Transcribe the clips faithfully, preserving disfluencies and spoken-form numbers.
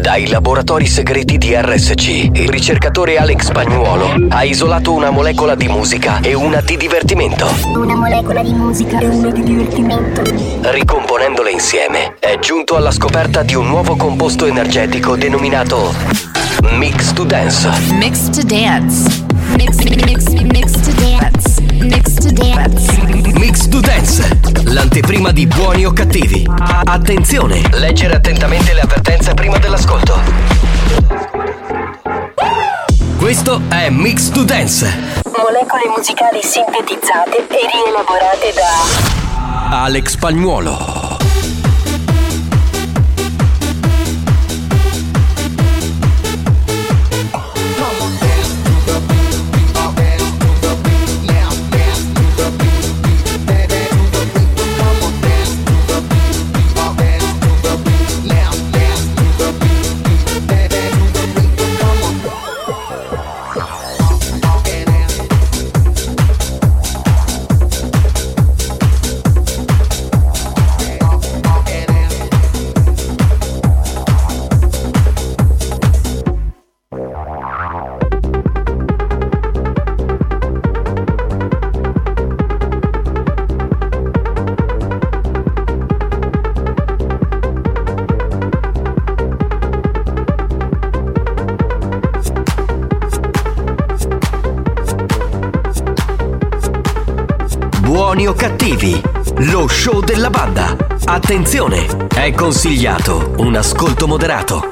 Dai laboratori segreti di R S C, il ricercatore Alex Spagnuolo ha isolato una molecola di musica e una di divertimento. Una molecola di musica e una di divertimento. Ricomponendole insieme, è giunto alla scoperta di un nuovo composto energetico denominato Mix to Dance. Mix to Dance. Mix, mix, mix to dance. Mix to dance. Mix to Dance, l'anteprima di Buoni o Cattivi. Attenzione, leggere attentamente le avvertenze prima dell'ascolto. Questo è Mix to Dance. Molecole musicali sintetizzate e rielaborate da Alex Spagnuolo. Buoni o Cattivi, lo show della banda. Attenzione, è consigliato un ascolto moderato.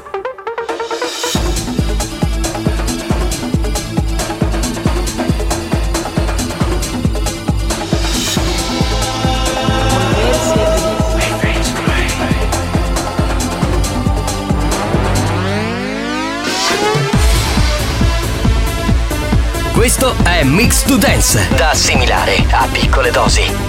Questo è Mix to Dance, da assimilare a piccole dosi.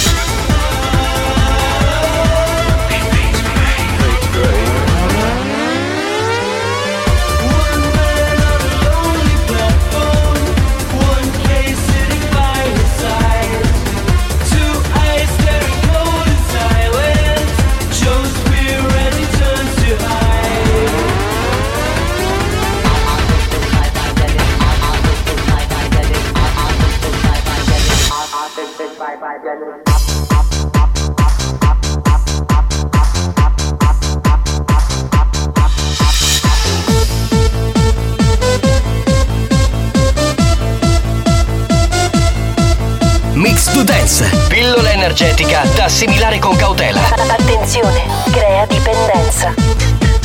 Mix to Dance, pillola energetica da assimilare con cautela. Attenzione, crea dipendenza.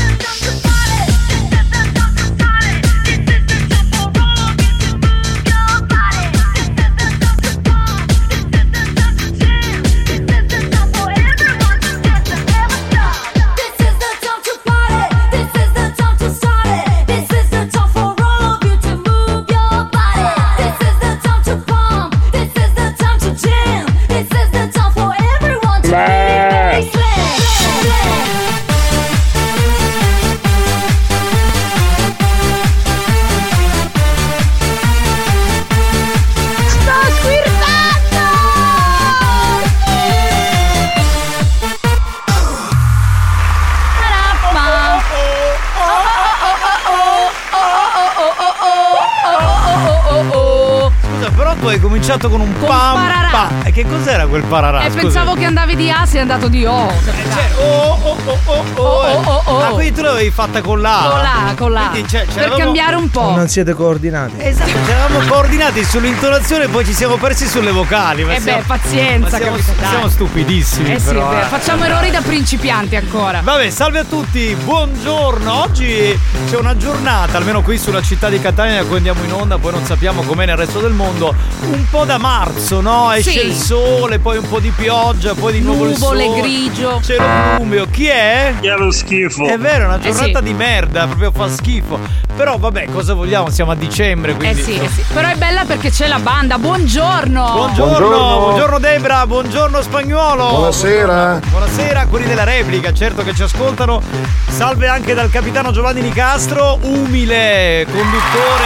Hai cominciato con un con pam pararà. pa. E che cos'era quel pararà? E pensavo che andavi di A, sei andato di O. Cioè, oh, oh, oh, oh, oh, oh, oh, oh. Ah, quindi tu l'avevi fatta con l'A. Con l'A, con l'A. Quindi, cioè, per cambiare un po'. Non siete coordinati. Esatto, ci eravamo coordinati sull'intonazione e poi ci siamo persi sulle vocali. Ma Eh siamo, beh, pazienza, ma siamo, capito, dai. siamo stupidissimi. Eh sì, però, è vero. eh. Facciamo errori da principianti ancora. Vabbè, salve a tutti, buongiorno. Oggi c'è una giornata, almeno qui sulla città di Catania, da cui andiamo in onda, poi non sappiamo com'è nel resto del mondo. Un po' da marzo, no? Esce Sì. il sole, poi un po' di pioggia, poi di nuovo il Nuvole, sole. grigio. Cielo plumeo. Chi è? Che è lo schifo. È vero, è una giornata Eh sì. di merda, proprio fa schifo. Però vabbè, cosa vogliamo? Siamo a dicembre, Eh quindi. sì, eh sì. Però è bella perché c'è la banda. Buongiorno. Buongiorno, buongiorno, buongiorno Debra, buongiorno Spagnuolo. Buonasera. Buonasera, quelli della replica, certo che ci ascoltano. Salve anche dal capitano Giovanni Nicastro, umile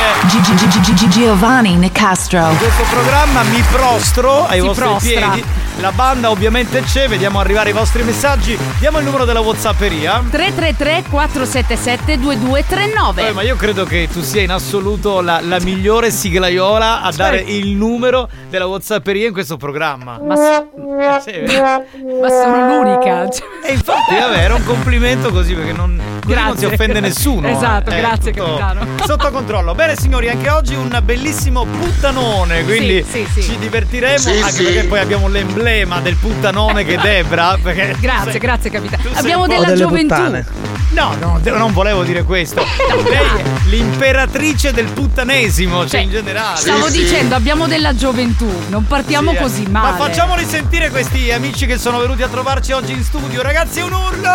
conduttore Giovanni Nicastro. di questo programma. Mi prostro ai Si vostri prostra. piedi. La banda ovviamente c'è, vediamo arrivare i vostri messaggi. Diamo il numero della WhatsApperia. tre tre tre quattro sette sette due due tre nove. Eh, ma io credo che tu sia in assoluto la, la migliore siglaiola a dare il numero della WhatsApperia in questo programma. Ma, s- sì, ma sono l'unica. E infatti vabbè, era un complimento così perché non, così non si offende nessuno. Esatto, eh. grazie Tutto capitano. Sotto controllo. Bene signori, anche oggi un bellissimo puttanone, quindi sì, sì, sì. ci divertiremo, Sì, anche sì. perché poi abbiamo l'emblema del puttanone che è Debra. Perché Grazie, sei- grazie capitano. tu sei Abbiamo un po' della delle gioventù. puttane. No, no, de- non volevo dire questo. Lei è l'imperatrice del puttanesimo, cioè, Cioè, in generale. Stavo Sì, sì. dicendo, abbiamo della gioventù. Non partiamo Sì, eh. così male. Ma facciamoli sentire questi amici che sono venuti a trovarci oggi in studio. Ragazzi, un urlo!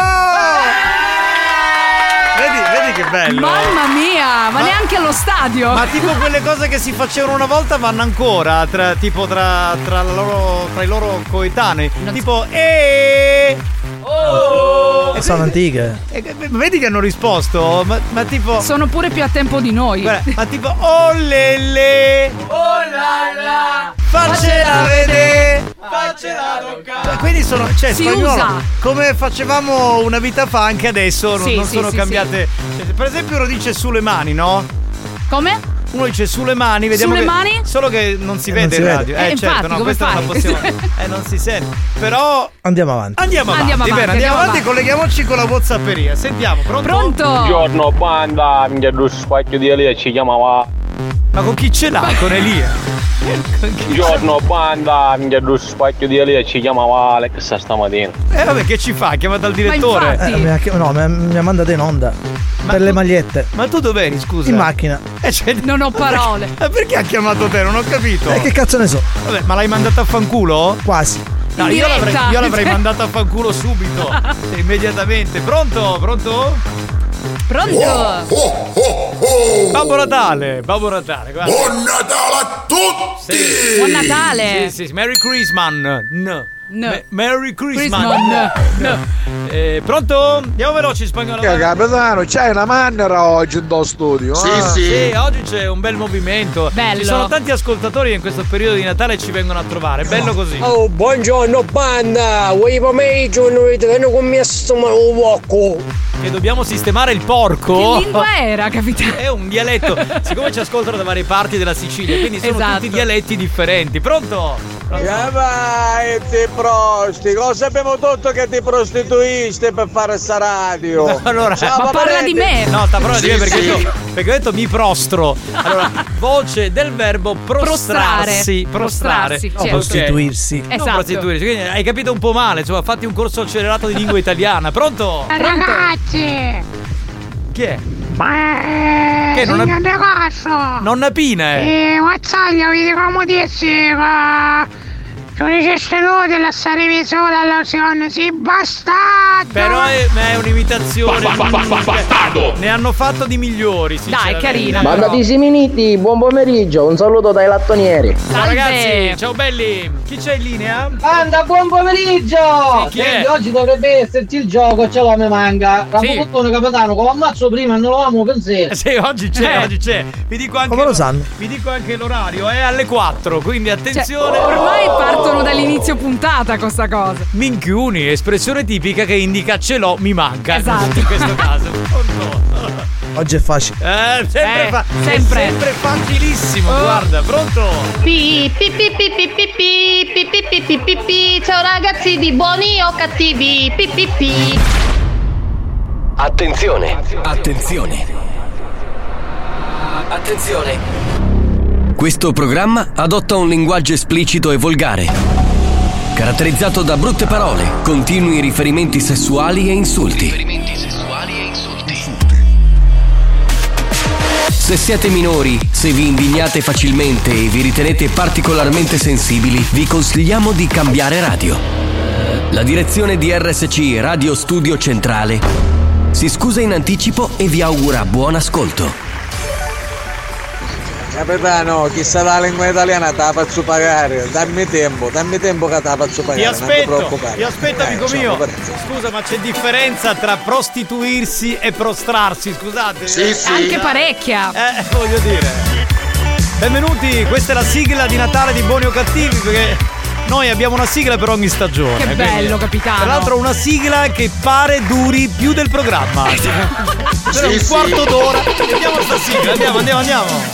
Vedi, vedi che bello. Mamma mia, ma, Ma- neanche allo stadio. Ma tipo quelle cose che si facevano una volta vanno ancora tra, tipo tra, tra, la loro, tra i loro coetanei. Non- Tipo e oh! Sono antiche. Vedi che hanno risposto? Ma, ma tipo Sono pure più a tempo di noi. guarda, ma tipo oh lele oh la la faccela vedere faccela toccare. Quindi sono cioè Si spagnolo, usa. come facevamo una vita fa anche adesso non, Sì, non sì, sono sì, cambiate. Cioè, per esempio uno dice sulle mani, no? Come? Uno dice sulle mani, vediamo Sulle che- mano? solo che non si Eh, vede non si in vede. radio. Eh, Eh, infatti, certo, no, come questa non la fai? possiamo. Eh, non si sente. Però Andiamo avanti. andiamo avanti. Andiamo avanti, Bene, andiamo andiamo avanti, colleghiamoci con la WhatsApperia. Sentiamo, pronto? Pronto? Buongiorno banda, minchia lo spacchio di Elia ci chiamava. Ma con chi ce l'ha? Con Elia? Con chi? Buongiorno banda, minchia lo spacchio di Elia ci chiamava Alex stamattina. Eh vabbè, che ci fa? Ha chiamato il direttore. infatti- Eh, mi, ha, no, mi ha, mi ha mandato in onda. Ma per le tu- magliette. Ma tu dov'eri, scusa? In macchina. Eh, cioè- Non ho parole. Ma perché ha chiamato te? Non ho capito. E che cazzo ne so? Vabbè, ma l'hai mandata a fanculo? Quasi. No, In io l'avrei, diretta. io l'avrei mandata a fanculo subito. Immediatamente. Pronto? Pronto? Pronto? Oh, oh, oh. Babbo Natale, Babbo Natale, guarda. Buon Natale a tutti! Buon Natale. Sì, sì, Merry Christmas. No. No. Me- Merry Christmas. Christmas. No. Eh, pronto? Andiamo veloci, spagnolo. Che capitano, c'hai una mannera oggi in tuo studio? Sì, eh? sì. Sì, oggi c'è un bel movimento. Bello. Ci sono tanti ascoltatori che in questo periodo di Natale ci vengono a trovare. Bello così. Oh, buongiorno banda, vuoi pomeriggio noi te ne commesso ma un uoco. Che dobbiamo sistemare il porco. Che lingua era, capitano? È un dialetto. Siccome ci ascoltano da varie parti della Sicilia, quindi sono Esatto. tutti dialetti differenti. Pronto? Che vai, ti prosti, cosa abbiamo detto che ti prostituiste per fare sta radio? Allora, Ciao, Ma parla paparete. di me. No, sta parlando di me Sì, perché, sì. io- perché ho detto mi prostro. Allora, voce del verbo prostrarsi. Prostrare. Prostrare. Prostrarsi, Ok. certo. Prostituirsi. Non Esatto. prostituirsi. Quindi hai capito un po' male. Insomma, fatti un corso accelerato di lingua italiana. Pronto? Ragazzi, Chi è? ma Che non ha- signor De Castro, Nonna Pina, eh. e Mazzaglia vi dico come dirsi che che non esiste nulla della stare sola all'oceano, sì, bastardo! Però è, ma è un'imitazione. Ba- ba- ba- ba- bastardo! Ne hanno fatto di migliori, sinceramente. carina. Però- Bandati Siminiti, buon pomeriggio, un saluto dai lattonieri. Ciao Salve. ragazzi, ciao belli. Chi c'è in linea? Banda, buon pomeriggio! Sì, chi è? Senti, oggi dovrebbe esserci il gioco, ce l'ho mi manca. Sì. Rambocottone capitano, con l'ammazzo prima non lo amo pensiero. Eh, Sì, oggi c'è, Eh. oggi c'è. Vi dico anche Come lo sanno? Vi dico anche l'orario, è alle quattro, quindi Cioè, attenzione. ormai partono dall'inizio puntata con sta cosa. Minchiuni, espressione tipica che indica ce l'ho, mi manca. Esatto. In questo caso. Pronto? Oggi è facile. Eh, sempre, Eh, fa- sempre. è sempre facilissimo, Oh. guarda, pronto? Pi, pi, pi, pi, pi, pi, pi, pi, pi, pi, pi, pi, pi. Ciao ragazzi di buoni o cattivi, pi, pi, pi. Attenzione, attenzione. Attenzione. Questo programma adotta un linguaggio esplicito e volgare, caratterizzato da brutte parole, continui riferimenti sessuali e insulti. Se siete minori, se vi indignate facilmente e vi ritenete particolarmente sensibili, vi consigliamo di cambiare radio. La direzione di R S C Radio Studio Centrale si scusa in anticipo e vi augura buon ascolto. Capitano, chissà la lingua italiana te la faccio pagare. Dammi tempo, dammi tempo che te la faccio Ti pagare. non ti aspetto, preoccupare. ti aspetto Eh, amico ciao, mio. paparazzi. Scusa, ma c'è differenza tra prostituirsi e prostrarsi, scusate. Sì, sì. Anche parecchia. Eh, voglio dire. Benvenuti, questa è la sigla di Natale di Buoni o Cattivi, perché Noi abbiamo una sigla per ogni stagione. Che quindi, bello, capitano. Tra l'altro una sigla che pare duri più del programma. Per Sì, un sì. quarto d'ora. Vediamo sta sigla, andiamo, andiamo, andiamo.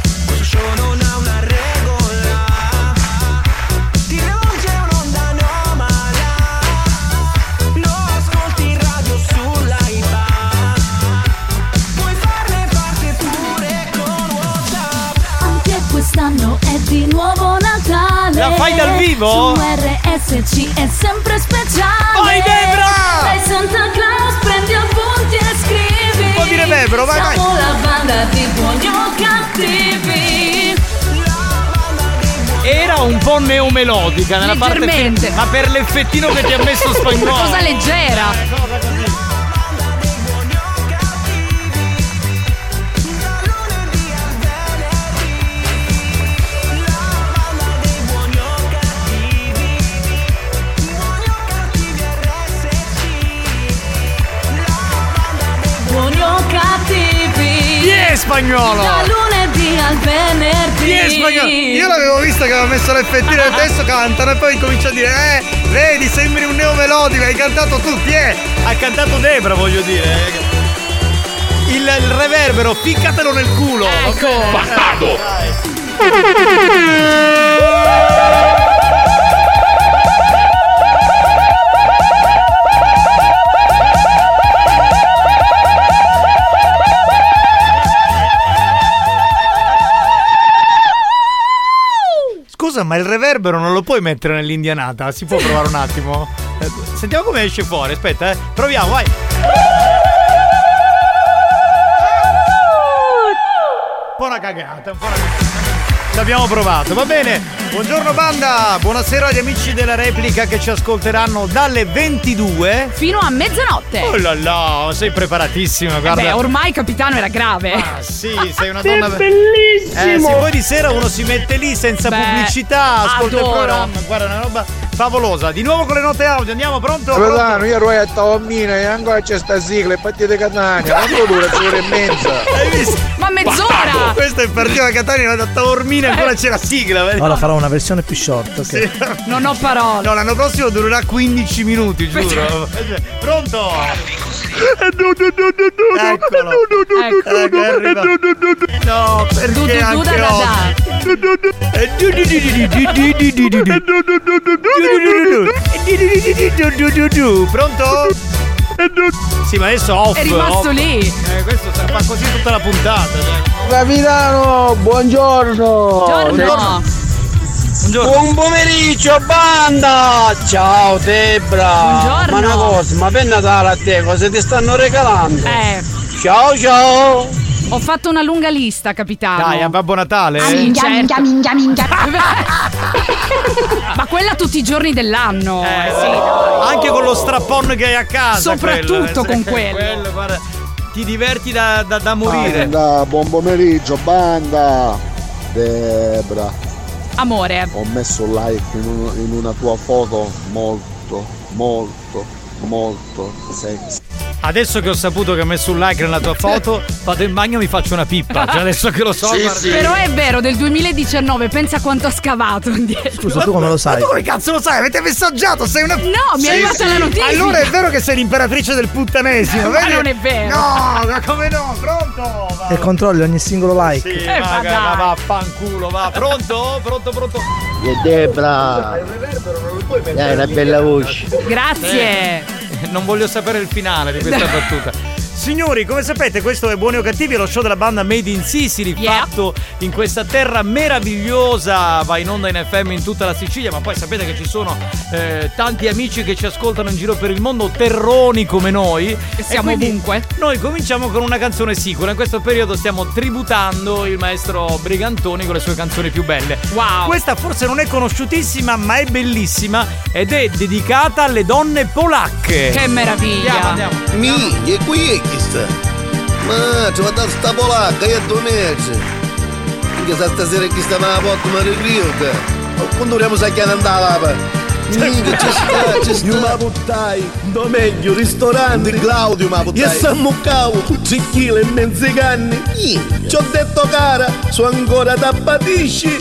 Quest'anno è di nuovo Natale. La fai dal vivo? Su R S C è sempre speciale. Vai Debra! Dai Santa Claus, prendi appunti e scrivi. Un po' di reverbero, vai, vai. Siamo la banda di buoni o cattivi. Era un po' neomelodica nella parte Leggermente. fin- ma per l'effettino che ti ha messo Spagnolo. Una cosa leggera. Buoni o cattivi. Yeah, Spagnolo! Da lunedì al venerdì. Yeah, Spagnolo! Io l'avevo vista che aveva messo l'effettino e adesso cantano e poi comincia a dire eh, vedi, sembri un neomelodico, hai cantato tutti, eh! Ha cantato Debra, voglio dire. Il, il reverbero, ficcatelo nel culo! Ecco! Bastardo! Scusa, ma il reverbero non lo puoi mettere nell'indianata? Si può provare un attimo? Eh, Sentiamo come esce fuori, aspetta, eh. Proviamo, vai! Un po' una cagata, un po' una cagata. Ci abbiamo provato, va bene. Buongiorno banda, buonasera agli amici della replica che ci ascolteranno dalle ventidue fino a mezzanotte. Oh là là, sei preparatissima, guarda. Beh, ormai capitano era grave. Ah, sì, sei una donna. È bellissimo. Eh, sì, poi di sera uno si mette lì senza Beh, pubblicità, ascolta adoro. il programma, guarda, una roba favolosa. Di nuovo con le note audio, andiamo, pronto? Capitano, pronto? io ero a Taormina e ancora c'è sta sigla e partite Catania. Quanto dura? C'è ora e mezza. Hai visto? Ma mezz'ora! Questo è partito da Catania, vado a Taormina e ancora c'è la sigla, vedi? Ora farò una versione più short, ok? Sì. Non ho parole. No, l'anno prossimo durerà quindici minuti, giuro. Pronto? Eccolo. Ecco. Eh, che arriva. No, Du, du, perché du, anche da, da, oggi? Eh, du, du, du, du, du, du, du, du, du, du. Du, du, du, du. Pronto? Sì, ma adesso off. È rimasto off. lì. Eh, questo fa così tutta la puntata. Dai. Capitano, buongiorno. Buongiorno. Buongiorno. Buon pomeriggio banda. Ciao Debra. Buongiorno. Ma una cosa, ma per Natale a te cosa ti stanno regalando? Eh, Ciao ciao. ho fatto una lunga lista, capitano. Dai, a Babbo Natale. Sì, Minchia, certo. minchia, minchia, minchia. Ma quella tutti i giorni dell'anno. Eh, sì. Anche con lo strappon che hai a casa. Soprattutto quello, con quello. quello guarda, ti diverti da, da, da morire. Banda, buon pomeriggio, banda. Debra, Amore. ho messo un like in, un- in una tua foto molto, molto, molto sexy. Adesso che ho saputo che hai messo un like nella tua foto, vado in bagno e mi faccio una pippa. Cioè adesso che lo so. Sì, guarda. sì. Però è vero, del duemiladiciannove, pensa quanto ha scavato indietro. Scusa, tu come lo Ma sai? tu come cazzo lo sai? Avete messaggiato? Sei una. No, mi Sì, è arrivata sì. la notifica. Allora è vero che sei l'imperatrice del puttanesimo. Ma vedi? non è vero. No, ma come no? Pronto? Va. E controlli ogni singolo like. Sì, Eh, va, ma va, dai. va, fanculo, va. Pronto? Pronto, pronto? E Debra, dai una bella voce. Grazie. Non voglio sapere il finale di questa battuta. Signori, come sapete, questo è Buoni o Cattivi, lo show della banda Made in Sicily, Yeah. fatto in questa terra meravigliosa, va in onda in F M in tutta la Sicilia, ma poi sapete che ci sono eh, tanti amici che ci ascoltano in giro per il mondo, terroni come noi. E siamo E quindi ovunque. Noi cominciamo con una canzone sicura. In questo periodo stiamo tributando il maestro Brigantoni con le sue canzoni più belle. Wow. Questa forse non è conosciutissima, ma è bellissima ed è dedicata alle donne polacche. Che meraviglia. Andiamo, andiamo. Mi, e qui è chi sta? Ma ci va da sta polacca e a due mesi. Che sa stasera chi sta ma porta ma ricorda. Quando dovremmo sacchiare andare là? Minchia, ci sta, ci sta. Io ma buttai, do meglio, ristorante. Claudio ma buttai. E sammuccavo, cinque e mezzo anni. Ci ho detto cara, so ancora da patisci.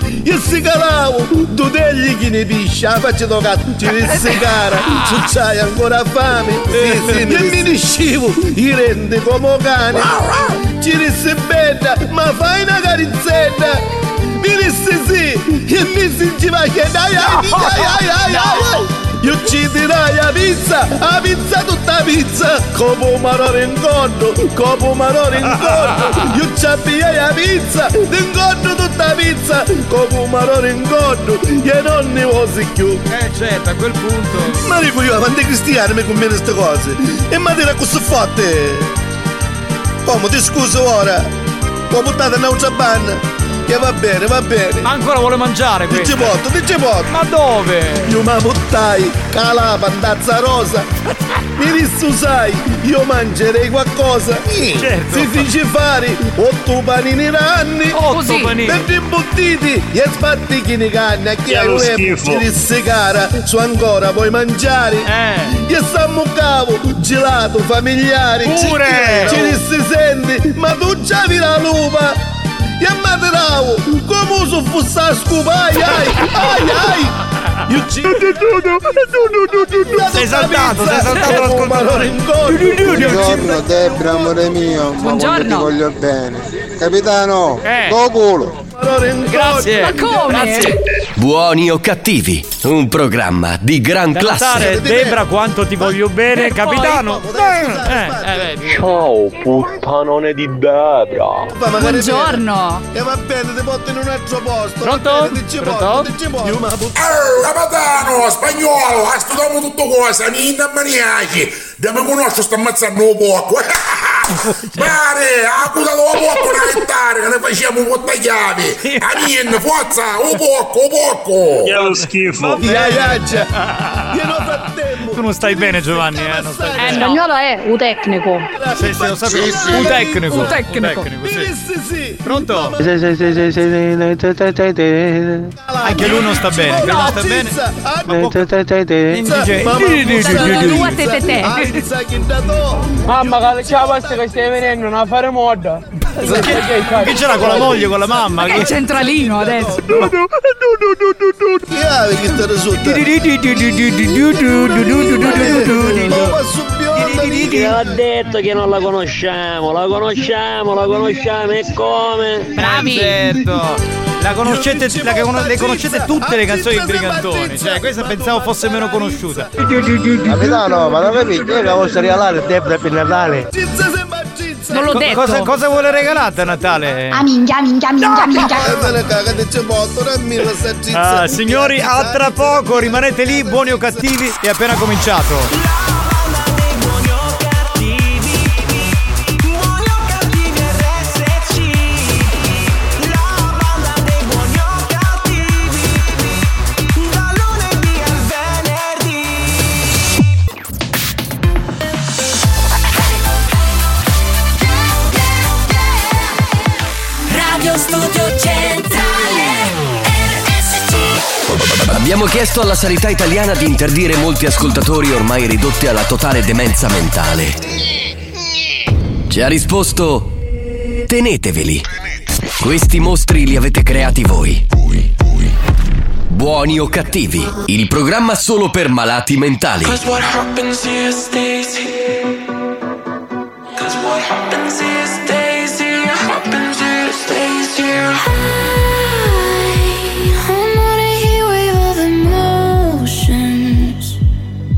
Io si calavo, tu tegli chi ne piscia, faccio toccato, ci risse cara, tu c'hai ancora fame, sì, sì, e mi discivo, i rende come cane, ci risse bella, ma fai una carizzetta, mi disse sì, e mi si va che dai, ai, ai, ai, ai, ai. Io ci dirai la pizza, la pizza tutta pizza, come marore in conto, come marore in conto. Io ci abbiai la pizza, in conto tutta pizza, come marore in conto, e non ne vosi più. Eh certo, a quel punto. Ma dico io, quando i cristiani mi conviene queste cose, e ma dire così fatte. Come ti scuso ora, ho buttato in un'altra banna. Che va bene, va bene. Ma ancora vuole mangiare questo? Dici potto, dici potto. Ma dove? Io mi buttai, calapa, andazza rosa. Mi disse sai, io mangerei qualcosa. Certo. Si fece fare otto panini ranni. Otto panini. Per imbottiti e sbattichi di canna. Chi Che è lo lo schifo. Ci disse cara, su ancora vuoi mangiare? Eh. Io stammo cavo, gelato, familiari. Pure. Ci disse senti, ma tu già vi la lupa. E ammateravo, come uso fosse a scupare, ai, ai, ai! Io ci... Sei saltato, sei saltato l'ascoltatore. Buongiorno Debra, amore mio. Buongiorno. Ti voglio bene. Capitano, Eh. do culo. Grazie. Ma come? Grazie. Buoni o cattivi, un programma di gran Da classe. notare, Debra, quanto ti voglio bene, E capitano. Eh, eh, eh, Ciao, puttanone di Debra. Buongiorno. E va bene, ti porto in un altro posto. Pronto? Va bene, ti ci Pronto? porto, ti ci porto. Io me la butto. Oh, capitano, spagnolo, studiamo tutto cosa, ninna maniaci. Devo conoscere, sto ammazzando un poco. Mare, accusa dopo poco una ettare, che ne facciamo un po' tagliati. A niente, forza, un poco, un poco. Che lo schifo. Iaiaccia. Io non frattempo. Tu non stai bene, Giovanni, eh, non stai Eh, bene. spagnolo è un tecnico. Sì, sì, lo sapevo. Sì, sì. Un tecnico. Un tecnico. sì. Sì, sì. Pronto? Sì, sì, sì, sì, sì, sì, sì, sì, sì. Anche lui non sta bene, anche lui non sta bene. Due tete te. Mamma, che c'è la pasta che stai venendo, non fare moda. Che c'era con la moglie, con la mamma? È centralino adesso. Che ave che sta risulta? Ti ho detto che non la conosciamo, la conosciamo, la conosciamo e come? Bravi. Certo. La conoscete, la, cono- le conoscete tutte le canzoni di Brigantoni. Cioè, questa pensavo fosse meno conosciuta. Capitano, ma non capisci? Io la voglio regalare Debra per Natale. Non l'ho Co- detto. cosa, cosa vuole regalare a Natale? Ah, minchia, minchia, minchia, minchia. Ah, signori, a tra poco, rimanete lì, buoni o cattivi, è appena cominciato. Radio Studio Centrale R S C. Abbiamo chiesto alla sanità italiana di interdire molti ascoltatori ormai ridotti alla totale demenza mentale. Ci ha risposto: teneteveli. Questi mostri li avete creati voi. Buoni o cattivi, il programma solo per malati mentali. Cause what happens here stays here. Cause what happens here stays here. Happens here stays here. I'm not a hero of emotions.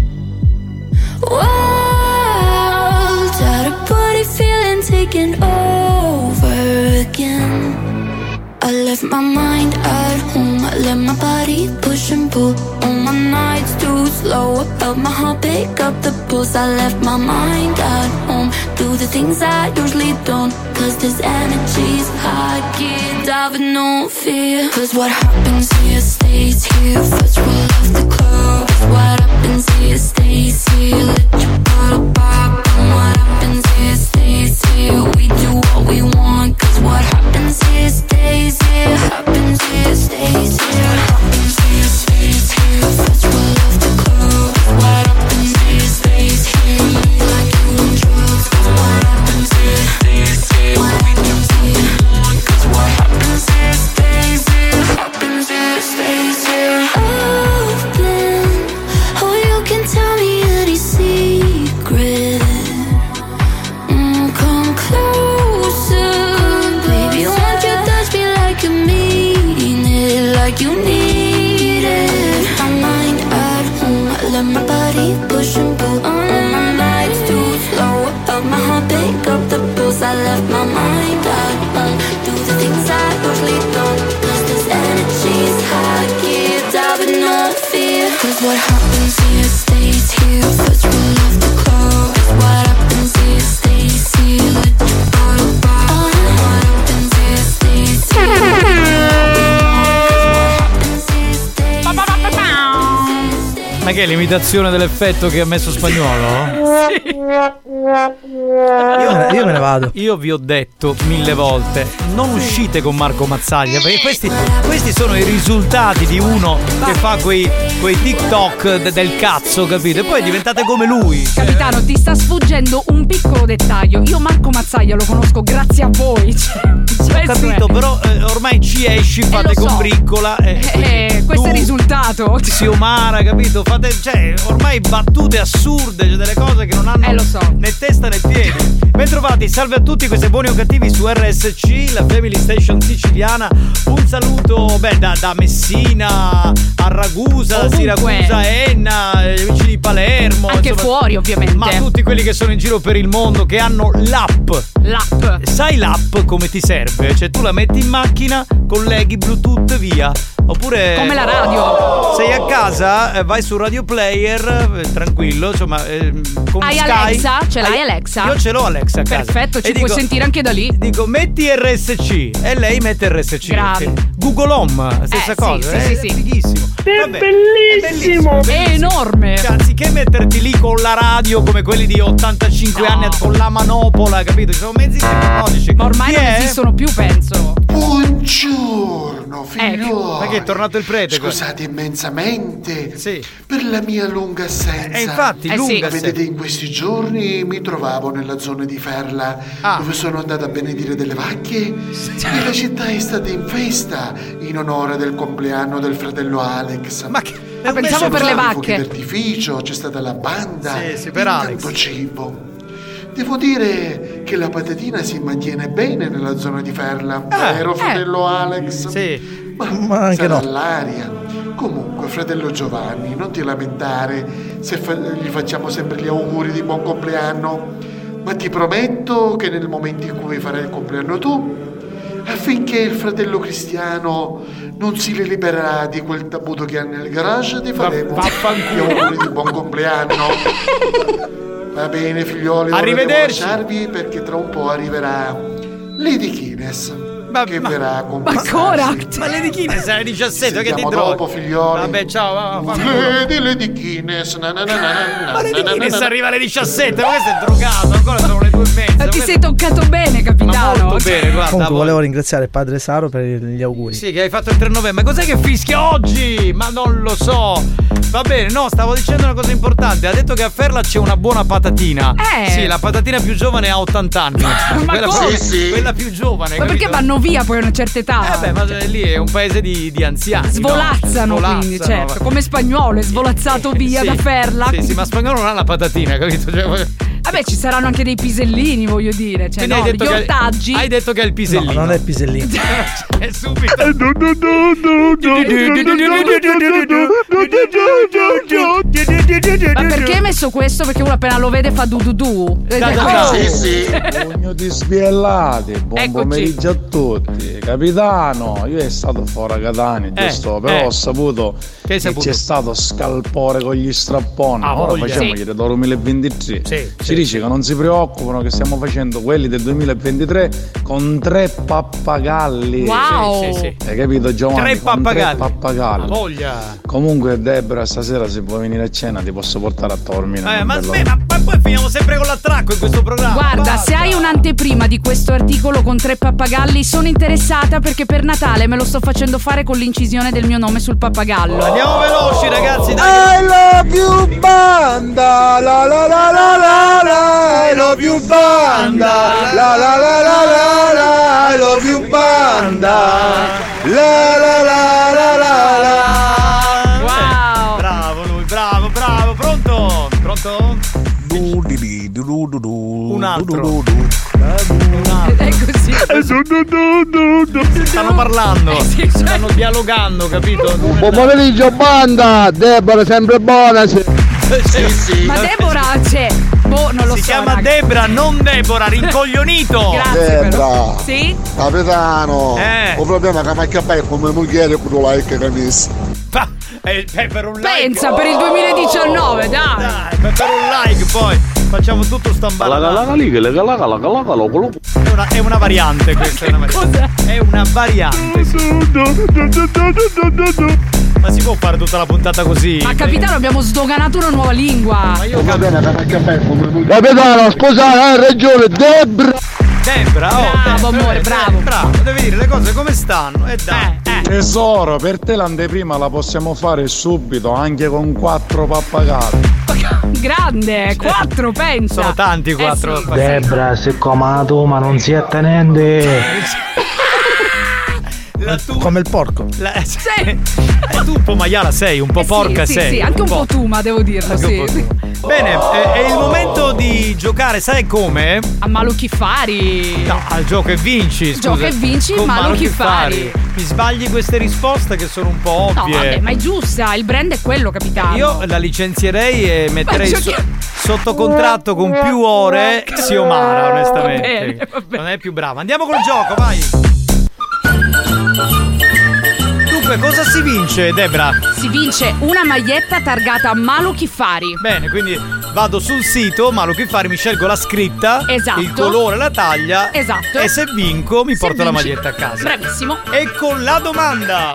Wild, out of body feeling taken over again. I left my mind at home. I let my body push and pull. On my nights too slow. Felt my heart pick up the pulse. I left my mind at home. Do the things I usually don't. Cause this energy's high. Get out with no fear. Cause what happens here stays here. First roll off the club. What happens here stays here. Let your bottle pop. And what happens here stays here. We do what we want. Cause what happens here stays here. Happens here stays here. Happens here stays here. First roll off the club. What happens here stays here. Like you on drugs. Cause what happens here stays here. We do what we want. Cause what happens here stays here. Happens che è l'imitazione dell'effetto che ha messo Spagnuolo? Sì. Io me, ne, io me ne vado. Io vi ho detto mille volte, non uscite con Marco Mazzaglia, perché questi, questi sono i risultati di uno che fa quei, quei TikTok de- del cazzo, capito? E poi diventate come lui. Capitano, ti sta sfuggendo un piccolo dettaglio. Io Marco Mazzaglia lo conosco grazie a voi. Cioè, ho capito, è... però eh, ormai ci esci, fate eh, so. combriccola. Eh, eh, questo è il risultato. Xiomara, capito? Fate, cioè, ormai battute assurde, cioè delle cose che non hanno eh, lo so. né testa né piedi. Bentrovati, salve a tutti, questi buoni o cattivi su R S C, la Family Station siciliana. Un saluto beh, da, da Messina a Ragusa, ovunque. Siracusa, Enna, gli amici di Palermo. Anche insomma, fuori ovviamente. Ma tutti quelli che sono in giro per il mondo, che hanno l'app. L'app. Sai l'app come ti serve? Cioè tu la metti in macchina, colleghi Bluetooth via. Oppure come la radio. Sei a casa, eh, vai su Radio Player, eh, tranquillo, insomma, eh, con Hai Sky. Alexa? Ce l'hai Hai, Alexa? Io ce l'ho Alexa a casa. Perfetto, ci e puoi dico, sentire anche da lì. Dico metti R S C e lei mette R S C. Grazie. Google Home, stessa eh, cosa. Sì, è sì, sì, fighissimo. È, Vabbè, bellissimo. è bellissimo. È enorme. Cioè, anziché metterti lì con la radio come quelli di ottantacinque no. anni con la manopola, capito? Ci sono mezzi tecnologici. Ma ormai Chi non è? esistono più, penso. Buongiorno figlioli. Ecco. Ma che è tornato il prete? Scusate immensamente sì. per la mia lunga assenza. E eh, infatti eh, lunga sì. Vedete, in questi giorni mi trovavo nella zona di Ferla, ah. dove sono andato a benedire delle vacche e la città è stata in festa in onore del compleanno del fratello Alex. Ma che... Ah, pensavo per le vacche. Fuochi d'artificio, c'è stata la banda, sì, sì, per tanto Alex. cibo. Devo dire che la patatina si mantiene bene nella zona di Ferla, ah, vero fratello eh. Alex? Sì. Ma, Ma anche sarà no. l'aria. Comunque, fratello Giovanni, non ti lamentare se fa- gli facciamo sempre gli auguri di buon compleanno, ma ti prometto che nel momento in cui farai il compleanno tu, affinché il fratello Cristiano non si libererà di quel tabuto che ha nel garage, ti faremo gli auguri di buon compleanno. Va bene, figlioli, arrivederci. Devo lasciarvi perché tra un po' arriverà Lady Kines. Ma, che ma, verrà a ma ancora? Ma Lady Kines è alle diciassette, che ti Sentiamo droga. dopo, figlioli. Vabbè, ciao, va, va, va. Lady, Lady Kines, na na na na na. Ma Lady Kines arriva alle diciassette, ma questo è drogato, ancora sono le due e mezza. Ma ti sei toccato bene, capitano. Ma molto bene, guarda. Comunque poi. volevo ringraziare il padre Saro per gli auguri. Sì, che hai fatto il tre novembre. Ma cos'è che fischia oggi? Ma non lo so. Va bene, no, stavo dicendo una cosa importante. Ha detto che a Ferla c'è una buona patatina. Eh. Sì, la patatina più giovane ha ottanta anni. Ma quella, come? Sì, sì. quella più giovane. Ma perché capito? vanno via poi a una certa età? Eh beh, ma lì è un paese di, di anziani. Svolazzano, no? quindi, Svolazzano. certo. Come Spagnolo è svolazzato via Sì. da Ferla. Sì, sì, ma Spagnolo non ha la patatina, capito? Cioè, Vabbè, ci saranno anche dei pisellini, voglio dire. Cioè, quindi no, hai detto gli che- ortaggi. Hai detto che è il pisellino. No, non è pisellino. È subito. Ma perché hai messo questo? Perché uno appena lo vede fa du du du. Da, da, da. Oh. Sì, sì. Pugno di sbiellati, buon Eccoci. pomeriggio a tutti. Capitano, io è stato fuori a Catania, Eh, giusto? Però eh. ho saputo Che hai che saputo? c'è stato scalpore con gli strapponi. Ah, Ora voglia. facciamo Sì. gli do duemilaventitré. Sì, Ci sì. dice che non si preoccupano, che stiamo facendo quelli del duemilaventitré con tre pappagalli. Wow. Sì, sì, sì. Hai capito, Giovanni? Tre Con pappagalli. Tre pappagalli. Ah, voglia. Comunque, Debra, stasera se vuoi venire a cena ti posso portare a Tormina. Eh, ma aspetta, ma poi finiamo sempre con l'attracco in questo programma. Guarda, Basta. se hai un'anteprima di questo articolo con tre pappagalli, sono interessata perché per Natale me lo sto facendo fare con l'incisione del mio nome sul pappagallo. Andiamo veloci, ragazzi, dai. I love you banda, la la la la la la, I love you banda, la la la la la la, I love you banda, la la la la la la. Wow. Bravo lui, bravo, bravo, pronto? Pronto? Un altro. È così. Stanno parlando, Eh, sì, cioè- stanno dialogando, capito? Buon pomeriggio banda, Deborah sempre buona. Sì. Sì, sì. Ma Deborah c'è. Boh, non lo Si so. chiama raga. Debra, non Deborah, rincoglionito. Grazie però. Debra, Sì? capitano, Eh. il problema è che mi capai come moglie con lo like che mi messo. Fa- eh, eh, per un like. Pensa per il duemiladiciannove, dai. Dai, per per un like poi facciamo tutto sta ballata. È una, è una variante questa, è una variante. Cos'è? È una variante. Sì. Ma si può fare tutta la puntata così? Ma capitano, abbiamo sdoganato una nuova lingua. Ma io Va bene, capitano, scusa, hai ragione, Debra. Debra, oh, bravo Debra, amore, eh, bravo. bravo, devi dire le cose come stanno. E eh, dai. Eh, eh. Tesoro, per te l'anteprima la possiamo fare subito, anche con quattro pappagalli. Grande, quattro pensa. Sono tanti quattro Eh sì. pappagalli. Debra, siccome tu ma non si è tenente. La tu... Come il porco. La... Sì. Eh, tu un po' maiala sei, un po' Eh sì, porca sì, sei. Sì, anche un po' tu, ma devo dirlo, Anche un sì. po' tu. Bene, è, è il momento di giocare, sai come? A Maluchifari. No, al gioco e vinci, scusa. Gioca e vinci, Con Maluchifari. Mi sbagli queste risposte che sono un po' No, ovvie. vabbè, ma è giusta, il brand è quello, capitano. Io la licenzierei e metterei Ma so- giochi- sotto contratto con più ore Xiomara, onestamente. Va bene, va bene. Non è più brava. Andiamo col gioco, vai. Dunque, cosa si vince, Debra? Si vince una maglietta targata Maluchifari. Bene, quindi vado sul sito Maluchifari, mi scelgo la scritta, Esatto. il colore, la taglia. Esatto. E se vinco mi Se porto la vinci- maglietta a casa. Bravissimo. E con la domanda: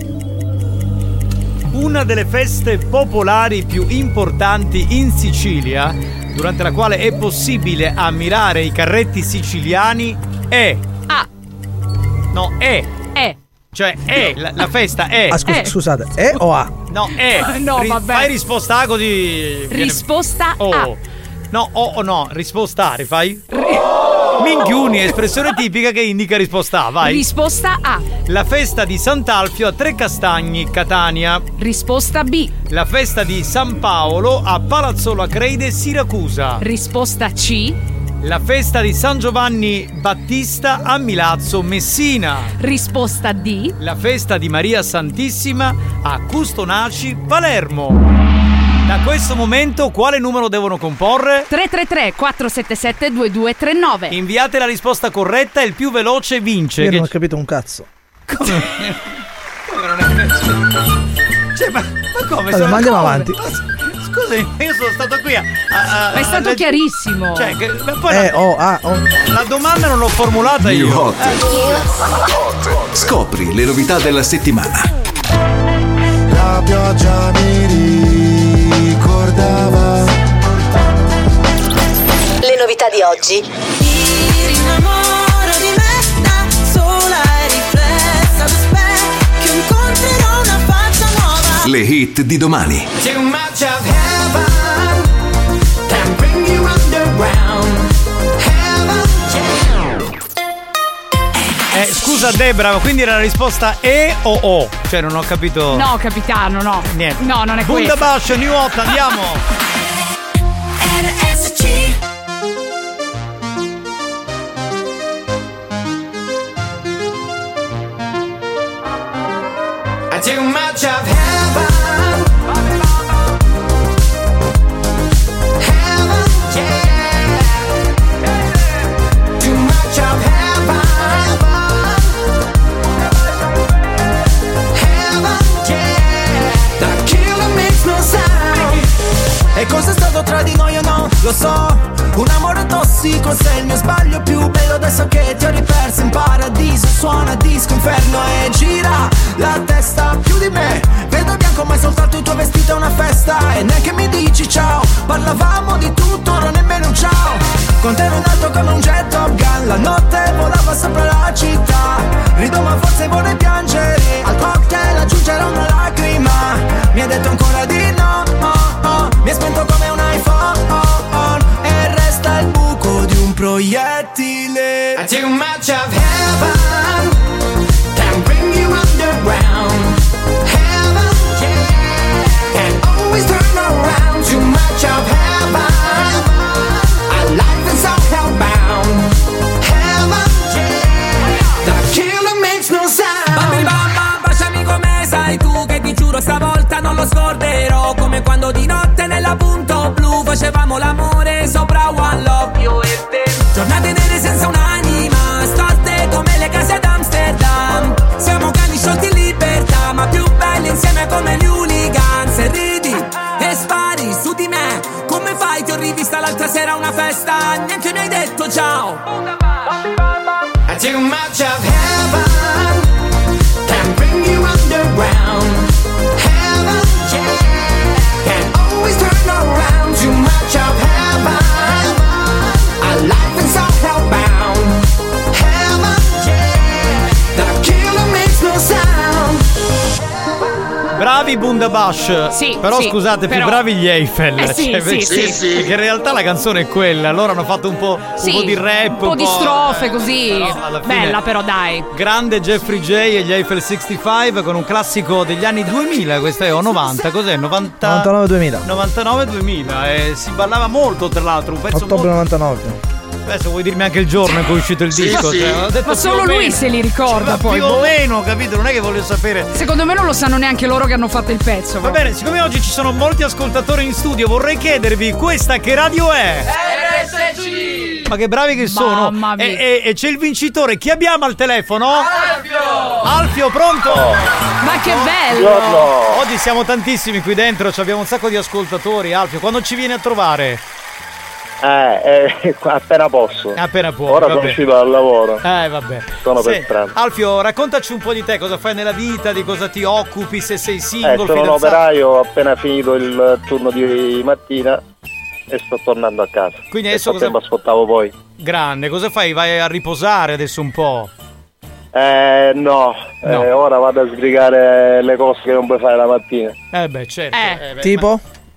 una delle feste popolari più importanti in Sicilia, durante la quale è possibile ammirare i carretti siciliani, è Ah. No, è È. Cioè è la, la festa è Ah, scusa, Eh. scusate, è o A? No, è No, Ri- vabbè. Fai risposta A così viene- Risposta Oh. A. No, o o no, risposta A, rifai? Minchiuni, espressione tipica che indica risposta A, vai. Risposta A. La festa di Sant'Alfio a Trecastagni, Catania. Risposta B. La festa di San Paolo a Palazzolo Acreide, Siracusa. Risposta C. La festa di San Giovanni Battista a Milazzo, Messina. Risposta D. La festa di Maria Santissima a Custonaci, Palermo. Da questo momento quale numero devono comporre? tre tre tre quattro sette sette due due tre nove. Inviate la risposta corretta e il più veloce vince. Io Che- non ho capito un cazzo. Come? Come non è Cioè, ma, ma come? Vabbè, Sono- ma andiamo come? avanti. Scusami, io sono stato qui a. a- a- Ma è stato a- chiarissimo. Cioè, che, ma poi Eh, la, o A, o. la domanda non l'ho formulata New io. Hot. Scopri le novità della settimana. La pioggia mi ricordava. Le novità di oggi. Mi rinnamoro di me da sola e riflessa allo specchio, incontrerò una faccia nuova. Le hit di domani. Too much of heaven can bring you underground. Heaven, yeah. Eh, scusa Debra, ma quindi era la risposta E o O? Cioè, non ho capito. No, capitano, no. Niente. No, non è Bunda questo. Bash, New Hot, andiamo. R S C. Too much of heaven. Heaven, yeah. Too much of heaven. Heaven, yeah. The killer makes no sound. E cos'è stato tra di noi o no? Lo so, un amore tossico, sei il mio sbaglio più bello. Adesso che ti ho riperso in paradiso, suona disco inferno e gira la testa più di me. Vedo bianco ma è soltanto il tuo vestito è una festa. E neanche mi dici ciao, parlavamo di tutto, ora nemmeno un ciao. Con te ero in alto come un jet Top Gun, la notte volava sopra la città. Rido ma forse vorrei piangere, al cocktail aggiungerò una lacrima. Mi hai detto ancora di no, oh, oh. Mi hai spento come un iPhone, oh, oh. E resta il buco di un proiettile. Too much of heaven can bring you underground. Heaven, yeah. Can always turn around. Too much of heaven. Our life is so hellbound. Heaven, yeah. The killer makes no sound. Bambini bamba, baciami come sai tu, che ti giuro stavolta non lo scorderò. Come quando di notte nella punto blu facevamo l'amore sopra One Love, io e te. Giornate nere senza un'anima, storte come le case ad Amsterdam. Siamo cani sciolti in libertà, ma più belli insieme come gli hooligans. E ridi e spari su di me, come fai? Ti ho rivista l'altra sera a una festa, neanche mi hai detto ciao. Too much of heaven can bring you underground. bravi Bundabash. Sì, Però sì, scusate, però- più bravi gli Eiffel. Eh sì, Cioè, sì, perché- sì, sì. Perché in realtà la canzone è quella. Loro hanno fatto un po', Sì, un po' di rap, un po' di strofe così. Però alla fine- Bella però, dai. Grande Jeffrey J e gli Eiffel sessantacinque con un classico degli anni duemila, questo è o novanta, cos'è? novanta novantanove duemila. novantanove duemila e si ballava molto, tra l'altro, un pezzo Ottobre molto... novantanove. Adesso vuoi dirmi anche il giorno in cui è uscito il Sì, disco? sì. Cioè, ho detto Ma più solo o lui meno. se li ricorda Ma poi. più o boh. meno, capito? Non è che voglio sapere. Secondo me non lo sanno neanche loro che hanno fatto il pezzo. Va bene, siccome oggi ci sono molti ascoltatori in studio, vorrei chiedervi questa che radio è? R S C! Ma che bravi che sono! Mamma mia. E, e- e c'è il vincitore. Chi abbiamo al telefono? Alfio! Alfio, pronto? Ma che bello! Buongiorno. Oggi siamo tantissimi qui dentro, ci abbiamo un sacco di ascoltatori. Alfio, quando ci vieni a trovare? Eh, eh, appena posso. Appena può. Ora vabbè. sono uscito dal lavoro. Eh, vabbè. Sono per Sì. strada. Alfio, raccontaci un po' di te, cosa fai nella vita, di cosa ti occupi, se sei Eh, single, sono un fidanzato. operaio, ho appena finito il turno di mattina e sto tornando a casa. Quindi Nel adesso cosa- frattempo aspettavo voi. Grande, cosa fai? Vai a riposare adesso un po'? Eh, no, No. Eh, ora vado a sbrigare le cose che non puoi fare la mattina. Eh beh, certo. Eh, beh, Tipo?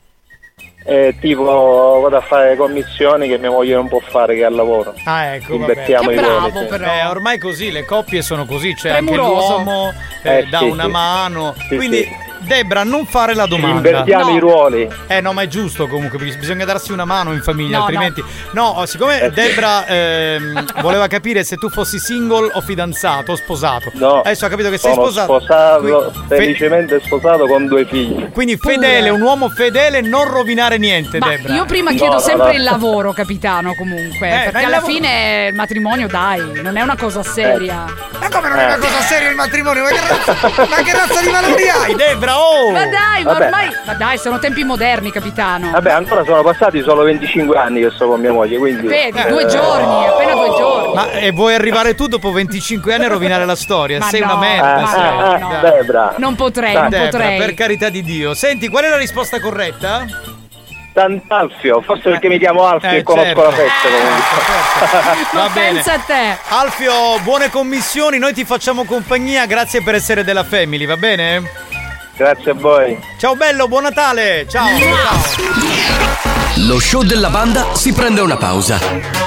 Eh, tipo vado a fare commissioni che mia moglie non può fare, che è al lavoro. Ah, ecco, vabbè. Invertiamo i ruoli. sì. Eh, ormai così le coppie sono così, cioè Premuroso. anche l'uomo eh, Eh, dà sì, una sì. mano. Sì, Quindi sì. Debra, non fare la domanda. Invertiamo No. i ruoli. Eh no, ma è giusto comunque, bis- bisogna darsi una mano in famiglia, No, altrimenti. No, siccome Eh, sì. Debra ehm, voleva capire se tu fossi single o fidanzato o sposato. No, Adesso ha capito che sei sono sposato. sposato, Qui- fe- felicemente sposato con due figli. Quindi fedele, un uomo fedele, non rovinare niente, Ma Debra. io prima No, chiedo no, sempre no. il lavoro, capitano, comunque. Eh, ma perché il alla lavoro- fine il matrimonio, dai, non è una cosa seria. Ma come non è una Eh. cosa seria il matrimonio? Ma che razza, ma che razza di valori hai? Debra, oh! Ma dai, ma Vabbè. ormai. Ma dai, sono tempi moderni, capitano. Vabbè, ancora sono passati solo venticinque anni che sto con mia moglie, quindi... Vedi, eh, due giorni, appena due giorni. Ma e vuoi arrivare tu dopo venticinque anni a rovinare la storia? Ma sei no, una merda. ma sei. eh, eh, no. Debra. Non potrei, Dai, non Debra, potrei. per carità di Dio. Senti, qual è la risposta corretta? Tant'Alfio, forse perché mi chiamo Alfio Eh, e conosco certo. la festa comunque. Ma Va bene. pensa a te. Alfio, buone commissioni, noi ti facciamo compagnia, grazie per essere della Family, va bene? Grazie a voi. Ciao bello, buon Natale! Ciao! Ciao. Lo show della banda si prende una pausa.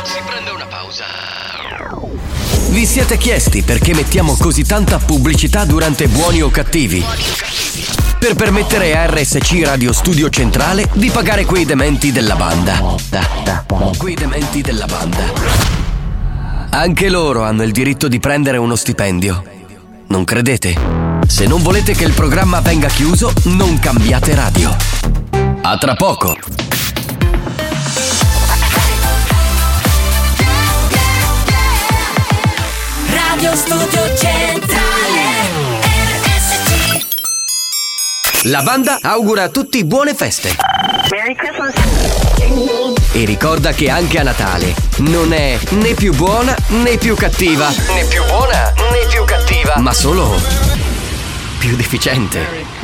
Vi siete chiesti perché mettiamo così tanta pubblicità durante Buoni o Cattivi? Per permettere a R S C Radio Studio Centrale di pagare quei dementi della banda. Quei dementi della banda. Anche loro hanno il diritto di prendere uno stipendio. Non credete? Se non volete che il programma venga chiuso, non cambiate radio. A tra poco. Radio Studio Centrale R S C. La banda augura a tutti buone feste. Merry Christmas. E ricorda che anche a Natale non è né più buona né più cattiva. Né più buona né più cattiva. Ma solo più deficiente.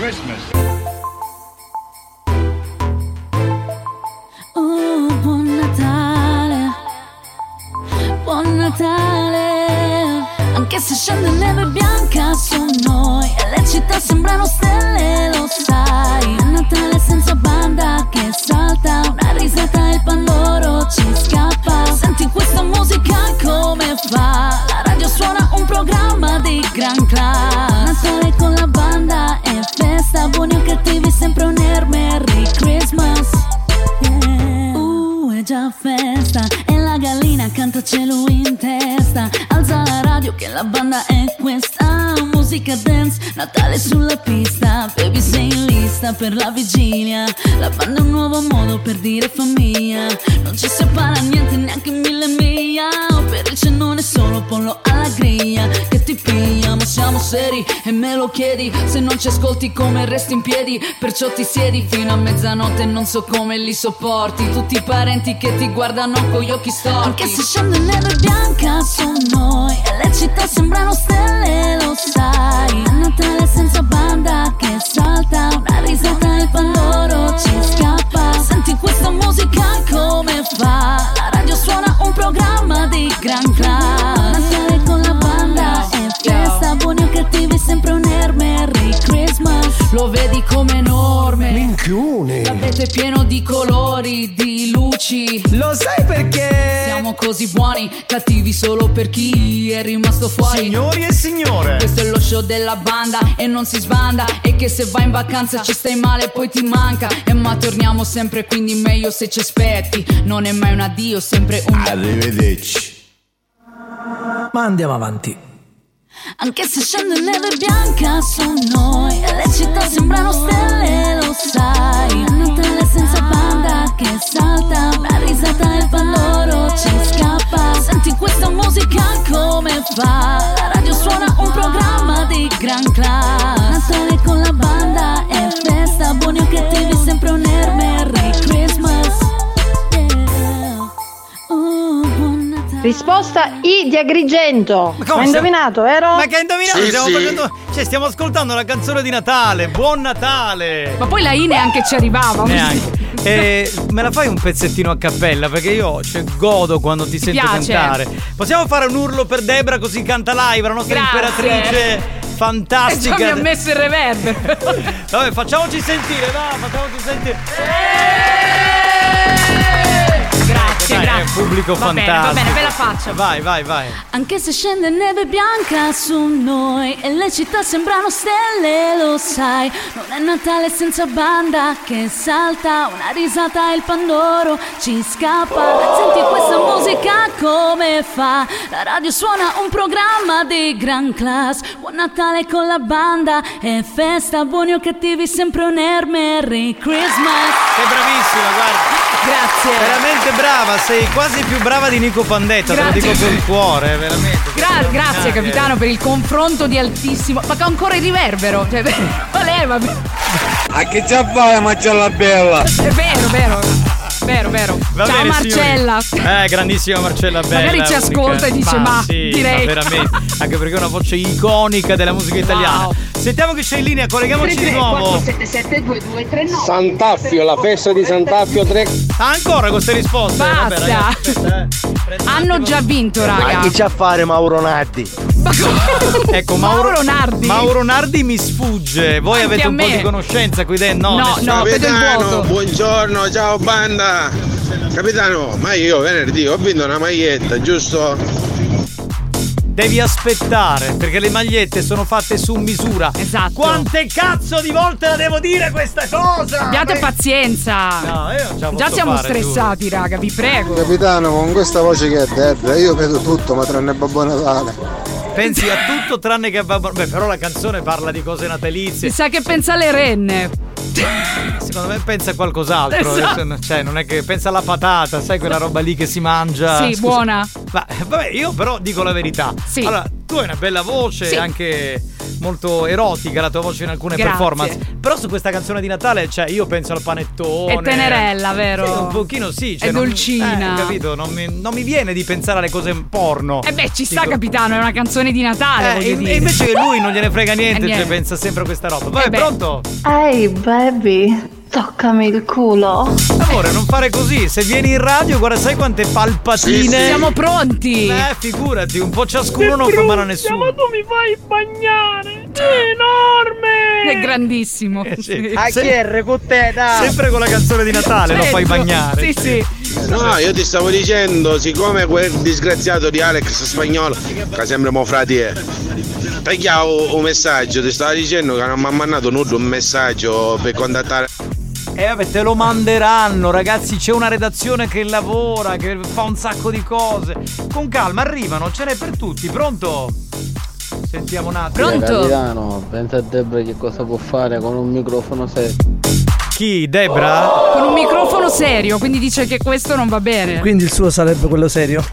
Oh, buon Natale, buon Natale. Anche se scende neve bianca su noi e le città sembrano stelle, lo sai. Un Natale senza banda che salta, una risata e il pandoro ci scappa. Senti questa musica come fa? La radio suona un programma di gran class. Natale con la banda e festa, buoni o cattivi sempre un air Merry Christmas. Yeah. Uh, è già festa e la gallina canta cielo in testa. Alza la radio che la banda è questa. Musica dance, Natale sulla pista. Baby sei in lista per la vigilia. La banda è un nuovo modo per dire famiglia. Non ci separa niente, neanche mille miglia. Per il cenone solo pollo alla griglia che ti piglia, ma siamo seri e me lo chiedi. Se non ci ascolti come resti in piedi, perciò ti siedi fino a mezzanotte. Non so come li sopporti, tutti i parenti che ti guardano con gli occhi storti. Anche se scende neve bianca su noi e le città sembrano stelle, lo sai. Un Natale senza banda che salta, una risata e il pandoro ci scappa. Senti questa musica come fa? La radio suona un programma di gran class. Natale con la banda e festa, buoni o cattivi sempre un air Merry Christmas. lo vedi come enorme. Minchione. L'abete pieno di colori, di luci. Lo sai perché? Siamo così buoni, cattivi solo per chi è rimasto fuori. Signori e signore, questo è lo show della banda e non si sbanda. E che se vai in vacanza ci stai male poi ti manca. E ma torniamo sempre, quindi meglio se ci aspetti. Non è mai un addio, sempre un arrivederci. Ma andiamo avanti. Anche se scende neve bianca su noi e le città sembrano stelle, lo sai. Natale senza banda che salta, una risata e il pandoro ci scappa. Senti questa musica come fa, la radio suona un programma di gran class. Natale con la banda e festa, buoni o cattivi sempre un air, Merry Christmas. Risposta I di Agrigento. Ma come Hai indovinato, vero? Ma che hai indovinato? Sì, stiamo, sì. facendo, cioè, stiamo ascoltando la canzone di Natale. Buon Natale! Ma poi la I neanche ci arrivava. Neanche. E me la fai un pezzettino a cappella? Perché io cioè, godo quando ti sento piace? cantare. Possiamo fare un urlo per Debra così canta live, la nostra Grazie. imperatrice fantastica. E già mi ha messo il reverb. Vabbè, facciamoci sentire, va, facciamoci sentire. Grazie, Dai, grazie. È un pubblico va fantastico. Bene, va bene, ve la faccio. Vai, vai, vai. Anche se scende neve bianca su noi e le città sembrano stelle, lo sai. Non è Natale senza banda che salta, una risata e il pandoro ci scappa. Senti questa musica come fa, la radio suona un programma di gran class. Buon Natale con la banda e festa, buoni o cattivi sempre un air, Merry Christmas. Sei bravissima, guarda. Grazie. Veramente brava, sei quasi più brava di Nico Pandetta, te lo Grazie. dico col cuore, veramente. Gra- grazie capitano per il confronto di altissimo. Ma che ancora il riverbero. Cioè, qual è? Ma... A che già fai Marcella Bella? È vero, vero. Vero, vero. Va Ciao bene, Marcella. signori. Eh, grandissima Marcella Bella. Magari ci ascolta e dice, ma sì, direi. ma veramente. Anche perché è una voce iconica della musica italiana. Wow. Sentiamo che c'è in linea, colleghiamoci di nuovo. Sant'Affio, la festa di Sant'Affio tre. Ah, ancora queste risposte? Basta. Vabbè, ragazzi, aspetta, eh. Hanno già vinto, raga. Ma chi c'ha a fare Mauro Nardi? Ecco, Mauro, Mauro Nardi. Mauro Nardi mi sfugge. Voi Anche avete a un me. po' di conoscenza qui dentro? No, No, nessuno. no, vedo il vuoto. buongiorno, ciao banda. Capitano, ma io venerdì ho vinto una maglietta, giusto? Devi aspettare, perché le magliette sono fatte su misura. Esatto. Quante cazzo di volte la devo dire questa cosa? Abbiate Ma- pazienza. No, io non ce la Già posso siamo fare, stressati, raga, vi prego. Capitano, con questa voce che è Debra, io vedo tutto, ma tranne Babbo Natale. Pensi a tutto tranne che a Babbo. Beh, però la canzone parla di cose natalizie. Si sa che pensa alle renne. Secondo me pensa a qualcos'altro. Esatto. Adesso, cioè, non è che pensa alla patata, sai quella roba lì che si mangia. Sì, Scusa. buona. Ma vabbè, io però dico la verità. Sì. Allora, tu hai una bella voce, Sì. anche molto erotica la tua voce in alcune Grazie. performance. Però su questa canzone di Natale, cioè, io penso al panettone. È tenerella, vero? Sì, un pochino sì. Cioè, È non- dolcina. Eh, capito? Non mi, non mi viene di pensare alle cose porno. Eh beh, ci sta, Dico- capitano, è una canzone di Natale, Eh, voglio e- dire. e invece che lui non gliene frega niente, Eh, niente. cioè pensa sempre a questa roba. Vai, Eh beh. pronto? Ehi, baby, toccami il culo. Amore, non fare così. Se vieni in radio, guarda, sai quante palpatine. Siamo pronti. Eh, figurati, un po' ciascuno non fa male a nessuno. tu mi fai bagnare. È enorme. È grandissimo. Eh, sì. A chi è con te, dai? Sempre con la canzone di Natale lo fai Certo. bagnare. Sì, sì. No, io ti stavo dicendo, siccome quel disgraziato di Alex Spagnolo, che sembriamo frati è, tagliavo un messaggio, ti stavo dicendo che non mi ha mandato nudo un messaggio per contattare. E vabbè, te lo manderanno, ragazzi. C'è una redazione che lavora, che fa un sacco di cose. Con calma, arrivano, ce n'è per tutti. Pronto? Sentiamo un attimo. Pronto? Capitano, pensa a Debra che cosa può fare con un microfono serio. Chi? Debra? Con un microfono serio, quindi dice che questo non va bene. Quindi il suo sarebbe quello serio?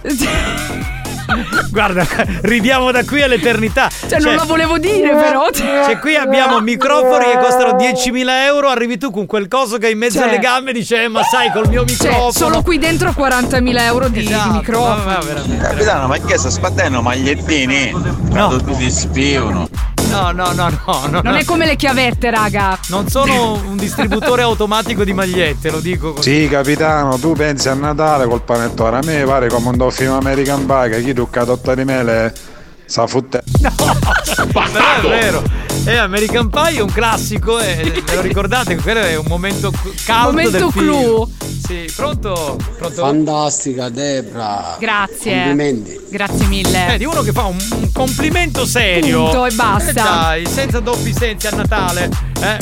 Guarda, ridiamo da qui all'eternità. Cioè, non la volevo dire, però. Cioè, qui abbiamo microfoni che costano diecimila euro. Arrivi tu con quel coso che hai in mezzo Cioè- alle gambe e dici, eh, ma sai, col mio microfono. Cioè, solo qui dentro quarantamila euro di, Esatto, di microfono. ma- ma veramente. Capitano, ma che sta sbattendo magliettini? No. Tu ti spiano. No, no, no, no, no. Non è come le chiavette, raga. Non sono un distributore automatico di magliette, lo dico così. Sì, capitano, tu pensi a Natale col panettone. A me pare come un film American Pie che chi tocca totta di mele sa futte. Però è vero. E American Pie è un classico, e ve lo ricordate? Quello è un momento caldo momento del film. clou. Sì, pronto? Pronto? Fantastica, Debra. Grazie. Complimenti. Grazie mille. Eh, di uno che fa un, un complimento serio. Punto e basta. Eh dai, senza doppi sensi a Natale. Eh.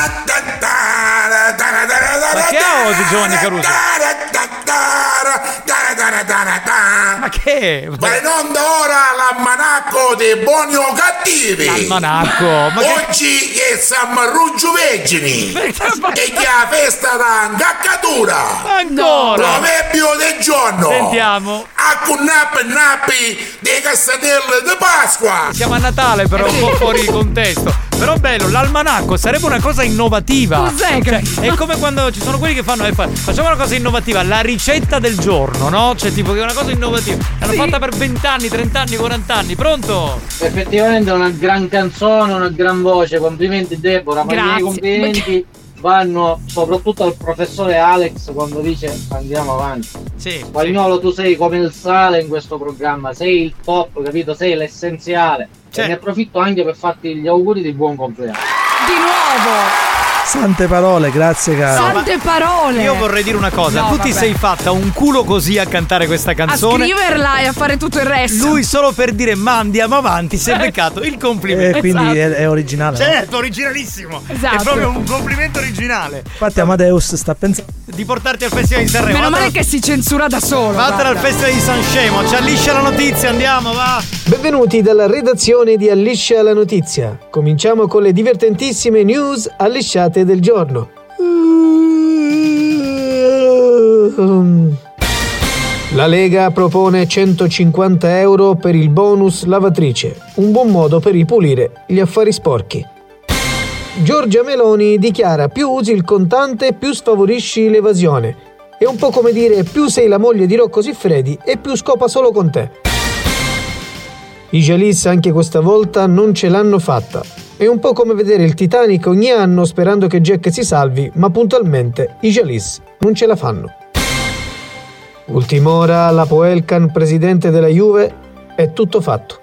Ma che ha oggi Giovanni Caruso? Ma che? Va in onda ora l'almanacco dei buoni o cattivi. L'almanacco? Ma che... Oggi è San Marruggio Vergini e che è la festa da incaccatura. Ancora? Proverbio del giorno. Sentiamo. Accu nappi nappi dei cassatelle di Pasqua. Siamo a Natale però un po' fuori contesto. Però bello, l'almanacco sarebbe una cosa innovativa. Cos'è che... Cioè, è come quando ci sono quelli che fanno eh, fa, facciamo una cosa innovativa, la ricetta del giorno, no? Cioè tipo che è una cosa innovativa. L'hanno Sì. fatta per venti anni, trenta anni, quaranta anni. Pronto? Effettivamente è una gran canzone, una gran voce. Complimenti Deborah, ma i miei complimenti vanno soprattutto al professore Alex quando dice andiamo avanti. Sì. Spagnolo, tu sei come il sale in questo programma, sei il top, capito? Sei l'essenziale. Cioè. E ne approfitto anche per farti gli auguri di buon compleanno. Di nuovo. Sante parole, grazie caro. Sante parole. Io vorrei dire una cosa, No, tu ti vabbè. sei fatta un culo così a cantare questa canzone. A scriverla e a fare tutto il resto. Lui solo per dire ma andiamo avanti si è beccato il complimento. E quindi Esatto. è, è originale. no? Certo, originalissimo. Esatto. È proprio un complimento originale. Infatti Amadeus sta pensando Di portarti al Festival di Sanremo. Meno Vattene- male che si censura da solo. Vattene al guarda. Festival di San Scemo, ci alliscia la notizia, andiamo, va. Benvenuti dalla redazione di Alliscia la Notizia. Cominciamo con le divertentissime news allisciate del giorno. La Lega propone centocinquanta euro per il bonus lavatrice, un buon modo per ripulire gli affari sporchi. Giorgia Meloni dichiara: più usi il contante più sfavorisci l'evasione. È un po' come dire più sei la moglie di Rocco Siffredi e più scopa solo con te. I Jalis anche questa volta non ce l'hanno fatta. È un po' come vedere il Titanic ogni anno sperando che Jack si salvi, ma puntualmente i Jalis non ce la fanno. Ultim'ora la Poelcan, presidente della Juve, è tutto fatto.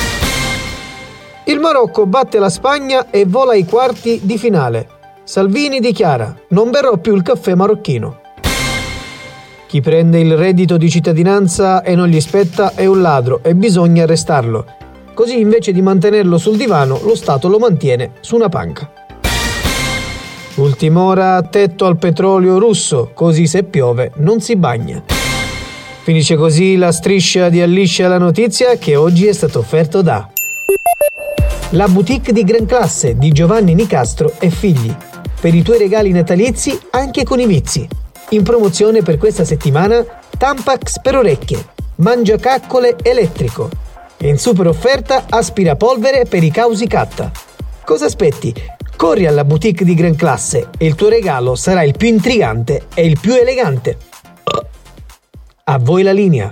Il Marocco batte la Spagna e vola ai quarti di finale. Salvini dichiara: non berrò più il caffè marocchino. Chi prende il reddito di cittadinanza e non gli spetta è un ladro e bisogna arrestarlo. Così invece di mantenerlo sul divano, lo Stato lo mantiene su una panca. Ultim'ora tetto al petrolio russo, così se piove non si bagna. Finisce così la striscia di Alliscia la Notizia che oggi è stato offerto da La Boutique di Gran Classe di Giovanni Nicastro e figli. Per i tuoi regali natalizi anche con i vizi. In promozione per questa settimana Tampax per orecchie, mangiacaccole elettrico. E in super offerta aspirapolvere per i causi catta. Cosa aspetti? Corri alla Boutique di Gran Classe e il tuo regalo sarà il più intrigante e il più elegante. A voi la linea.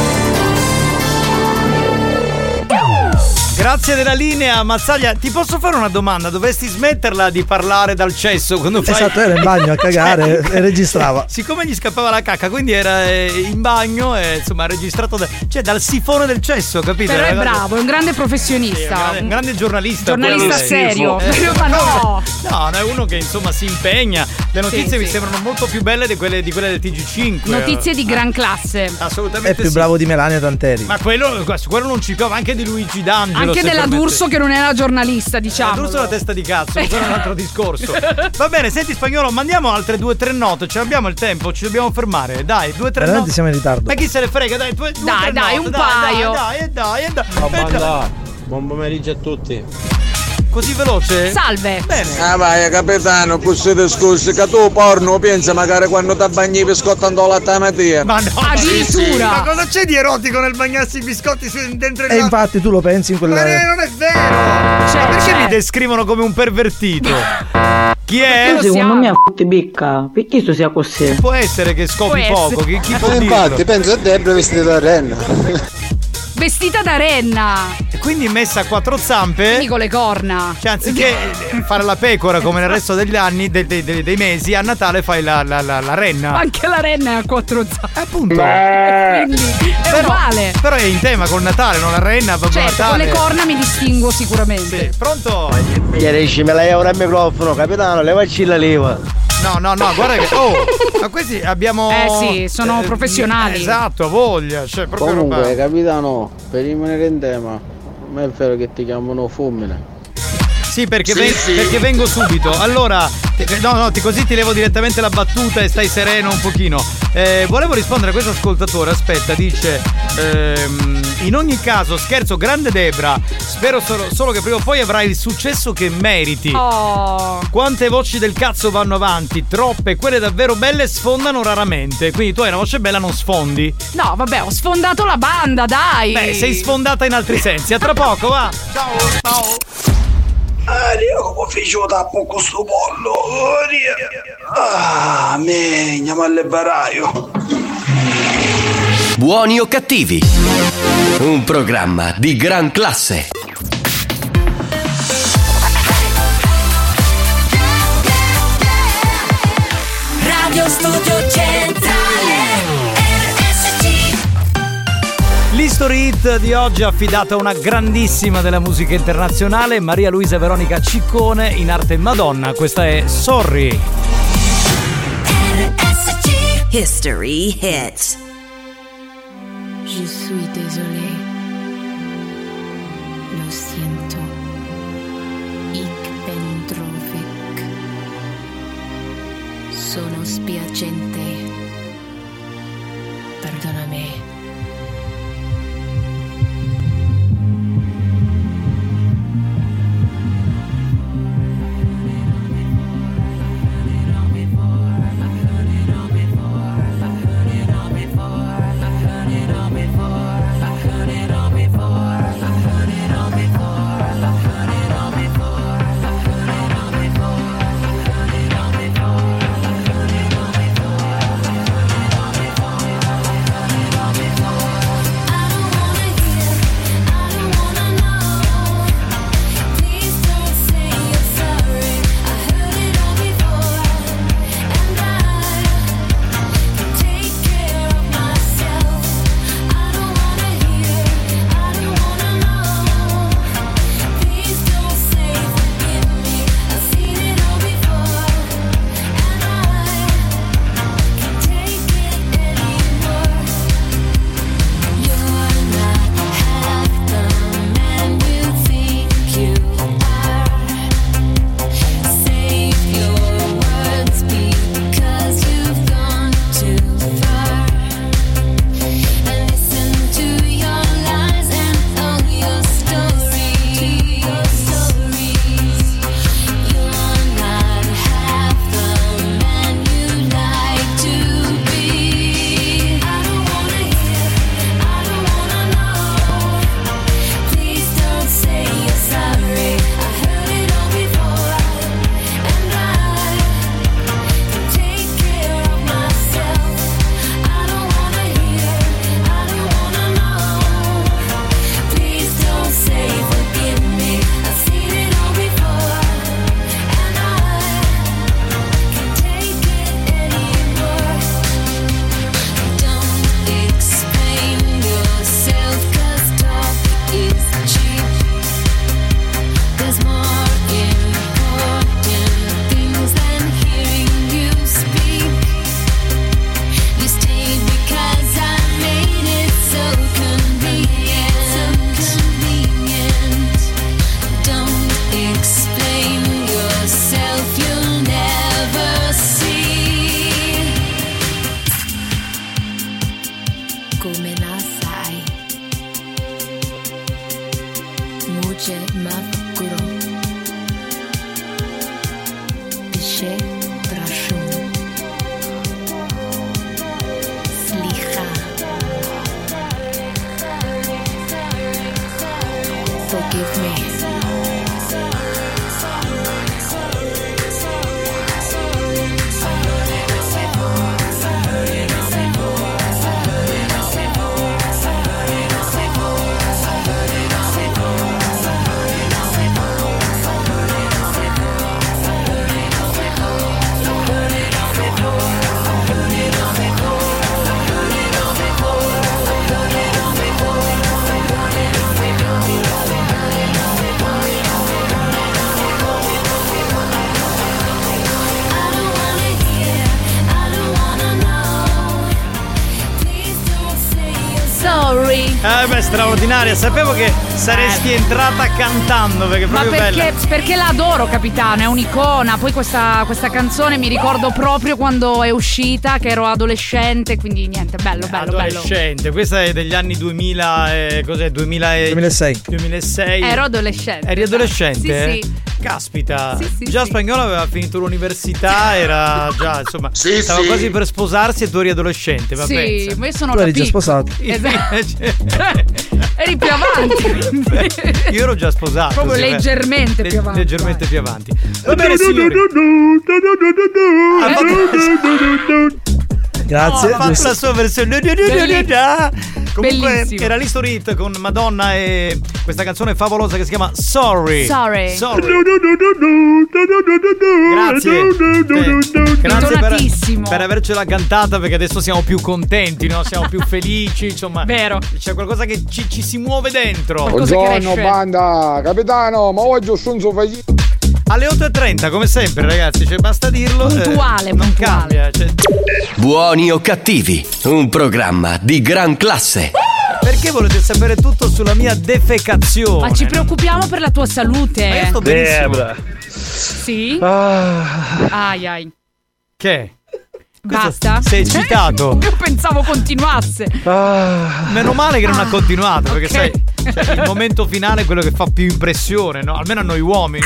Grazie della linea, Mazzaglia. Ti posso fare una domanda? Dovresti smetterla di parlare dal cesso quando fai... Esatto, era in bagno a cagare e registrava. Siccome gli scappava la cacca, quindi era eh, in bagno e insomma ha registrato da, cioè dal sifone del cesso, capito? Però è Era- bravo, è un grande professionista. Sì, un, grande, un grande giornalista. Giornalista quello. serio. Eh, Ma no! No, è uno che insomma si impegna. Le notizie Sì, mi sì. sembrano molto più belle di quelle, di quelle del T G cinque. Notizie di gran classe. Assolutamente È più sì. bravo di Melania Tanteri. Ma quello, su quello non ci piove, anche di Luigi D'Angelo. Anche se della permette. D'Urso che non era giornalista, diciamo. D'Urso è una testa di cazzo, questo è un altro discorso. Va bene, senti Spagnolo, mandiamo altre due o tre note, ce l'abbiamo il tempo, ci dobbiamo fermare. Dai, due o tre Veramente note. siamo in ritardo. Ma chi se ne frega, dai, due, due o Dai, tre dai, note, un paio. Dai, dai, dai, dai, Ciao dai, dai. banda, buon pomeriggio a tutti. Così veloce? Salve. Bene. Ah vai capitano, questo discorso che tu porno pensa magari quando ti bagni i biscotti andò la stamattina. Ma no, Addirittura. Ma cosa c'è di erotico nel bagnarsi i biscotti su- dentro il E infatti tu lo pensi in Ma quella. eh, non è vero! Cioè, Perché cioè, mi descrivono come un pervertito? Chi è? Lo Secondo siamo. me a fotti bicca, perché tu sia così? Può essere che scopi Può poco, essere. chi, chi può Eh, dirlo? infatti, penso a Debra vestita da renna. Vestita da renna. quindi messa a quattro zampe. Quindi con le corna. Cioè, anziché fare la pecora come nel resto degli anni, dei, dei, dei, dei mesi, a Natale fai la, la, la, la renna. Ma anche la renna è a quattro zampe. Appunto. Quindi è Però- uguale. Però è in tema col Natale, non la renna, Babbo Certo, con Natale. le corna mi distinguo sicuramente. Sì, pronto? diecimila euro al microfono, capitano, levaci la leva. No, no, no, guarda che. Oh, ma questi abbiamo. Eh sì, sono professionali. Esatto, voglia. Cioè, proprio Comunque, roba. capitano, per rimanere in tema, ma è vero che ti chiamano Fulmine. Sì, perché, Sì, ven- sì. perché vengo subito. Allora, ti- no, no, ti, così ti levo direttamente la battuta e stai sereno un pochino. Eh, volevo rispondere a questo ascoltatore. Aspetta, dice: ehm, in ogni caso, scherzo, grande Debra. Spero solo, solo che prima o poi avrai il successo che meriti. Oh. Quante voci del cazzo vanno avanti? Troppe, quelle davvero belle sfondano raramente. Quindi tu hai una voce bella, non sfondi. No, vabbè, ho sfondato la banda, dai. Beh, sei sfondata in altri sensi. A tra poco, va. Ciao. Ciao. Aria, come faccio tappo con sto pollo? Aria. Ah, me, andiamo all'ebbaraio. Buoni o cattivi? Un programma di gran classe. Radio Studio Centrale R S C. L'History Hit di oggi è affidata a una grandissima della musica internazionale, Maria Luisa Veronica Ciccone, in arte Madonna. Questa è Sorry. History Hit. Je suis désolé. Lo siento. Ik ben droevig. Sono spiacente. Perdonami. Eh beh, straordinaria, sapevo che saresti entrata cantando perché è Ma proprio perché, bella. perché la adoro, capitano, è un'icona. Poi questa, questa canzone mi ricordo proprio quando è uscita, che ero adolescente, quindi niente, bello, bello, bello. Adolescente, questa è degli anni duemila, eh, cos'è? duemila e... duemilasei. duemilasei. Ero adolescente. Eri adolescente? Sì, sì. Caspita, Sì, sì, già sì. Spagnolo aveva finito l'università, era già, insomma, Sì, stava sì. quasi per sposarsi e tu eri adolescente, va Sì, pensa. ma io sono Tu eri da già piccola. sposato. Esatto. Eri più avanti. Io ero già sposato. Proprio sì, beh. leggermente più avanti. Leggermente più avanti. Va bene, signori. Ha fatto- Grazie. ha fatto giusto. la sua versione. Bellissimo. Comunque Bellissimo. era l'History Hit con Madonna e questa canzone favolosa che si chiama Sorry. Sorry. Sorry. Grazie. Sì. Grazie per, Intonatissimo. per avercela cantata, perché adesso siamo più contenti, no? Siamo più felici, insomma. Vero. C'è qualcosa che ci, ci si muove dentro. Buongiorno banda, capitano, ma oggi ho sciunzo fagli. Alle otto e trenta, come sempre, ragazzi, cioè basta dirlo. Puntuale, eh, non puntuale. cambia. Cioè, Buoni o cattivi, un programma di gran classe. perché volete sapere tutto sulla mia defecazione? Ma ci preoccupiamo per la tua salute. Ma io sto benissimo. Debra. Sì? Ah. Ai ai. Che? Basta? Sei eccitato? Io pensavo continuasse. Ah. Meno male che non ha continuato, perché ok. sai, cioè, il momento finale è quello che fa più impressione, no? Almeno a noi uomini.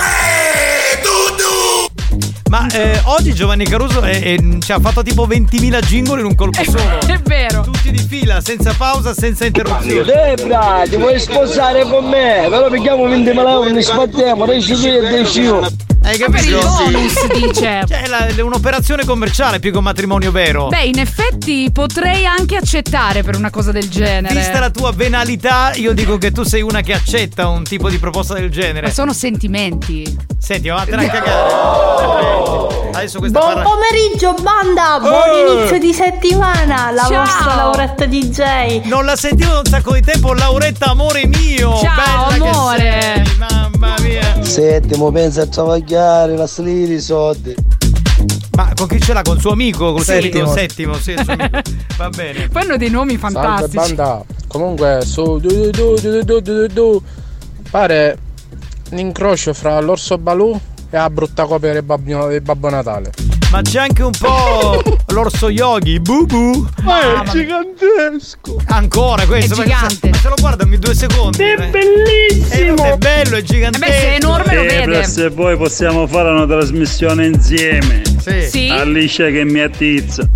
Ma eh, oggi Giovanni Caruso è, è, ci ha fatto tipo ventimila jingle in un colpo solo. È vero. Tutti di fila, senza pausa, senza interruzione. Debra, ti vuoi sposare con me? Però picchiamo ventimila euro, ne sbattiamo, dai ci vedi, dai ci io. Hai Ma per il capito? bonus, dice. Cioè, è, la- è un'operazione commerciale più che un matrimonio vero. Beh, in effetti potrei anche accettare per una cosa del genere. Vista la tua venalità, io dico che tu sei una che accetta un tipo di proposta del genere. Ma sono sentimenti. Senti, ma vattene a cagare. Adesso questa Buon parla... pomeriggio banda, buon Eh. inizio di settimana, la Ciao. vostra Lauretta D J. Non la sentivo da un sacco di tempo, Lauretta, amore mio. Ciao, bella amore. Che sei, mamma mia. Settimo, pensa a travagliare, la salire i soldi. Ma con chi ce l'ha? Con suo amico? Col Settimo. settimo, sì, il suo amico. Va bene. Poi hanno dei nomi Salve fantastici. banda, comunque su du du du du du du du pare un incrocio fra l'orso Balù e la brutta copia del Babbo, del Babbo Natale. Ma c'è anche un po' l'orso Yogi, bubu. Ma è gigantesco! Ancora questo? È ma- gigante. Ma se lo guarda ogni due secondi. È eh. bellissimo! Eh, è bello, è Eh gigantesco. beh, se è enorme lo Debra, vede. se poi possiamo fare una trasmissione insieme. Sì. Sì? Alicia che mi attizza.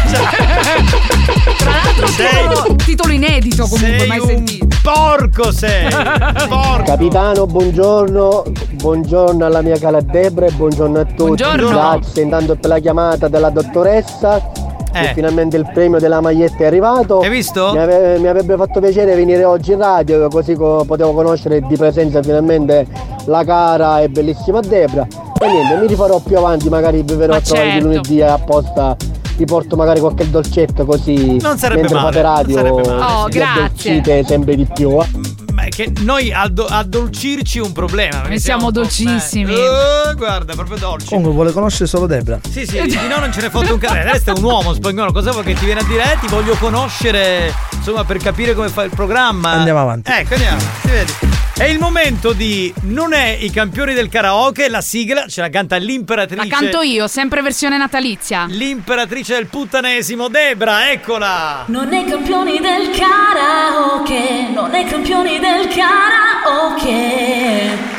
Tra l'altro titolo, titolo inedito comunque, Sei mai un sentito. porco sei. Porco. Capitano, buongiorno, buongiorno alla mia cara Debra e buongiorno a tutti. Buongiorno. Grazie intanto per la chiamata della dottoressa. Eh. E finalmente il premio della maglietta è arrivato. Hai visto? Mi, ave- mi avrebbe fatto piacere venire oggi in radio, così co- potevo conoscere di presenza finalmente la cara e bellissima Debra. E niente, mi rifarò più avanti, magari vi verrò Ma a trovare certo. di lunedì apposta. Vi porto magari qualche dolcetto così Non sarebbe mentre male, fate radio. non sarebbe male. Oh, vi grazie. addolcite sempre di più. eh. Ma è che noi addo- addolcirci un problema. perché Noi siamo un po'- dolcissimi. Eh, guarda, proprio dolci. Comunque vuole conoscere solo Debra. Sì, sì, di no non ce ne fotte un cazzo. Adesso è un uomo spagnolo, cosa vuoi che ti viene a dire? Eh, ti voglio conoscere, insomma, per capire come fa il programma. Andiamo avanti. Ecco, andiamo, si vedi. È il momento di Non è i campioni del karaoke, la sigla ce la canta l'imperatrice. La canto io, sempre versione natalizia. L'imperatrice del puttanesimo, Debra, eccola! Non è campioni del karaoke, non è campioni del karaoke.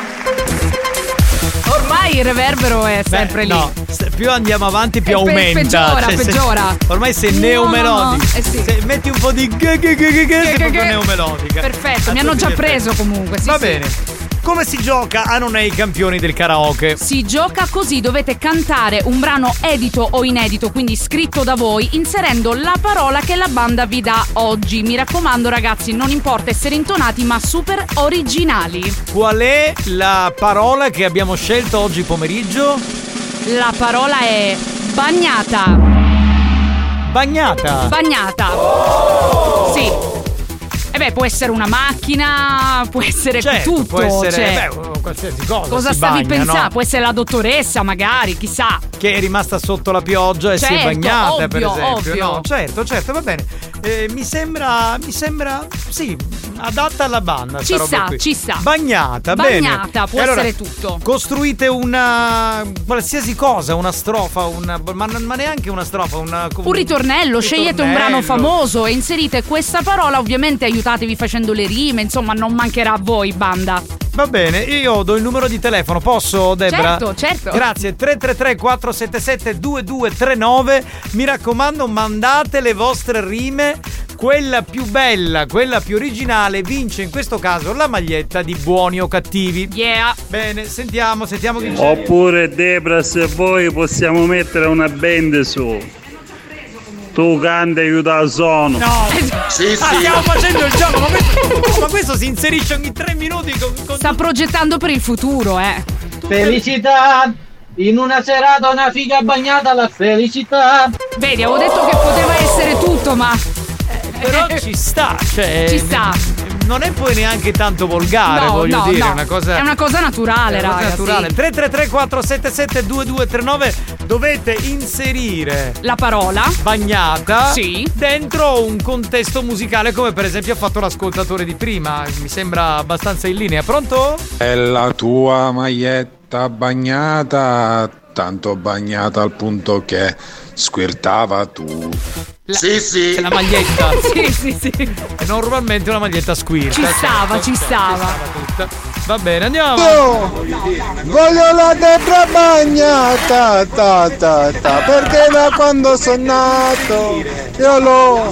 Ormai il reverbero è sempre Beh, lì. no, se- più andiamo avanti più E pe- aumenta. peggiora, Cioè, se- peggiora. ormai sei No, neomelodica. no, no. Eh sì. Se metti un po' di g- g- g- g- g- sei proprio Che- neomelodica. Perfetto, A mi hanno tutti già gli effetti. preso comunque. Sì, Va sì. bene. Come si gioca a Non è i campioni del karaoke? Si gioca così, dovete cantare un brano edito o inedito, quindi scritto da voi, inserendo la parola che la banda vi dà oggi. Mi raccomando ragazzi, non importa essere intonati, ma super originali. Qual è la parola che abbiamo scelto oggi pomeriggio? La parola è bagnata. Bagnata. Bagnata. Sì. E beh, può essere una macchina, può essere Certo, tutto. può essere cioè, beh, qualsiasi cosa. cosa si stavi bagna, pensando? no? Può essere la dottoressa, magari, chissà. Che è rimasta sotto la pioggia e si è Certo, bagnata, ovvio, per esempio. ovvio. No, certo, certo, va bene. eh, mi sembra, mi sembra, sì, adatta alla banda. Ci sta roba sta, qui. ci sta. Bagnata, Bagnata, bene. può E allora, essere tutto. Costruite una qualsiasi cosa, una strofa, una, ma, ma neanche una strofa, una, Un ritornello, scegliete un brano famoso e inserite questa parola, ovviamente aiutatevi facendo le rime, insomma non mancherà a voi, banda. Va bene, io do il numero di telefono, posso, Debra? Certo, certo. Grazie, tre tre tre quattro sette sette due due tre nove. Mi raccomando, mandate le vostre rime. Quella più bella, quella più originale vince in questo caso la maglietta di Buoni o Cattivi. Yeah. Bene, sentiamo, sentiamo chi c'è. Oppure Debra, se vuoi possiamo mettere una band su. Tu canta e aiuta il suono. No, sì, ah, stiamo facendo il gioco, ma questo, ma questo si inserisce ogni tre minuti con, con... Sta progettando per il futuro, eh. Felicità! In una serata una figa bagnata la felicità. Vedi, avevo detto che poteva essere tutto, ma però ci sta, cioè ci sta. Non è poi neanche tanto volgare, No, voglio no, dire, no. è una cosa È una cosa naturale, è una cosa raga, naturale. sì. tre tre tre quattro sette sette due due tre nove. Dovete inserire la parola bagnata sì. dentro un contesto musicale, come per esempio ha fatto l'ascoltatore di prima. Mi sembra abbastanza in linea. Pronto? È la tua maglietta bagnata, tanto bagnata al punto che squirtava tu. La, sì, sì. C'è la maglietta. Sì, sì, sì. E normalmente una maglietta squirta. Ci stava, certo, ci stava. Ci stava tutta. Va bene, andiamo. Io voglio la Debra bagnata, ta, ta, ta, perché da quando sono nato io l'ho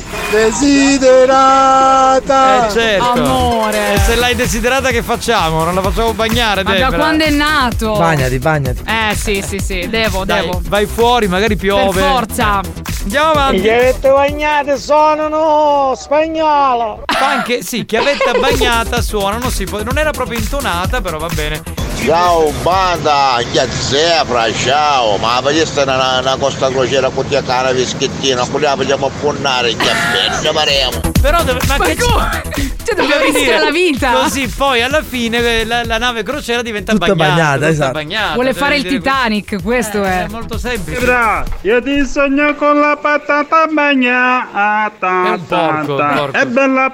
desiderata. Eh certo. Amore. E se l'hai desiderata che facciamo? Non la facciamo bagnare, Ma Debra? da quando è nato? Bagnati, bagnati. Eh sì, sì, sì, devo, Dai, devo. vai fuori, magari piove. Per forza. Andiamo avanti. Le chiavette bagnate suonano spagnolo. Anche sì, chiavetta bagnata suonano, sì, poi non era proprio intonata, però va bene. Ciao banda, che zebra, ciao, ma questa è una, una costa crociera con te cara vischettina, con la vogliamo apponnare, che bene faremo. Però dove, ma, Ma che come? Cioè dobbiamo Devi rischia dire, la vita. Così poi alla fine la, la nave crociera diventa Tutta bagnata, bagnata, tutta esatto. bagnata. Vuole devi fare il dire Titanic, questo Eh, è. è molto semplice. Debra, io ti sogno con la patata bagnata, È un porco, un porco. è bella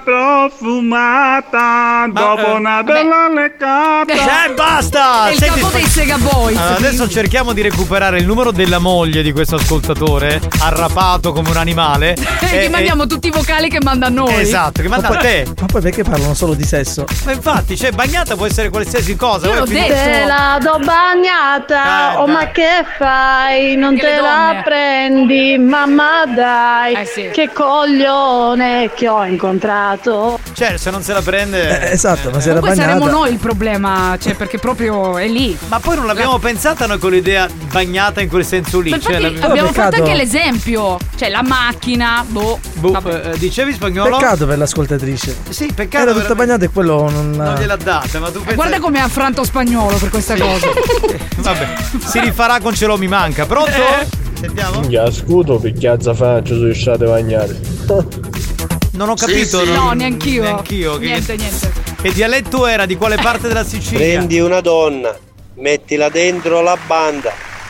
profumata, dopo eh, una bella leccata. Eh, basta! È il Senti, capo sp- dei Sega Boys. Allora, adesso cerchiamo di recuperare il numero della moglie di questo ascoltatore, arrapato come un animale. E gli mandiamo tutti i vocali che manda a noi. Esatto, che manda Ma a poi- te. Ma poi perché parlano solo di sesso? Ma infatti, cioè, bagnata può essere qualsiasi cosa. Io Voi l'ho finite- detto. Te la do bagnata, Eh, oh dai. ma che fai? Non Anche te le la donne. prendi, mamma dai, Eh, sì. che coglione che ho incontrato. Cioè, se non se la prende. Eh, esatto, ma se era Comunque bagnata. saremo noi il problema, cioè perché proprio è lì. Ma poi non l'abbiamo pensata noi con l'idea bagnata in quel senso lì. Ma Cioè, infatti la- abbiamo peccato. fatto anche l'esempio, cioè la macchina, boh. Boh, vabbè. eh, dicevi spagnolo? Peccato per l'ascoltatrice. Sì, peccato. Era tutta veramente. bagnata e quello non. Non gliel'ha data, ma tu pensi. Guarda come è affranto spagnolo per questa cosa. Vabbè, si rifarà con Ce lo mi manca. Pronto? Eh. Sentiamo? Che scudo picchiazza faccio sui strade bagnate. Non ho capito. sì. non- No, neanch'io. Neanch'io. Che, Niente, niente. che dialetto era? Di quale parte della Sicilia? Prendi una donna, mettila dentro la banda,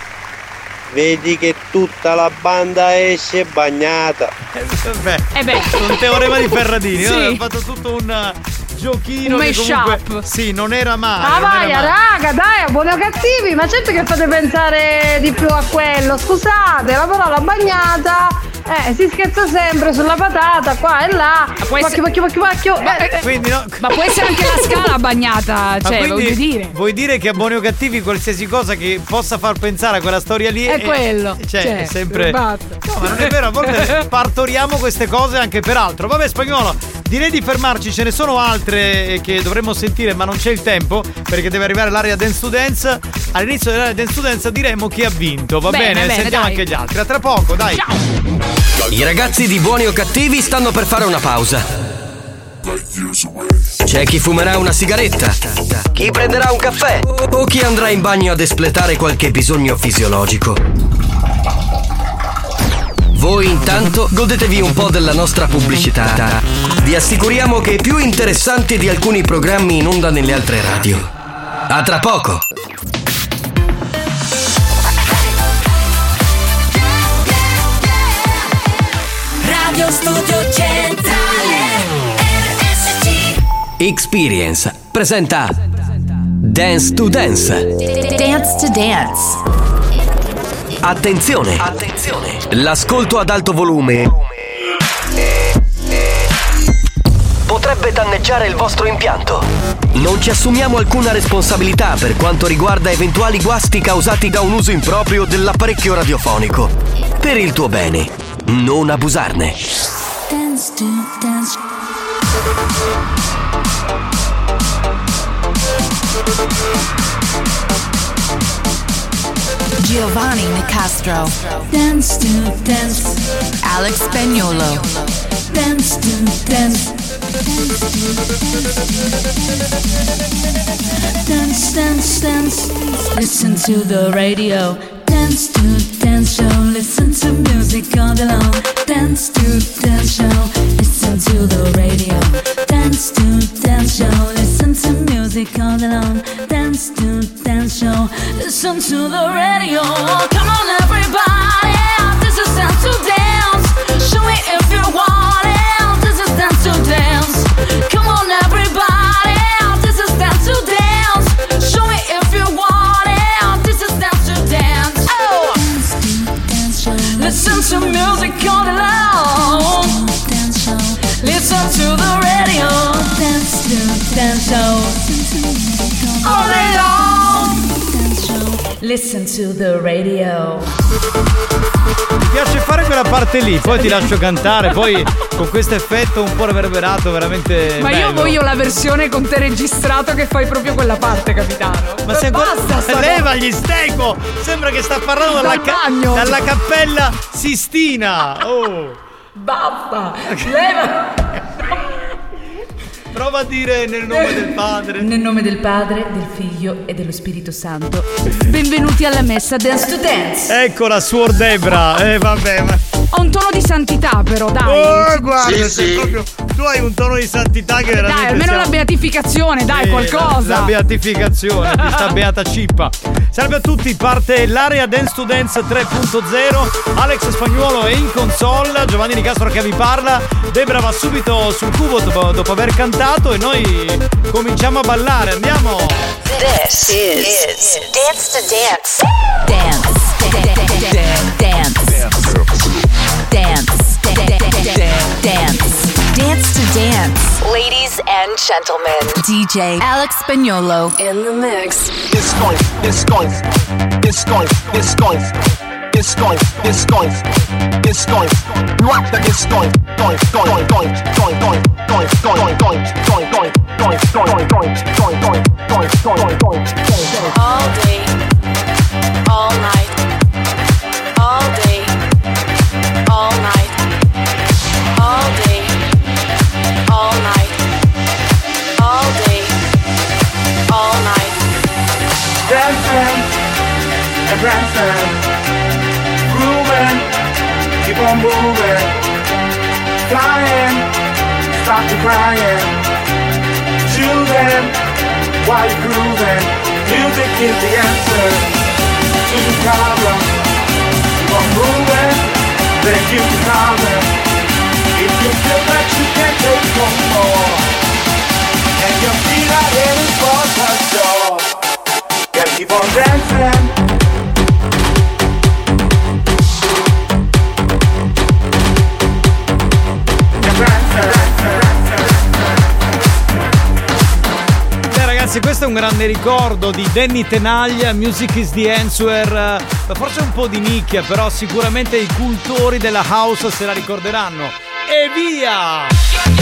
vedi che tutta la banda esce bagnata. Eh, beh, Eh beh. un teorema di Ferradini. Sì. No? Ho fatto tutto un giochino Un che comunque mashup. sì, non era male. Ah non vai, era male. raga, dai, buoni o cattivi, ma certo che fate pensare di più a quello. Scusate, la parola bagnata, eh, si scherza sempre sulla patata, qua e là. può Pacchio, essere- pacchio, pacchio, pacchio. Ma, Eh, eh. Quindi no. ma può essere anche la scala bagnata, Ma cioè, quindi voglio dire. vuoi dire che a Buoni o Cattivi qualsiasi cosa che possa far pensare a quella storia lì È quello. Cioè, Cioè, è sempre. basta. No, ma non è vero, a volte partoriamo queste cose anche per altro. Vabbè, spagnolo, direi di fermarci, ce ne sono altre che dovremmo sentire, ma non c'è il tempo perché deve arrivare l'area Dance to Dance. All'inizio dell'area Dance to Dance diremo chi ha vinto, va Bene, bene? bene, Sentiamo dai. anche gli altri. A tra poco, dai. I ragazzi di Buoni o Cattivi stanno per fare una pausa. C'è chi fumerà una sigaretta, chi prenderà un caffè o chi andrà in bagno ad espletare qualche bisogno fisiologico. Voi intanto godetevi un po' della nostra pubblicità. Vi assicuriamo che è più interessante di alcuni programmi in onda nelle altre radio. A tra poco! Radio Radio Studio Centrale R S C. Experience presenta Dance to Dance. Dance to Dance. Attenzione! Attenzione! L'ascolto ad alto volume potrebbe danneggiare il vostro impianto. Non ci assumiamo alcuna responsabilità per quanto riguarda eventuali guasti causati da un uso improprio dell'apparecchio radiofonico. Per il tuo bene, non abusarne. Dance to dance. Giovanni Nicastro. Dance to dance. Alex Spagnuolo. Dance to dance. Dance, dance, dance. Listen to the radio. Dance to dance show. Listen to music all day long. Dance to dance show. Listen to the radio. Dance to dance show. Listen to music all day long. Dance to dance show. Listen to the radio. Come on everybody, this is dance to dance. Show me if you want it. This is dance to dance. Come on everybody, this is dance to dance. Show me if you want it. This is dance to dance. Oh, listen to music all day long. Listen to the radio. Dance to dance show. All day long. Listen to the radio. Mi piace fare quella parte lì, poi ti lascio cantare, poi con questo effetto un po' reverberato veramente Ma bello. io voglio la versione con te registrato che fai proprio quella parte, capitano. Ma se basta sta leva gli steco, sembra che sta parlando dalla, Dal bagno. dalla cappella Sistina. Oh. Basta, leva. Prova a dire nel nome del Padre. Nel nome del Padre, del Figlio e dello Spirito Santo. Benvenuti alla messa Dance to Dance. Eccola, Suor Debra. Eh vabbè, ma Ho un tono di santità però, dai. Oh, guarda, Sì, sei sì. proprio tu hai un tono di santità che veramente Dai, almeno siamo- la beatificazione, dai, Sì, qualcosa. La, la beatificazione di sta beata cippa. Salve a tutti, parte l'area Dance to Dance tre punto zero. Alex Spagnuolo è in console, Giovanni Nicastro che vi parla. Debra va subito sul cubo dopo, dopo aver cantato e noi cominciamo a ballare. Andiamo. This is Dance to Dance. Dance. Dance. Dance. Dance. Dance to Dance. Ladies and gentlemen, D J Alex Spagnuolo in the mix. It's going, it's going, it's going, it's going, it's going, it's going, it's going, what the it's going, going, going, going, going, going, going, going, going, going, going, going, going, going, going, going, going, going, going, going. All day, all night, all day, all night, all day, all night, all day, all night. Dancing and dancing, grooving, keep on moving, flying, stop the crying, choosing while you're grooving. Music is the answer to the problem. Keep on moving, then keep the problem. If you feel that you can't take no more, and your feet are headed for the door, gotta keep on dancing. Beh ragazzi, questo è un grande ricordo di Danny Tenaglia, Music is the Answer. Forse un po' di nicchia, però sicuramente i cultori della house se la ricorderanno. E via!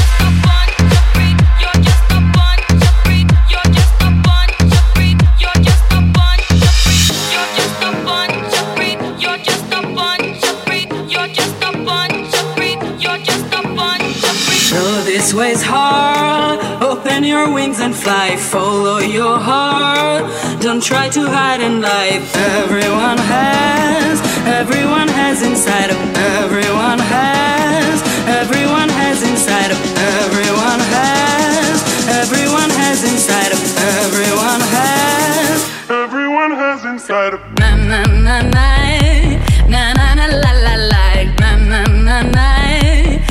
So this way's hard. Open your wings and fly. Follow your heart. Don't try to hide in life. Everyone has, everyone has inside of. Everyone has, everyone has inside of. Everyone has, everyone has inside of. Everyone has, everyone has inside of. Na na na na, na na na la la la, na na na na.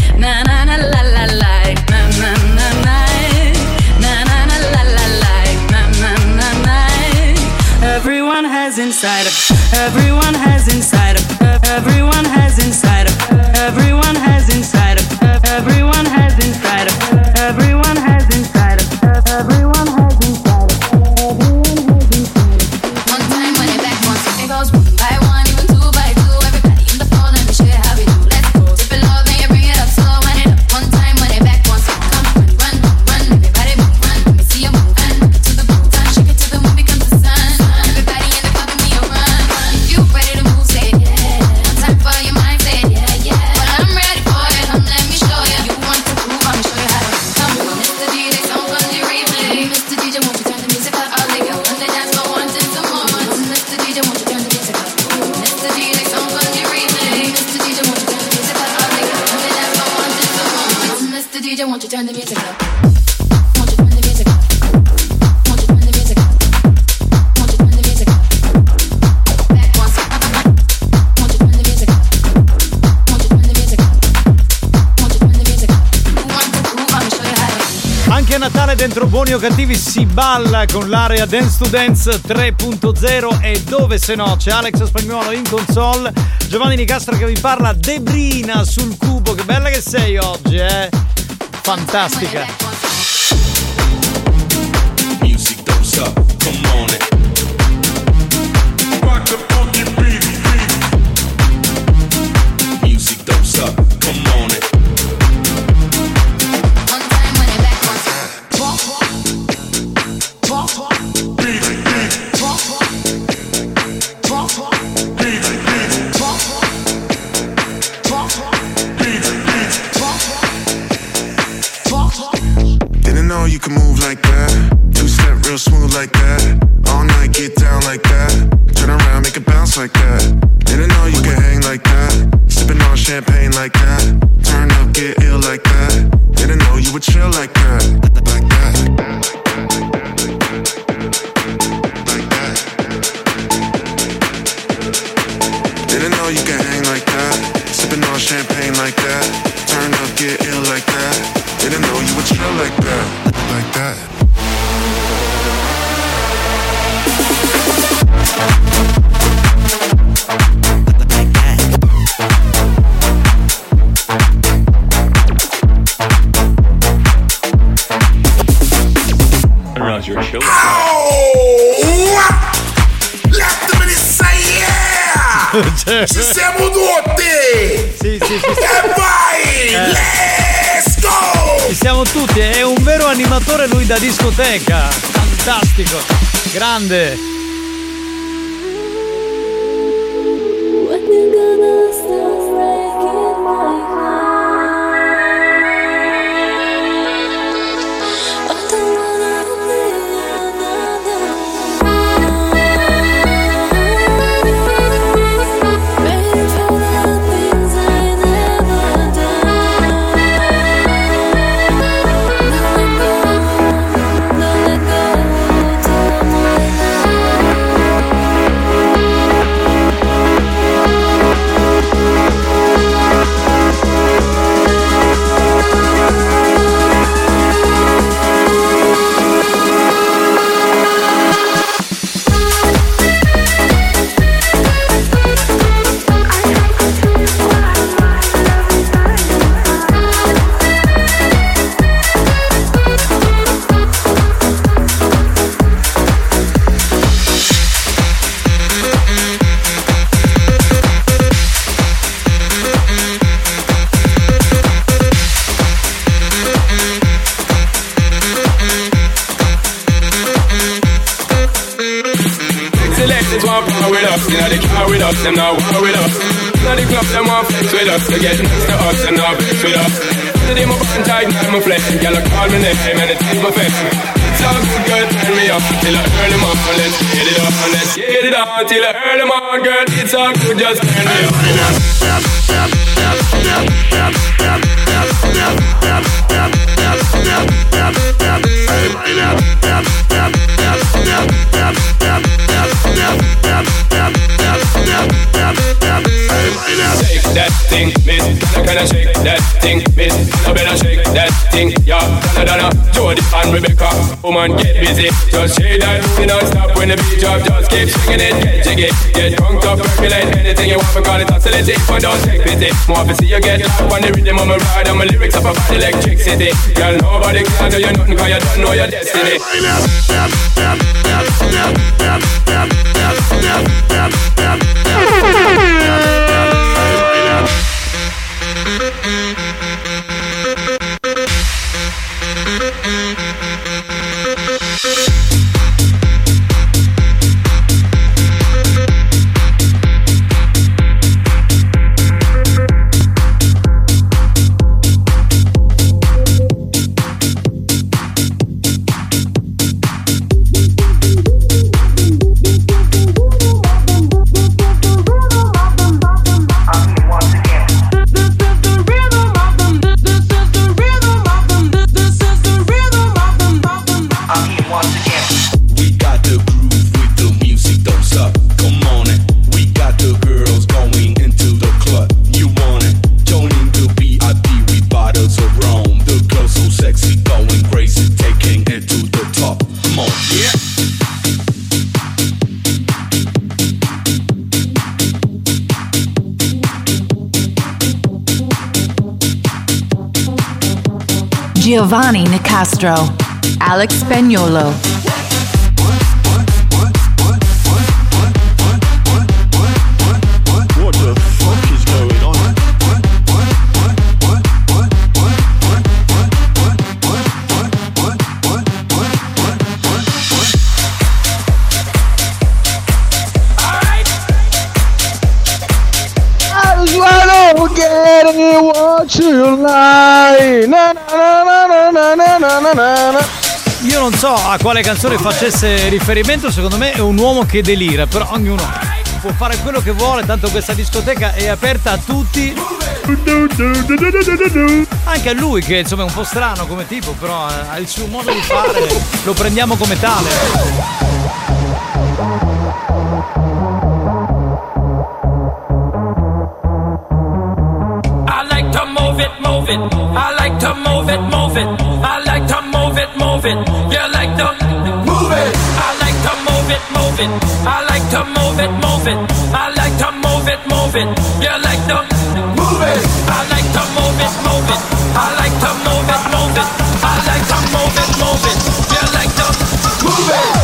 has inside of, everyone has inside of, everyone has inside of, everyone has inside of, everyone has inside of, everyone has inside of, everyone has inside of, everyone has inside of. One time when it back once, it goes one by one, even two by two. Everybody in the floor, let me show you how we do. Let's go. Dip it low, then you bring it up slow, wind it up. One time when it back once, come run, run, run, everybody move, run. Let me see you move, run. Rock it to the boom, time, shake it till the moon becomes the sun. Everybody in the club, give me a run, run. If you ready to move, say yeah. One time for your mind, say yeah, yeah. Well, I'm ready for it, come let me show you. You want to move, I'ma show you how to. Come on, Mister D J, sound on the replay. Mister D J, won't you turn the music up? I'll let go on the dance floor, wanting some more. Mister D J, won't you turn the music up? Mister D J, sound on the replay. Mister D J, won't you turn the music up? I'll let go on the dance floor, wanting some more. Mister D J, won't you turn the music up? Won't you turn the music up? Won't you turn the music up? Won't you turn the music up? Back once. Won't you turn the music up? Won't you turn the music up? Won't you turn the music up? Who wants to move? I'ma show you how to. Anche a Natale dentro Buoni o Cattivi si balla con l'area Dance to Dance tre punto zero e dove se no c'è Alex Spagnuolo in console, Giovanni Nicastro che vi parla, Debrina sul cubo, che bella che sei oggi, eh? Fantastica. Music don't stop, come on it. Rock the funky beat, beat. Music don't stop, come on it. One time when it back once. Beat, beat. Beat, beat. Didn't know you could move like that. Two step real smooth like that. All night get down like that. Turn around, make it bounce like that. Didn't know you could hang like that. Sipping on champagne like that. Turn up, get ill like that. Didn't know you would chill like that. Like that. Like that. Didn't know you could hang like that. Sipping on champagne like that. Turn up, get ill like that. Didn't know you would chill like that. Like that. Around your show. Letemi say yeah! Ci siamo tutti! Sì, sì, sì. E vai! Eh. Let's go! Ci siamo tutti, è un vero animatore lui da discoteca. Fantastico, grande. Them now war with us. Now the club them want flex with us. They get next to us and now vex with us. Today my button tight and my flesh. Girl I call me name and it is my face. It's all good, girl, turn me up till I earn them up. And let's get it up and let's get it on till I earn them on, girl. It's all good, just turn me up. Take that thing, miss. Can I shake that thing, miss? I better shake that thing, yeah. Donna, Donna, Jody and Rebecca. Woman, get busy. Just shake that thing non-stop when the beat drop. Just keep shaking it, get jiggy. Get drunk up, percolate anything you want. Call it oscillate, but don't take pity. More to see you get up on the rhythm of my ride. And my lyrics up about electricity. Girl, nobody can do you nothing, cause you don't know your destiny. Giovanni Nicastro, Alex Spagnuolo. What the fuck is going on? I don't get it, what you like. Na, na, na, na, na, na, na, na, na. Io non so a quale canzone facesse riferimento, secondo me è un uomo che delira, però ognuno può fare quello che vuole, tanto questa discoteca è aperta a tutti. Anche a lui che insomma è un po' strano come tipo, però ha il suo modo di fare, lo prendiamo come tale. Move it, I like to move it, move it. I like to move it, move it. You like to move it. I like to move it, move it. I like to move it, move it. I like to move it, move it. You like to move it. I like to move it, move it. I like to move it, move it. I like to move it, move it. You like to move it.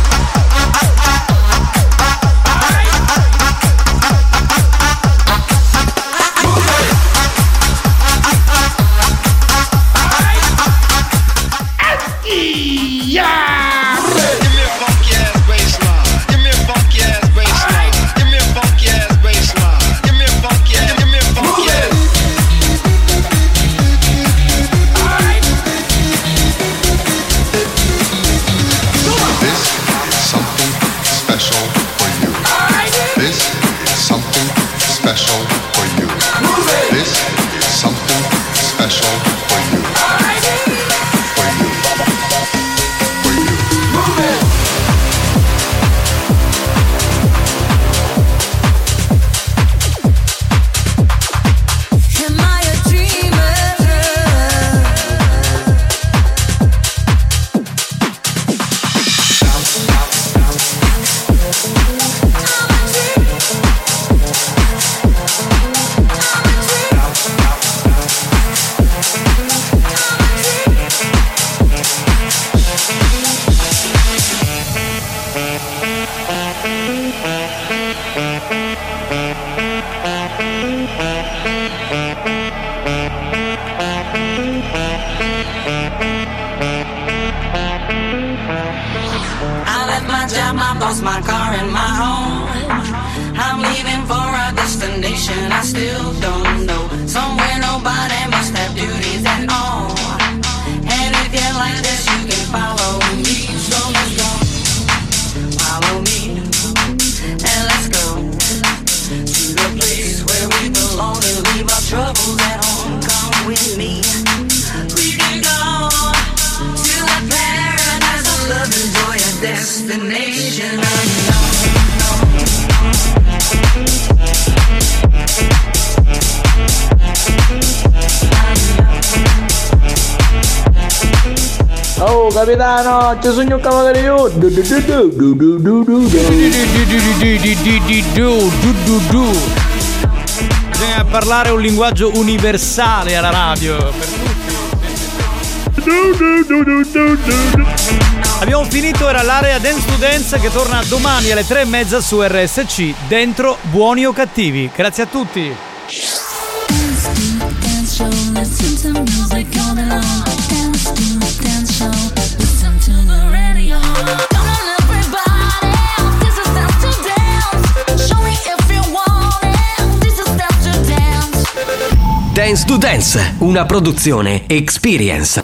lost my car and my home. I'm leaving for a destination I still don't know. Somewhere nobody must have duties at all. And if you like this, you can follow me. So let's go, follow me, and let's go to the place where we belong and leave our troubles at home. Come with me. We can go to a paradise of love and joy, a destination unknown. capitano, ci sogno un cavaliere io. Du du du du du du du du du. Bisogna parlare un linguaggio universale alla radio per tutti. Abbiamo finito, era l'area Dance to Dance che torna domani alle tre e mezza su R S C, dentro Buoni o Cattivi. Grazie a tutti. Dance to Dance, una produzione Experience.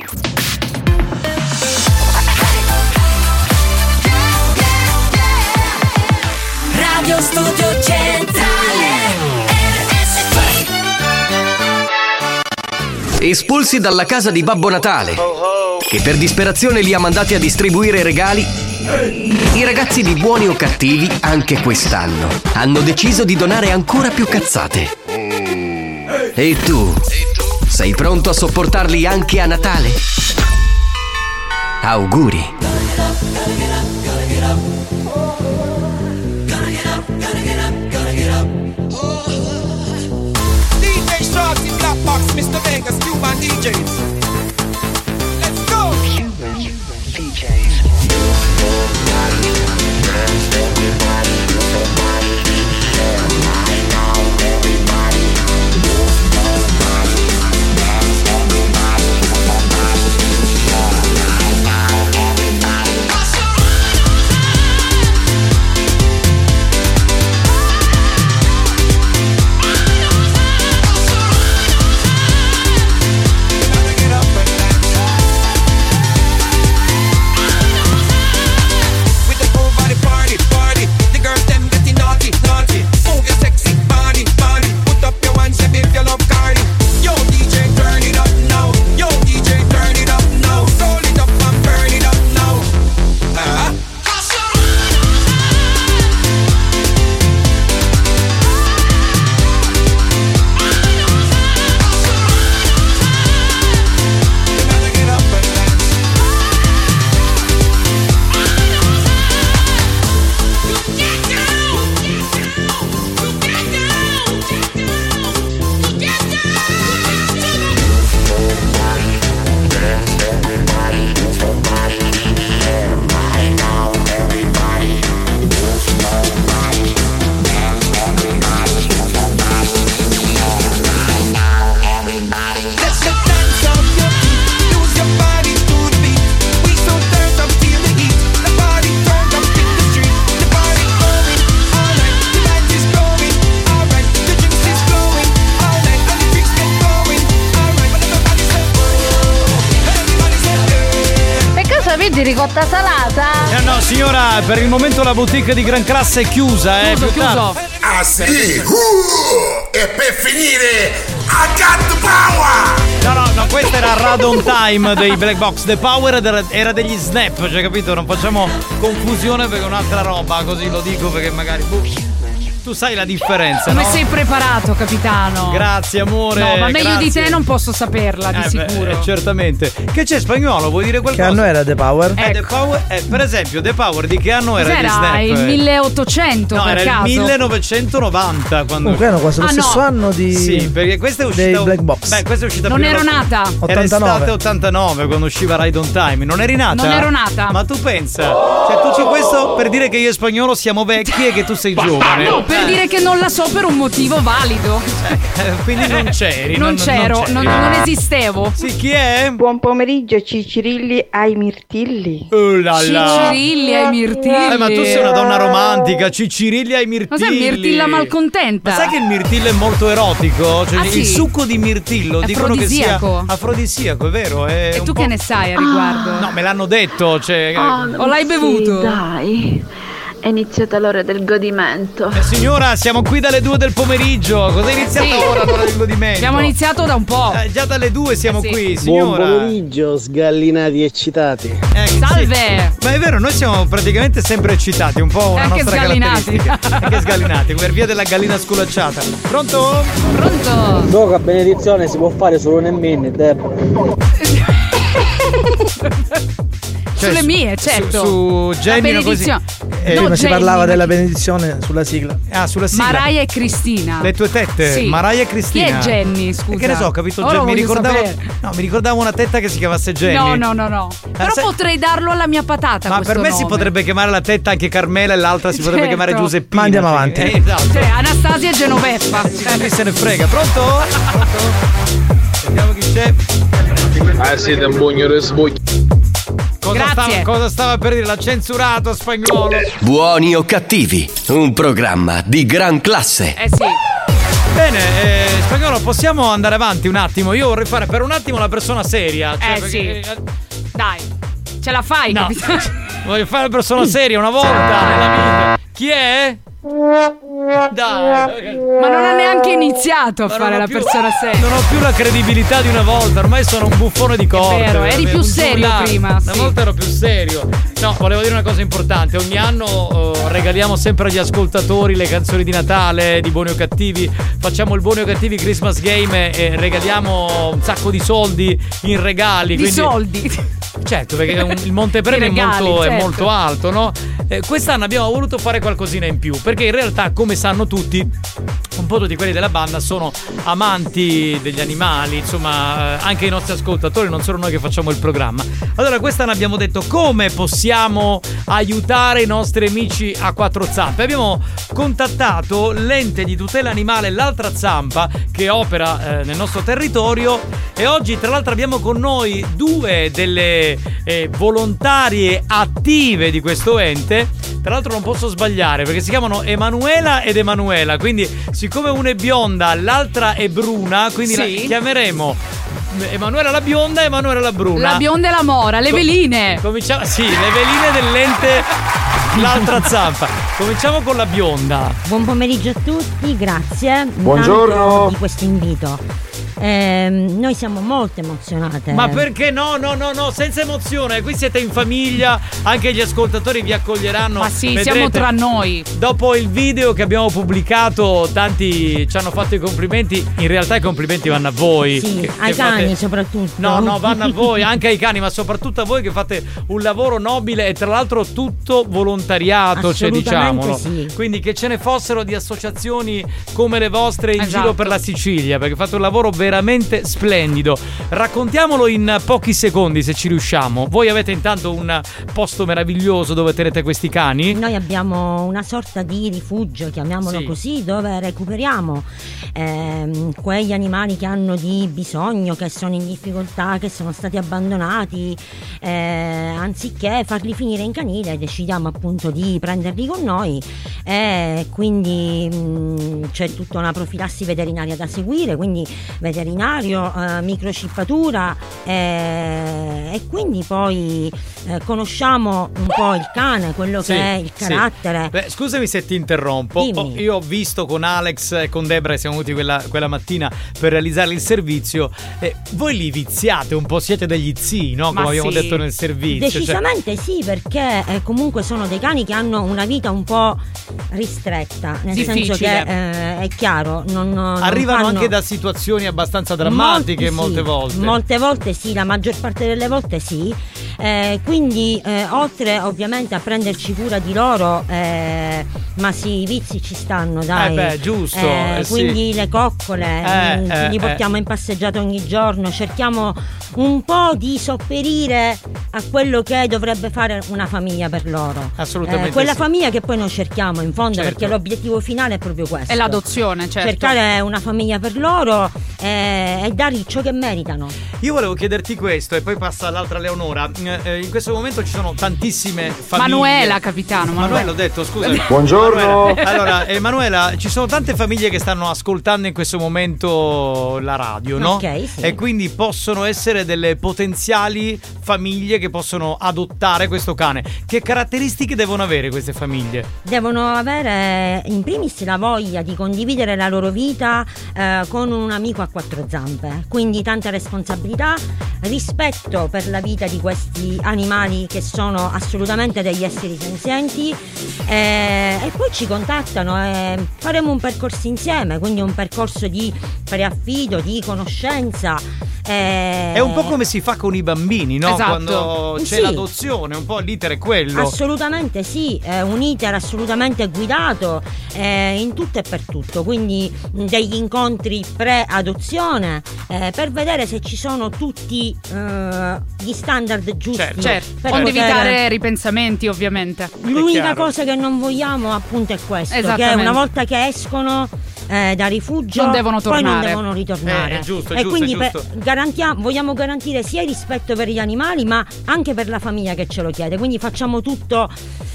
Radio Studio Centrale R S C. Espulsi dalla casa di Babbo Natale, che per disperazione li ha mandati a distribuire regali, i ragazzi di Buoni o Cattivi, anche quest'anno, hanno deciso di donare ancora più cazzate. E tu? Sei pronto a sopportarli anche a Natale? Auguri! D J Shorty, Black Box, mister Vegas, Cuban D Js. Let's go! Cuban D Js. Di ricotta salata? Eh no signora, per il momento la boutique di gran classe è chiusa, eh. Chiuso, chiuso. Ah sì? Uh, e per finire a Cat Power! No no no, questo era Radon Time dei Black Box. The Power era, era degli snap, cioè capito? Non facciamo confusione perché è un'altra roba, così lo dico perché magari boh. Tu sai la differenza, Come no? sei preparato, capitano? Grazie amore. No, ma meglio grazie. di te non posso saperla, di eh, sicuro. Beh, eh, certamente. Che c'è Spagnolo? Vuoi dire qualcosa? Che anno era The Power? Eh, The Power eh, per esempio, The Power di che anno era? Cos'era? Di Snap? Il milleottocento No, per era caso? il millenovecentonovanta quando... Comunque erano quasi lo Ah, stesso no. anno di... Sì, perché questa è uscita... dei Black Box. Beh, questa è uscita Non prima ero la- nata. Era estate ottantanove. ottantanove quando usciva Ride on Time. Non eri nata? Non ero nata. Ma tu pensa? Cioè tu c'è questo per dire che io e Spagnolo siamo vecchi e che tu sei giovane. No, per Eh. dire che non la so per un motivo valido. Eh, quindi non c'eri. Non c'ero, c'eri. non, non esistevo. Sì, chi è? Buon pomeriggio Cicirilli ai mirtilli. Oh là là. Cicirilli ai mirtilli. Eh, ma tu sei una donna romantica, Cicirilli ai mirtilli. Cos'è mirtilla malcontenta? Ma sai che il mirtillo è molto erotico? Cioè Ah, il sì? succo di mirtillo È dicono che sia afrodisiaco. afrodisiaco, è vero? È E un tu po'- che ne sai a riguardo? No, me l'hanno detto, cioè. O l'hai bevuto? Sì, dai. È iniziata l'ora del godimento. Eh, signora, siamo qui dalle due del pomeriggio. Cos'è iniziata Sì. ora l'ora del godimento? Abbiamo iniziato da un po'. Eh, già dalle due siamo Eh, sì. qui, Buon signora. pomeriggio, sgallinati eccitati. Eh, sì. Salve. Ma è vero, noi siamo praticamente sempre eccitati, un po' una Anche nostra sgallinati. caratteristica. Anche sgallinati, per via della gallina sculacciata. Pronto? Pronto? Doga benedizione si può fare solo nel mini, Debra. Cioè, Sulle su- mie, certo. Su, su Gemini La così. benedizione. Eh, No, Prima si Jenny, parlava ma della chi- benedizione sulla sigla. Ah, sulla sigla. Mariah e Cristina. Le tue tette, Sì. Mariah e Cristina. Chi è Jenny, scusa? E che ne so, ho capito. Ora Gen- mi voglio ricordavo. sapere. No, mi ricordavo una tetta che si chiamasse Jenny. No, no, no, no. Però sai- potrei darlo alla mia patata. Ma questo per me si nome. potrebbe chiamare la tetta anche Carmela e l'altra si potrebbe Certo. chiamare Giuseppina. Ma andiamo avanti. Eh, esatto. Cioè, Anastasia e Genoveffa. Chi se ne frega? Pronto? Pronto? Vediamo chi c'è. Ah, siete un bugno di sbugno. Cosa stava, cosa stava per dire? L'ha censurato Spagnolo. Buoni o cattivi, un programma di gran classe. Eh sì. Bene, eh, Spagnolo, possiamo andare avanti un attimo? Io vorrei fare per un attimo la persona seria. Cioè, Eh perché- sì. Dai, ce la fai, No. capitano? Voglio fare la persona seria una volta nella vita. Chi è? Dai. Ma non ha neanche iniziato a Ma non fare ho la più- persona seria. Non ho più la credibilità di una volta, ormai sono un buffone di corte. vero, eri più un serio giullare. prima, Una sì. volta ero più serio. No, volevo dire una cosa importante. Ogni anno eh, regaliamo sempre agli ascoltatori le canzoni di Natale, di Buoni o Cattivi. Facciamo il Buoni o Cattivi Christmas Game e regaliamo un sacco di soldi in regali. Di quindi- soldi. Certo, perché un- il montepremi I regali, è, molto, certo. è molto alto, no? Eh, quest'anno abbiamo voluto fare qualcosina in più, perché in realtà, come sanno tutti, un po' tutti quelli della banda sono amanti degli animali, insomma, eh, anche i nostri ascoltatori, non solo noi che facciamo il programma. Allora, quest'anno abbiamo detto come possiamo aiutare i nostri amici a quattro zampe. Abbiamo contattato l'ente di tutela animale L'Altra Zampa, che opera eh, nel nostro territorio, e oggi tra l'altro abbiamo con noi due delle eh, volontarie attive di questo ente. Tra l'altro non posso sbagliare perché si chiamano Emanuela ed Emanuela, quindi siccome una è bionda l'altra è bruna, quindi Sì. la chiameremo Emanuela la bionda e Emanuela la bruna. La bionda e la mora, le Co- veline. Cominciamo, sì, le veline dell'ente L'Altra Zampa. Cominciamo con la bionda. Buon pomeriggio a tutti, grazie. Buongiorno. intanto di questo invito. Ehm, noi siamo molto emozionate. Ma perché no, no, no, no, senza emozione. Qui siete in famiglia, anche gli ascoltatori vi accoglieranno. Ma sì, Vedrete, siamo tra noi. Dopo il video che abbiamo pubblicato, tanti ci hanno fatto i complimenti. In realtà i complimenti vanno a voi. Sì, che- ai che cani fate- soprattutto. No, no, vanno a voi, anche ai cani, ma soprattutto a voi che fate un lavoro nobile e tra l'altro tutto volontariato, cioè, Assolutamente diciamolo. sì. Quindi che ce ne fossero di associazioni come le vostre in Esatto. giro per la Sicilia, perché fate un lavoro veramente splendido. Raccontiamolo in pochi secondi se ci riusciamo. Voi avete intanto un posto meraviglioso dove tenete questi cani? Noi abbiamo una sorta di rifugio, chiamiamolo Sì. così, dove recuperiamo ehm, quegli animali che hanno di bisogno, che sono in difficoltà, che sono stati abbandonati. Eh, anziché farli finire in canile, decidiamo appunto di prenderli con noi, e quindi mh, c'è tutta una profilassi veterinaria da seguire, quindi veterinario, eh, microchippatura, eh, e quindi poi eh, conosciamo un po' il cane, quello Sì, che è il sì. carattere. Beh, scusami se ti interrompo. Dimmi. Oh, io ho visto con Alex e con Debra, siamo venuti quella, quella mattina per realizzare il servizio. E voi li viziate un po', siete degli zii, no? Come Ma abbiamo sì. detto nel servizio. cioè- Decisamente sì, perché eh, comunque sono dei cani che hanno una vita un po' ristretta, nel senso Difficile. che eh, è chiaro, non, non Arrivano fanno- anche da situazioni abbastanza drammatiche Molti molte sì, volte. Molte volte sì, la maggior parte delle volte sì. Eh, quindi eh, oltre ovviamente a prenderci cura di loro, eh, ma sì, i vizi ci stanno, dai. Eh beh, giusto, Eh, eh, sì. quindi le coccole, Eh, mh, eh, li portiamo eh. in passeggiata ogni giorno, cerchiamo un po' di sopperire a quello che dovrebbe fare una famiglia per loro. Assolutamente Eh, quella sì. famiglia che poi noi cerchiamo in fondo, Certo. perché l'obiettivo finale è proprio questo. È l'adozione, certo. Cercare una famiglia per loro eh, e dargli ciò che meritano. Io volevo chiederti questo e poi passa all'altra Leonora. Eh, in questo momento ci sono tantissime famiglie. Manuela, capitano. Manuela, ho detto, scusa. Buongiorno. Manuela. Allora, Emanuela, ci sono tante famiglie che stanno ascoltando in questo momento la radio, no? Ok, sì. E quindi possono essere delle potenziali famiglie che possono adottare questo cane. Che caratteristiche devono avere queste famiglie? Devono avere in primis la voglia di condividere la loro vita eh, con un amico a quattro zampe, quindi tanta responsabilità, rispetto per la vita di questi questi animali che sono assolutamente degli esseri senzienti, eh, e poi ci contattano e faremo un percorso insieme, quindi un percorso di preaffido, di conoscenza. Eh... È un po' come si fa con i bambini, no? Esatto. Quando c'è Sì. l'adozione, un po' l'iter è quello. Assolutamente sì, è un iter assolutamente guidato eh, in tutto e per tutto, quindi mh, degli incontri pre-adozione eh, per vedere se ci sono tutti eh, gli standard giusti. Certo, certo. per Onde poter- evitare ripensamenti, ovviamente. L'unica cosa che non vogliamo appunto è questo, che Esattamente. una volta che escono eh, da rifugio Non devono poi non tornare. devono ritornare. Eh, è giusto, è e giusto, quindi è per- giusto. garantia- vogliamo garantire sia il rispetto per gli animali ma anche per la famiglia che ce lo chiede, quindi facciamo tutto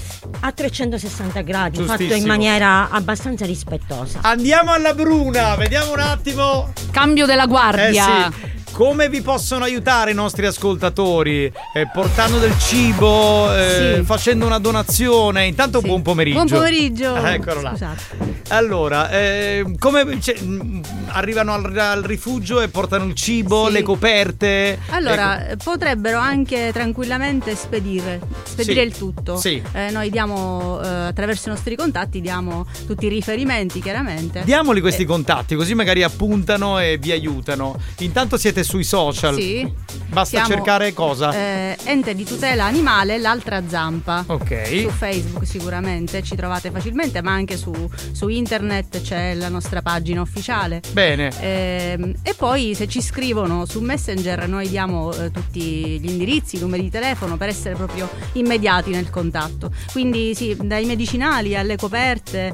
a trecentosessanta gradi, fatto Giustissimo. in maniera abbastanza rispettosa. Andiamo alla Bruna, vediamo un attimo. Cambio della guardia. Eh sì. Come vi possono aiutare i nostri ascoltatori? Eh, portando del cibo, eh, Sì. facendo una donazione. Intanto buon pomeriggio. Buon pomeriggio. Ah, eccolo là. Scusate. Allora, eh, come cioè, mh, arrivano al, al rifugio e portano il cibo, Sì. le coperte? Allora, Ecco. potrebbero anche tranquillamente spedire, spedire Sì. il tutto. Sì. Eh, noi diamo, eh, attraverso i nostri contatti, diamo tutti i riferimenti, chiaramente. Diamoli questi Eh, contatti, così magari appuntano e vi aiutano. Intanto siete sui social. Sì. Basta Siamo, cercare cosa? eh, Ente di tutela animale, l'altra zampa. Ok. Su Facebook sicuramente ci trovate facilmente, ma anche su, su internet c'è la nostra pagina ufficiale. Bene. Ehm, e poi se ci scrivono su Messenger noi diamo eh, tutti gli indirizzi, i numeri di telefono per essere proprio immediati nel contatto. Quindi sì, dai medicinali alle coperte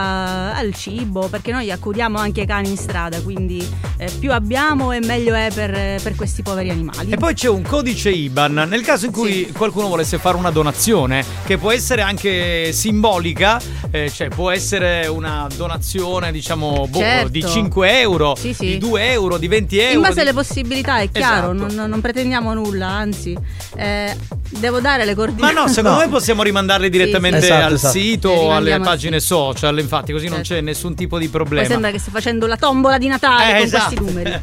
a- al cibo, perché noi accuriamo anche i cani in strada, quindi eh, più abbiamo e meglio è per, per questi poveri animali. E poi c'è un codice I B A N nel caso in cui qualcuno volesse fare una donazione, che può essere anche simbolica, eh, cioè può essere una donazione diciamo boh, Certo. di cinque euro, Sì, sì. di due euro, di venti euro. In base di- alle possibilità, è chiaro, Esatto. non, non pretendiamo nulla, anzi, eh, devo dare le coordinate. Ma no, secondo me possiamo rimandarli direttamente Sì, sì. al Esatto, sito Le o alle rimandiamo al pagine social, infatti così non Certo. c'è nessun tipo di Poi problema. sembra che sto facendo la tombola di Natale Eh, con esatto. questi numeri.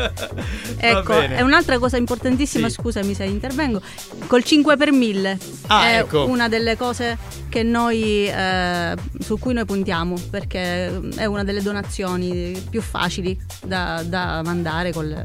Ecco, bene. è un'altra cosa importantissima, Sì. scusami se intervengo, col cinque per mille. Ah, è ecco. una delle cose che noi eh, su cui noi puntiamo, perché è una delle donazioni più facili da, da mandare col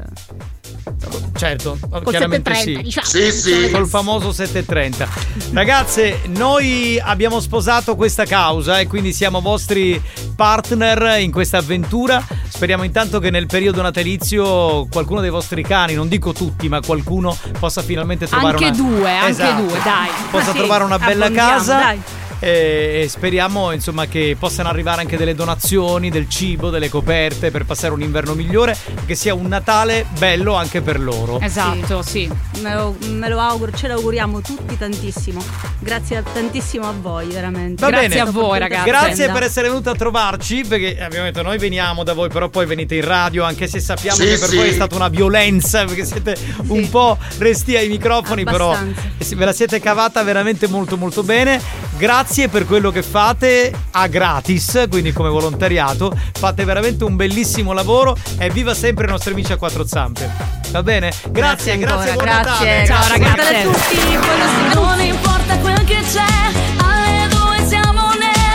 Certo, Col chiaramente settecentotrenta, sì. diciamo. Sì, sì. Col famoso settecentotrenta. Ragazze, noi abbiamo sposato questa causa e quindi siamo vostri partner in questa avventura. Speriamo intanto che nel periodo natalizio qualcuno dei vostri cani, non dico tutti, ma qualcuno possa finalmente trovare Anche una due, anche Esatto. due, dai. Possa Ma sì, trovare una bella abbondiamo, casa. dai. E e speriamo insomma che possano arrivare anche delle donazioni, del cibo, delle coperte per passare un inverno migliore e che sia un Natale bello anche per loro. Esatto, sì. Me lo, me lo auguro, ce lo auguriamo tutti tantissimo. Grazie a, tantissimo a voi, veramente. Va Grazie bene. a voi, ragazzi. Grazie per essere venuti a trovarci, perché abbiamo detto noi veniamo da voi, però poi venite in radio, anche se sappiamo Sì, che per sì. voi è stata una violenza, perché siete un po' resti ai microfoni, Abbastanza. però ve la siete cavata veramente molto molto bene. Grazie per quello che fate a gratis, quindi come volontariato. Fate veramente un bellissimo lavoro e viva sempre i nostri amici a quattro zampe. Va bene? Grazie, grazie, ancora, buon grazie. Natale. Ciao, ragazzi. Natale a tutti, buon Natale. Non importa quel che c'è, alle due siamo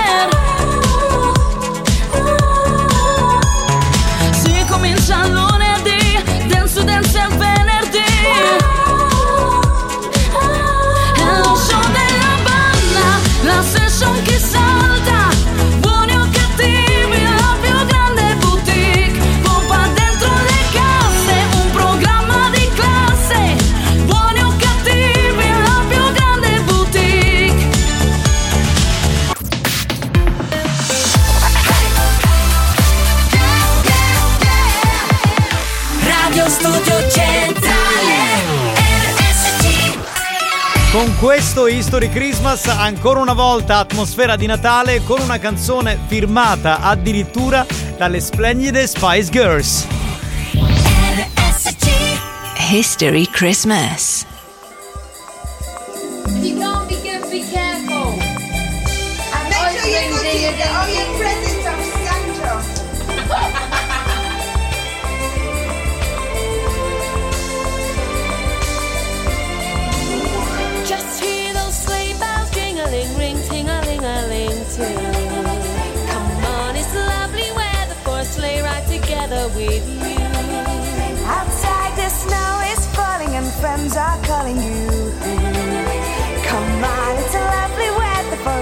nerd. Si comincia lunedì, dance dance il venerdì. È lo show della banda, la session che salta. Buoni o cattivi, la più grande boutique. Pompa dentro le casse, un programma di classe. Buoni o cattivi, la più grande boutique. Radio Studio Centrale R S C. Con questo History Christmas, ancora una volta atmosfera di Natale con una canzone firmata addirittura dalle splendide Spice Girls. History Christmas. If you can't be good, be careful. And make sure you go to get all your presents of Santa.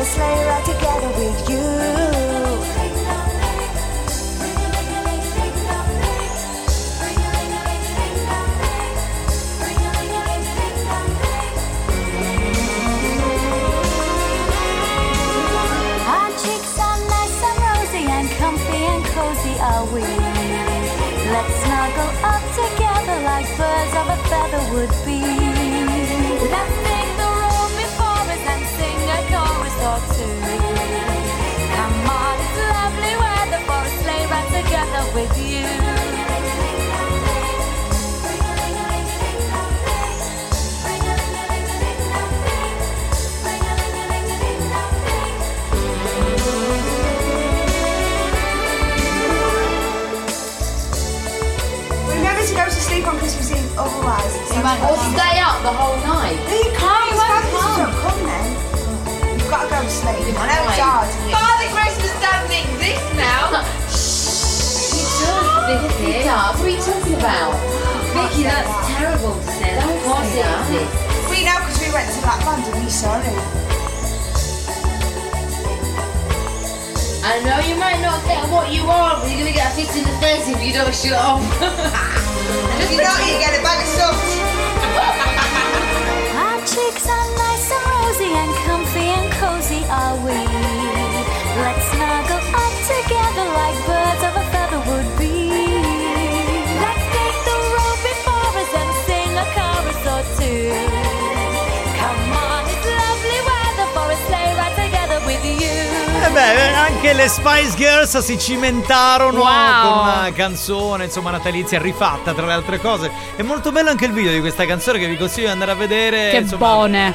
sleigh ride together with you. Our cheeks are nice and rosy and comfy and cozy are we. Let's snuggle up together like birds of a feather would be. Let's take the road before us and sing a chorus or two. Come on, it's lovely weather for a sleigh ride together with you. Remember to go to sleep on Christmas Eve, otherwise it's You might or stay up the whole night. No, you can't. It's bad if you don't come then. You've got to go to sleep. I know it's hard. Father Christmas doesn't exist now. He does, Vicky. He does. What are you talking about? Vicky, that's terrible to say. Of course it exists. We know because we went to that band and we saw it. I know you might not get what you want, but you're gonna get a fix in the face if you don't shut up. If you don't, you get a bag of socks. Our cheeks are nice and rosy and comfy and cozy are we. Let's snuggle up together like birds of a feather would be. Let's take the road before us and sing a chorus or two. Come on, it's lovely weather for a sleigh ride together with you. Eh beh, anche le Spice Girls si cimentarono Wow. con una canzone, insomma, natalizia rifatta tra le altre cose. È molto bello anche il video di questa canzone che vi consiglio di andare a vedere. Che insomma. buone.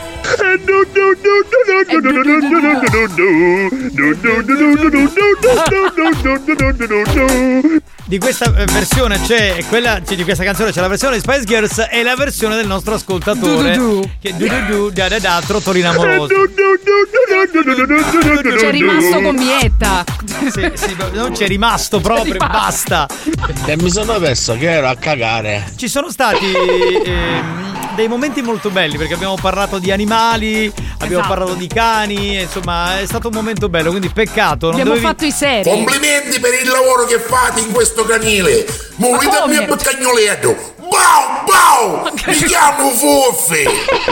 Di questa eh, versione c'è quella cioè, di questa canzone c'è la versione di Spice Girls e la versione del nostro ascoltatore Du, du, du. che du du du da da da trottolino amoroso. C'è rimasto con Mietta. Sì, sì, non c'è rimasto proprio, rimasto. basta. E mi sono perso che ero a cagare. Ci sono stati ehm, dei momenti molto belli perché abbiamo parlato di animali, abbiamo Esatto. parlato di cani, insomma è stato un momento bello, quindi peccato. Non Abbiamo dovevi... fatto i seri. Complimenti per il lavoro che fate in questo canile. Muovete il mio cagnoletto. Bau, bau! Mi chiamo Fuffi!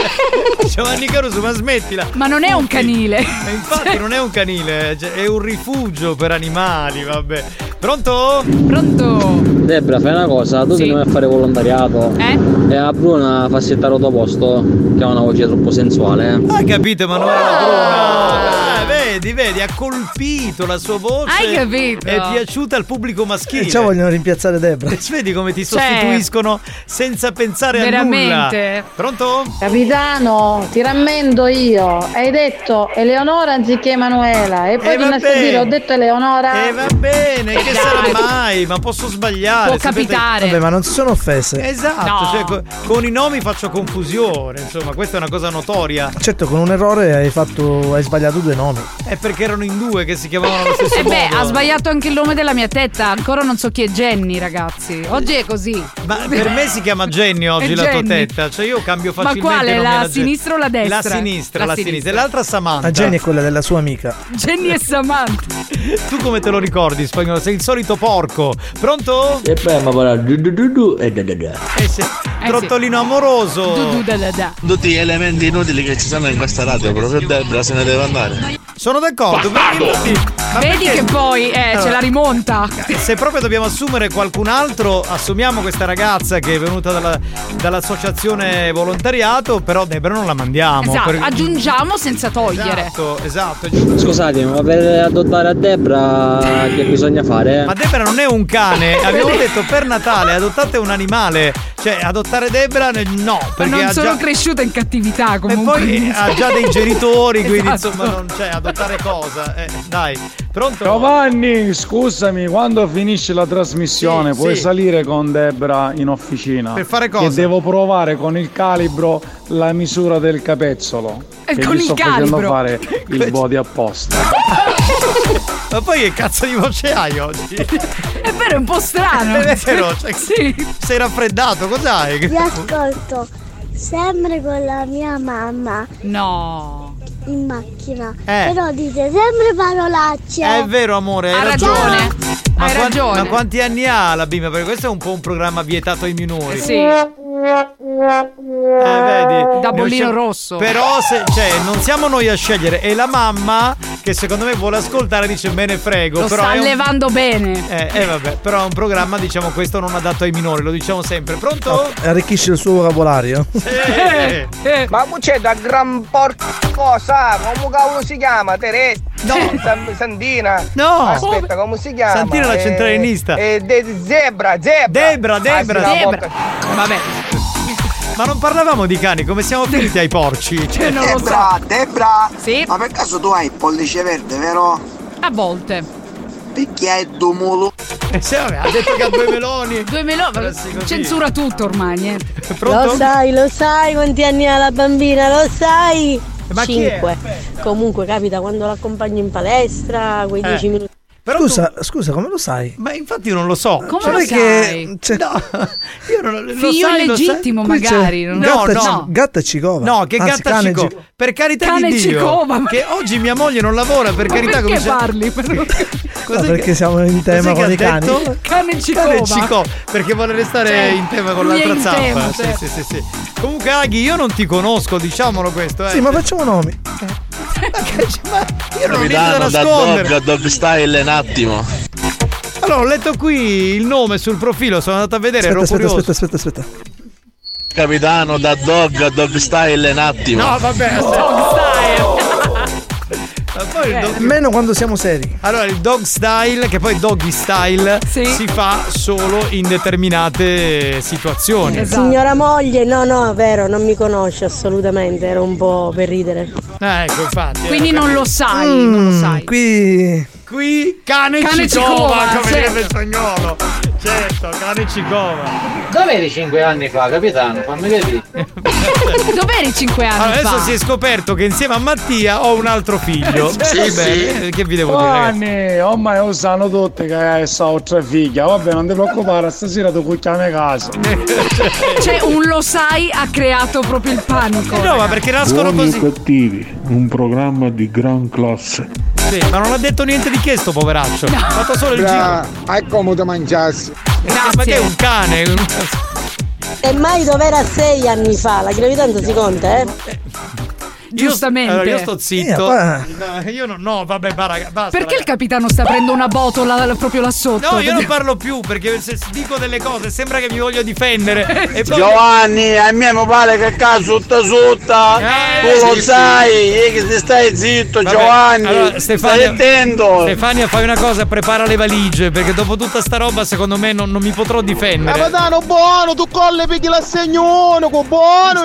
Giovanni Caruso, ma smettila! Ma non è un canile. E infatti non è un canile, cioè, è un rifugio per animali, vabbè. Pronto? Pronto? Debra, fai una cosa, tu Sì. ti vai a fare volontariato. Eh? E a Bruna fa settare al tuo posto, che ha una voce troppo sensuale. Eh. Hai capito, ma non era la Bruna. Eh, vedi, vedi, ha colpito la sua voce. Hai capito? È piaciuta al pubblico maschile. E ciò vogliono rimpiazzare Debra. Vedi come ti Cioè, sostituiscono senza pensare a veramente. nulla. Pronto? Capitano, ti rammendo io. Hai detto Eleonora anziché Emanuela. E poi Eh, tornasti a vabbè. dire ho detto Eleonora. E va bene, che dai. sarà mai? Ma posso sbagliare. Può sapete- capitare. Vabbè, ma non si sono offese. Esatto, No. cioè, co- con i nomi faccio confusione, insomma, questa è una cosa notoria. Certo, con un errore hai fatto. hai sbagliato due nomi. È perché erano in due che si chiamavano allo stesso E beh, modo. ha sbagliato anche il nome della mia tetta. Ancora non so chi è Jenny, ragazzi. Oggi è così. Ma per me si chiama Jenny oggi È la tua Jenny. tetta. Cioè io cambio Ma facilmente. quale? nomi La alla Gen- sinistra o la destra? La sinistra, La la, sinistra. sinistra. E l'altra Samantha. La Jenny è quella della sua amica. Jenny e Samantha. Tu come te lo ricordi, spagnolo? Sei il solito porco. Pronto? E poi ma parla du du du du e da da da. Eh sì. Trottolino amoroso. Du, du, da, da, da. Tutti gli elementi inutili che ci sono in questa radio, proprio Debra se ne deve andare. Sono d'accordo. perché infatti- ma Vedi perché- che poi eh, ce Allora, la rimonta. Se proprio dobbiamo assumere qualcun altro, assumiamo questa ragazza che è venuta dalla- dall'associazione volontariato, però Debra non la mandiamo. Esatto, per- aggiungiamo senza togliere. Esatto, esatto, è giusto. Scusate, ma per adottare a Debra che bisogna fare? Ma Debra non è un cane, abbiamo detto per Natale adottate un animale, cioè adottare Debra no, Ma perché non ha sono già... cresciuta in cattività E comunque. poi ha già dei genitori, quindi Esatto. insomma non c'è adottare cosa. Eh, dai, pronto? Giovanni, scusami, quando finisce la trasmissione Sì, puoi sì. salire con Debra in officina? Per fare cosa? Che devo provare con il calibro la misura del capezzolo. E che con gli il sto calibro? facendo fare il body apposta. Ma poi che cazzo di voce hai oggi? È vero, è un po' strano. È vero, cioè, Sì. sei raffreddato, cos'hai? Vi ascolto sempre con la mia mamma. No. in macchina, Eh. però dite sempre parolacce. È vero amore, hai Ha ragione. ragione. Ma, Hai quanti, ragione. ma quanti anni ha la bimba? Perché questo è un po' un programma vietato ai minori. Sì. Eh, vedi? Da Ne bollino usciamo- rosso. Però se, cioè, non siamo noi a scegliere, è la mamma che secondo me vuole ascoltare, dice me ne frego. Lo però sta è un- levando bene. Eh, eh, vabbè, però è un programma, diciamo, questo non adatto ai minori, lo diciamo sempre. Pronto? Arricchisce il suo vocabolario. Eh, eh. Ma c'è da gran porca cosa? Come cavolo si chiama? Teresa? No. San- Santina? No. Aspetta, come si chiama? Santina la Eh, centralinista. eh, de- zebra, zebra. Debra, Debra. Ah, sì, la Debra. porca- Vabbè. Ma non parlavamo di cani, come siamo finiti ai porci? Cioè, Debra, Debra. Sì. Ma per caso tu hai il pollice verde, vero? A volte. Perché hai due mulu? Eh, se, vabbè, ha detto che ha due meloni. Due meloni. Censura tutto ormai, niente. Lo sai, lo sai quanti anni ha la bambina, lo sai? Ma chi è? Cinque. Comunque capita quando l'accompagno in palestra, quei Eh. dieci minuti. Scusa, scusa, come lo sai? Ma infatti io non lo so. Come Cioè, lo perché- sai? cioè- No, io non lo Figlio sai, lo sai? illegittimo Qui c'è magari. non- Gatta, No, ci- no. Gatta e Cicova. No, che Anzi, gatta cane e Cicova. Gi- Per carità Cane di e Dio. Cicova, ma- Che oggi mia moglie non lavora, per Ma carità. perché come parli? No, perché siamo in tema Cos'è con i che ha cani. detto? Cane e Cicova. Cane e Cicova, perché vuole restare Cioè, in tema con lui è l'altra in zappa. tema, Sì, certo. sì, sì, sì. Comunque Aghi, io non ti conosco, diciamolo questo, eh. Sì, ma facciamo nomi. io non ho niente da Capitano, da nascondere. dog a dog style un attimo. Allora, ho letto qui il nome sul profilo, sono andato a vedere, Aspetta, ero aspetta, curioso. aspetta, aspetta, aspetta. Capitano, da dog a dog style un attimo. No, vabbè, dog style. Ma poi il dog- Meno quando siamo seri. Allora, il dog style, che poi doggy style, Sì. si fa solo in determinate situazioni. Esatto. Signora moglie, no, no, è vero, non mi conosce assolutamente, era un po' per ridere. Eh, ecco, infatti. Quindi eh, non lo sai, non lo sai. Qui. Qui cane, Cane Cicova, Cicova, come certo. direbbe il spagnolo. Certo, cane Cicova. Dov'eri cinque anni fa, capitano? Fammi capire. Dov'eri cinque anni Allora, adesso fa? si è scoperto che insieme a Mattia ho un altro figlio. Sì, Va sì. bene, eh, che vi devo dire? ragazzi? Anni, ormai lo sanno tutti che hai stavo tre figlie. Vabbè, non ti preoccupare, stasera tu cucchiamo a casa. Cioè, un lo sai ha creato proprio il panico. Eh no, ma perché nascono Buoni così. o cattivi, un programma di gran classe. Sì, ma non ha detto niente di che sto poveraccio. Ha fatto solo il giro. hai comodo mangiarsi. Eh, Ma che è un cane? E mai dov'era sei anni fa, la gravidanza si conta, eh? Giustamente. Allora, io sto zitto. Eh, No, io non. No, vabbè, ma raga, basta. Perché il raga. capitano sta prendendo una botola proprio là sotto? No, io non parlo più perché se dico delle cose sembra che mi voglio difendere. E poi- Giovanni, a me mi pare che cazzo tutta sutta. Eh, tu lo sì, sai, e che se stai zitto, Vabbè, Giovanni. allora, Stefania, stai attento. Stefania, fai una cosa, prepara le valigie perché dopo tutta sta roba secondo me non, non mi potrò difendere. Capitano buono, tu colle pigli l'assegno, con buono.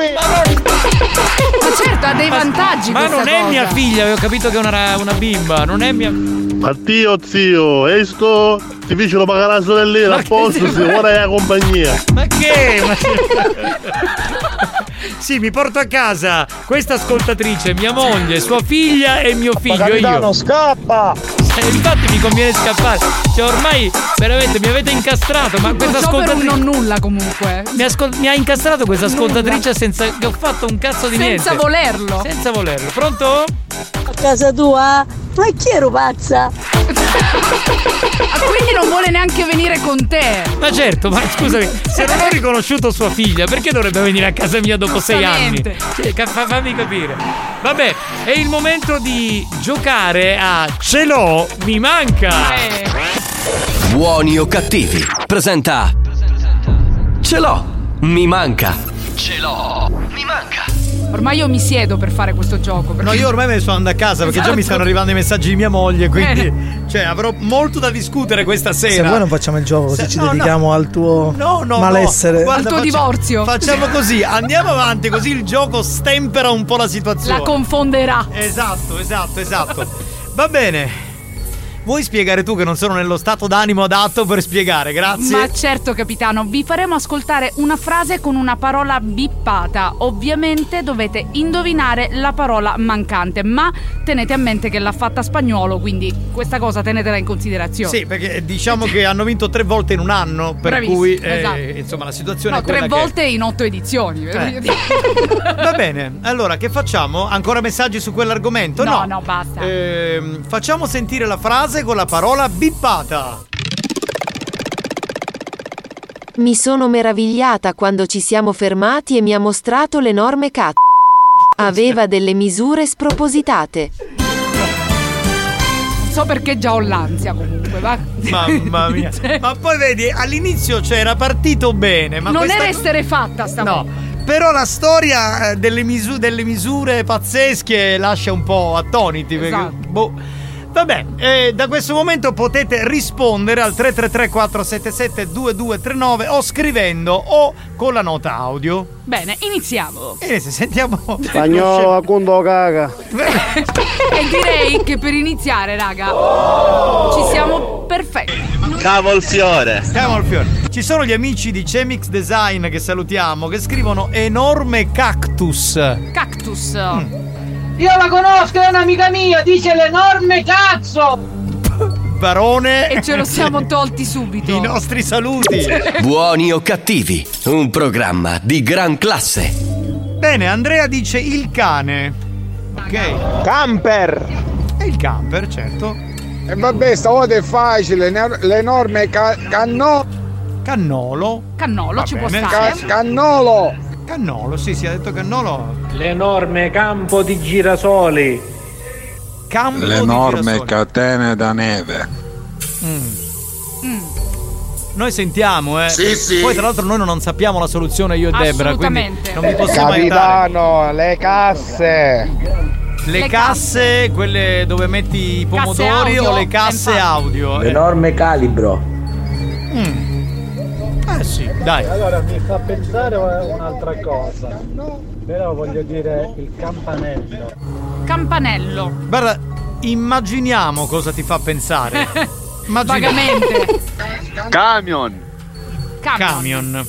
Ma certo, ha dei vantaggi Ma questa non è cosa. mia figlia, avevo capito che è una, una bimba, non è mia. Mattio zio, e sto ti fece lo pagare la sorellina Ma a posto, che- se ora è la compagnia. Ma che? Ma... Sì, mi porto a casa questa ascoltatrice, mia moglie, sua figlia e mio figlio. Capitano, Io. scappa. Eh, infatti mi conviene scappare. Cioè ormai veramente mi avete incastrato. Ma questa Ciò per un ascoltatrice non nulla comunque. mi, ascol- mi ha incastrato questa ascoltatrice senza che ho fatto un cazzo di niente. Senza volerlo. Senza volerlo. Pronto? A casa tua? Ma chi ero pazza? Ah, quindi non vuole neanche venire con te. Ma certo, ma scusami, se non ho riconosciuto sua figlia, perché dovrebbe venire a casa mia dopo sei anni? Giustamente. Cioè, ca- fa- fammi capire. Vabbè, è il momento di giocare a Ce l'ho, mi manca. Eh. Buoni o cattivi, presenta Ce l'ho, mi manca. Ce l'ho, mi manca. Ormai io mi siedo per fare questo gioco. perché- No, io ormai me ne sono andato a casa perché già mi Esatto. stanno arrivando i messaggi di mia moglie, quindi Bene. cioè avrò molto da discutere questa Se sera. vuoi non facciamo il gioco, così Se- ci no, no. dedichiamo al tuo No, no, malessere. no. Guarda, Al tuo faccia- divorzio. Facciamo così, andiamo avanti, così il gioco stempera un po' la situazione. La confonderà. Esatto, esatto, esatto. Va bene. vuoi spiegare tu che non sono nello stato d'animo adatto per spiegare, grazie. Ma certo capitano, vi faremo ascoltare una frase con una parola bippata. Ovviamente dovete indovinare la parola mancante, ma tenete a mente che l'ha fatta Spagnuolo, quindi questa cosa tenetela in considerazione. Sì, perché diciamo che hanno vinto tre volte in un anno, per Bravissimo, cui eh, esatto. insomma la situazione No, è quella tre che... volte in otto edizioni. Eh. Va bene, allora che facciamo? Ancora messaggi su quell'argomento? No, No, no, basta. Ehm, facciamo sentire la frase con la parola bippata. Mi sono meravigliata quando ci siamo fermati e mi ha mostrato l'enorme c***o. Aveva delle misure spropositate. Non so perché già ho l'ansia comunque, va. Mamma mia. Ma poi vedi, all'inizio c'era partito bene, ma non questa... era essere fatta sta No, però la storia eh, delle, misu- delle misure pazzesche lascia un po' attoniti. Perché, Esatto. boh. Vabbè, eh, da questo momento potete rispondere al tre tre tre quattro sette sette due due tre nove o scrivendo o con la nota audio. Bene, iniziamo. E se sentiamo Spagnolo a conto caga. E direi che per iniziare, raga, ci siamo perfetti. Cavolfiore. Cavolfiore. Ci sono gli amici di Cemix Design che salutiamo, che scrivono enorme cactus. Cactus. Mm. Io la conosco, è un'amica mia, dice l'enorme cazzo! Barone. E ce lo siamo tolti subito. I nostri saluti. Buoni o cattivi, un programma di gran classe. Bene, Andrea dice il cane. Ok. Camper. È il camper, certo. E vabbè, stavolta è facile, l'enorme ca- canno... Cannolo. Cannolo, Va ci bene. può stare. Ca- cannolo. Cannolo, sì, si è detto cannolo. L'enorme campo di girasoli. Campo L'enorme di girasoli. catene da neve. Mm. Mm. Noi sentiamo, eh. Sì, sì. Poi tra l'altro noi non sappiamo la soluzione io e Debra, quindi Assolutamente. non vi possiamo aiutare. Capitano, le casse. Le, Le casse, quelle dove metti i pomodori audio, o le casse infatti. audio? Eh. L'enorme calibro. Mm. Eh sì, dai. Allora mi fa pensare a un'altra cosa. Però voglio dire il campanello. Campanello. Guarda, immaginiamo cosa ti fa pensare. Immaginiamo. Vagamente. Camion. Camion.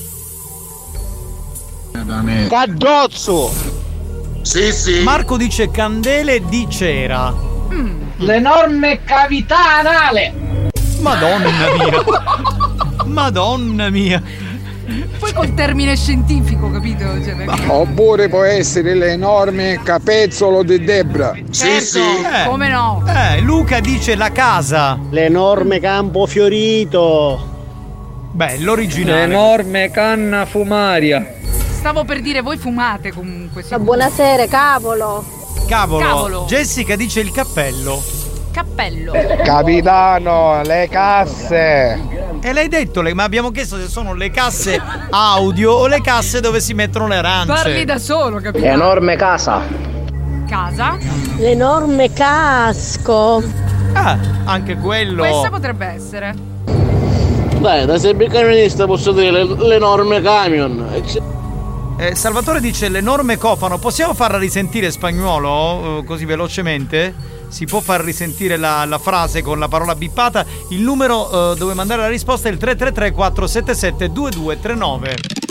Camion. Caddozzo. Sì, sì. Marco dice candele di cera. Mm. L'enorme cavità anale! Madonna mia. Madonna mia. Poi col termine scientifico, capito? Cioè, perché... Oppure può essere l'enorme capezzolo di Debra. Sì, sì. Eh. Come no? Eh, Luca dice la casa. L'enorme campo fiorito. Beh, l'originale. L'enorme canna fumaria. Stavo per dire, voi fumate comunque. Sì. Buonasera, cavolo. Cavolo. Cavolo. Jessica dice il cappello. Cappello. Capitano, le casse. E l'hai detto, ma abbiamo chiesto se sono le casse audio o le casse dove si mettono le arance. Parli da solo, capito? Enorme casa. Casa. L'enorme casco. Ah, anche quello. Questa potrebbe essere. Dai, da sempre camionista posso dire l'enorme camion. Eh, Salvatore dice l'enorme cofano. Possiamo farla risentire Spagnuolo? Eh, così velocemente? Si può far risentire la, la frase con la parola bippata. Il numero eh, dove mandare la risposta è il tre tre tre quattro sette sette due due tre nove.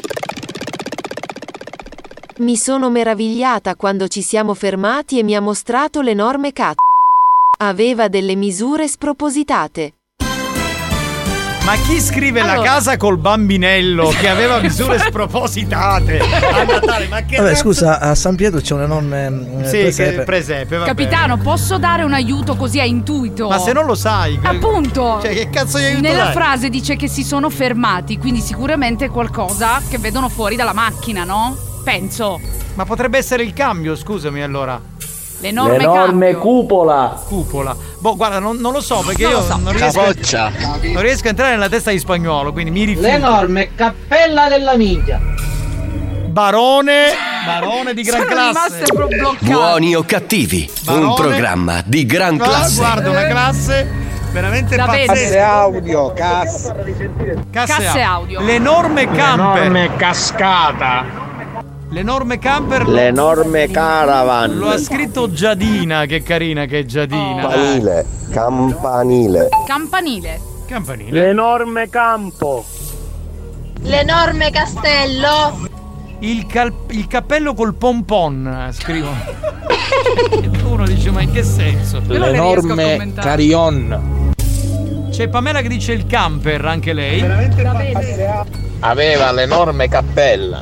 Mi sono meravigliata quando ci siamo fermati e mi ha mostrato l'enorme c***o. Aveva delle misure spropositate. Ma chi scrive Allora. la casa col bambinello che aveva misure spropositate a Natale? Ma che Vabbè, razza- scusa, a San Pietro c'è un enorme eh, Sì, presepe. che presepe, vabbè. Capitano, posso dare un aiuto così a intuito? Ma se non lo sai, che- Appunto. Cioè, che cazzo di aiuto Nella dai? frase dice che si sono fermati, quindi sicuramente è qualcosa che vedono fuori dalla macchina, no? Penso. Ma potrebbe essere il cambio, scusami allora. L'enorme, L'enorme cambio. cupola. Cupola. Boh, guarda, non, non lo so perché Non io lo so. non riesco Capoccia. non riesco a entrare nella testa di Spagnuolo, quindi mi rifiuto. L'enorme cappella della minchia! Barone, barone di gran Sono classe. rimaste blo- bloccate. Buoni o cattivi, Barone. un programma di gran Ma classe. guarda, una classe veramente Da pazzesca. vedere. audio, casse. Casse, Casse audio. L'enorme camper. L'enorme cascata. L'enorme camper. L'enorme caravan. Lo ha scritto Giadina, che carina che è Giadina. Campanile. Campanile. Campanile. Campanile. L'enorme campo. L'enorme castello. Il, cal- il cappello col pompon, scrivono. Uno dice, ma in che senso? L'enorme carillon. C'è Pamela che dice il camper, anche lei. Aveva l'enorme cappella.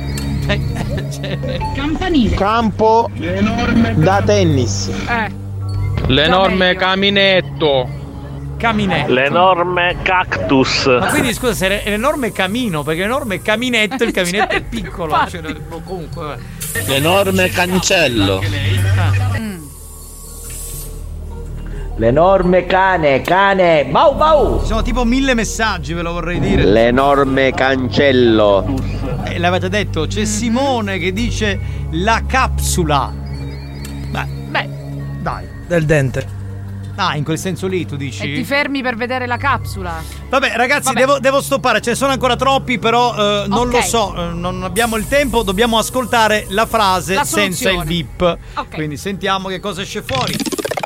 Campanile. Campo da tennis. Eh. L'enorme caminetto. Caminetto. L'enorme cactus. Ma quindi scusa, se è l'enorme camino, perché l'enorme caminetto, il caminetto è piccolo. Cioè, comunque, vabbè. L'enorme cancello. Ah. Mm. L'enorme cane, cane, mau mau. Ci sono tipo mille messaggi, ve lo vorrei dire. L'enorme cancello. Eh, l'avete detto, c'è Simone che dice la capsula. Beh, beh, dai. Del dente. Ah, in quel senso lì tu dici? E ti fermi per vedere la capsula. Vabbè ragazzi, Vabbè. Devo, devo stoppare, ce ne sono ancora troppi, però eh, non Okay. lo so, eh, non abbiamo il tempo, dobbiamo ascoltare la frase La senza il soluzione. beep. Ok. Quindi sentiamo che cosa esce fuori.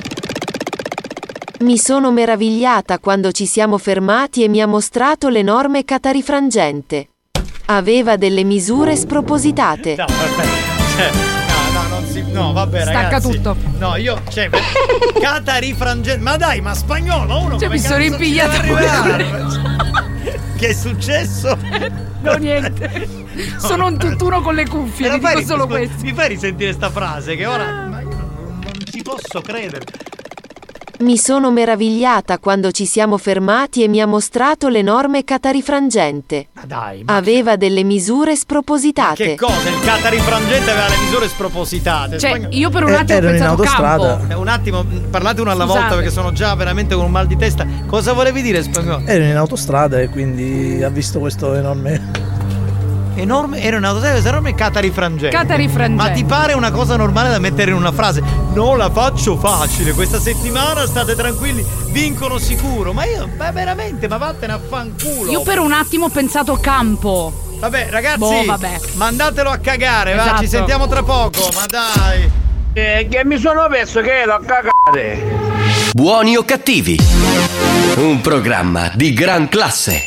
Mi sono meravigliata quando ci siamo fermati e mi ha mostrato l'enorme catarifrangente. Aveva delle misure spropositate. No, vabbè. Cioè, no, no, non si. No, vabbè, Stacca ragazzi. tutto. No, io. Cioè, catarifrangente. Ma dai, ma spagnolo, uno Cioè, come mi sono cazzo ci impigliata deve arrivare? Che è successo? No, niente. Sono un tutt'uno con le cuffie, Me vi la fai dico solo ris- questo. Mi fai risentire sta frase che ora. Ma io non, non ci posso credere. Mi sono meravigliata quando ci siamo fermati e mi ha mostrato l'enorme catarifrangente. Ma dai, ma Aveva delle misure spropositate. che cosa? Il catarifrangente aveva le misure spropositate. Cioè, Spagn- io per un Eh, attimo ho ero in pensato autostrada. campo. Eh, un attimo, mh, parlate uno alla Scusate. volta perché sono già veramente con un mal di testa. Cosa volevi dire, spagnolo? Ero in autostrada e quindi ha visto questo enorme. Enorme, era un autostrada, enorme catarifrangente. Catarifrangente. Ma ti pare una cosa normale da mettere in una frase? No, la faccio facile, questa settimana state tranquilli, vincono sicuro. Ma io, ma veramente, ma vattene a fanculo. Io per un attimo ho pensato campo. Vabbè, ragazzi, Boh, vabbè. mandatelo a cagare, va, Esatto. ci sentiamo tra poco, ma dai. Eh, che mi sono perso che ero a cagare. Buoni o cattivi? Un programma di gran classe.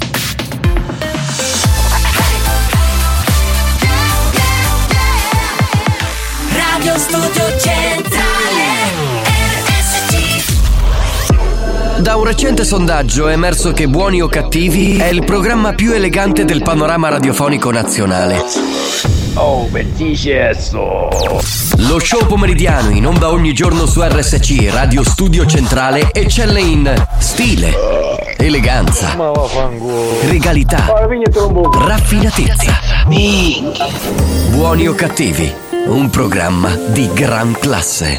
Radio Studio Centrale R S C. Da un recente sondaggio è emerso che Buoni o cattivi è il programma più elegante del panorama radiofonico nazionale. Oh, benissimo. Lo show pomeridiano in onda ogni giorno su R S C Radio Studio Centrale eccelle in stile, eleganza, regalità, raffinatezza. Buoni o cattivi, un programma di gran classe.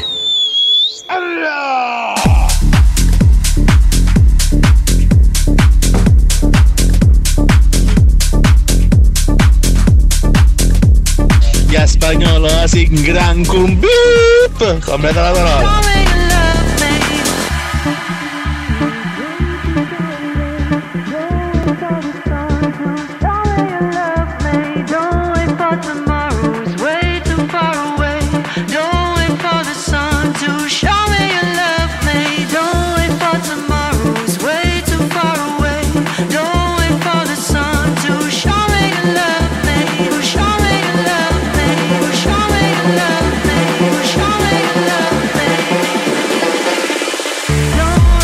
Ya spagnolo, así gran cum beep. Completa la parola. Don't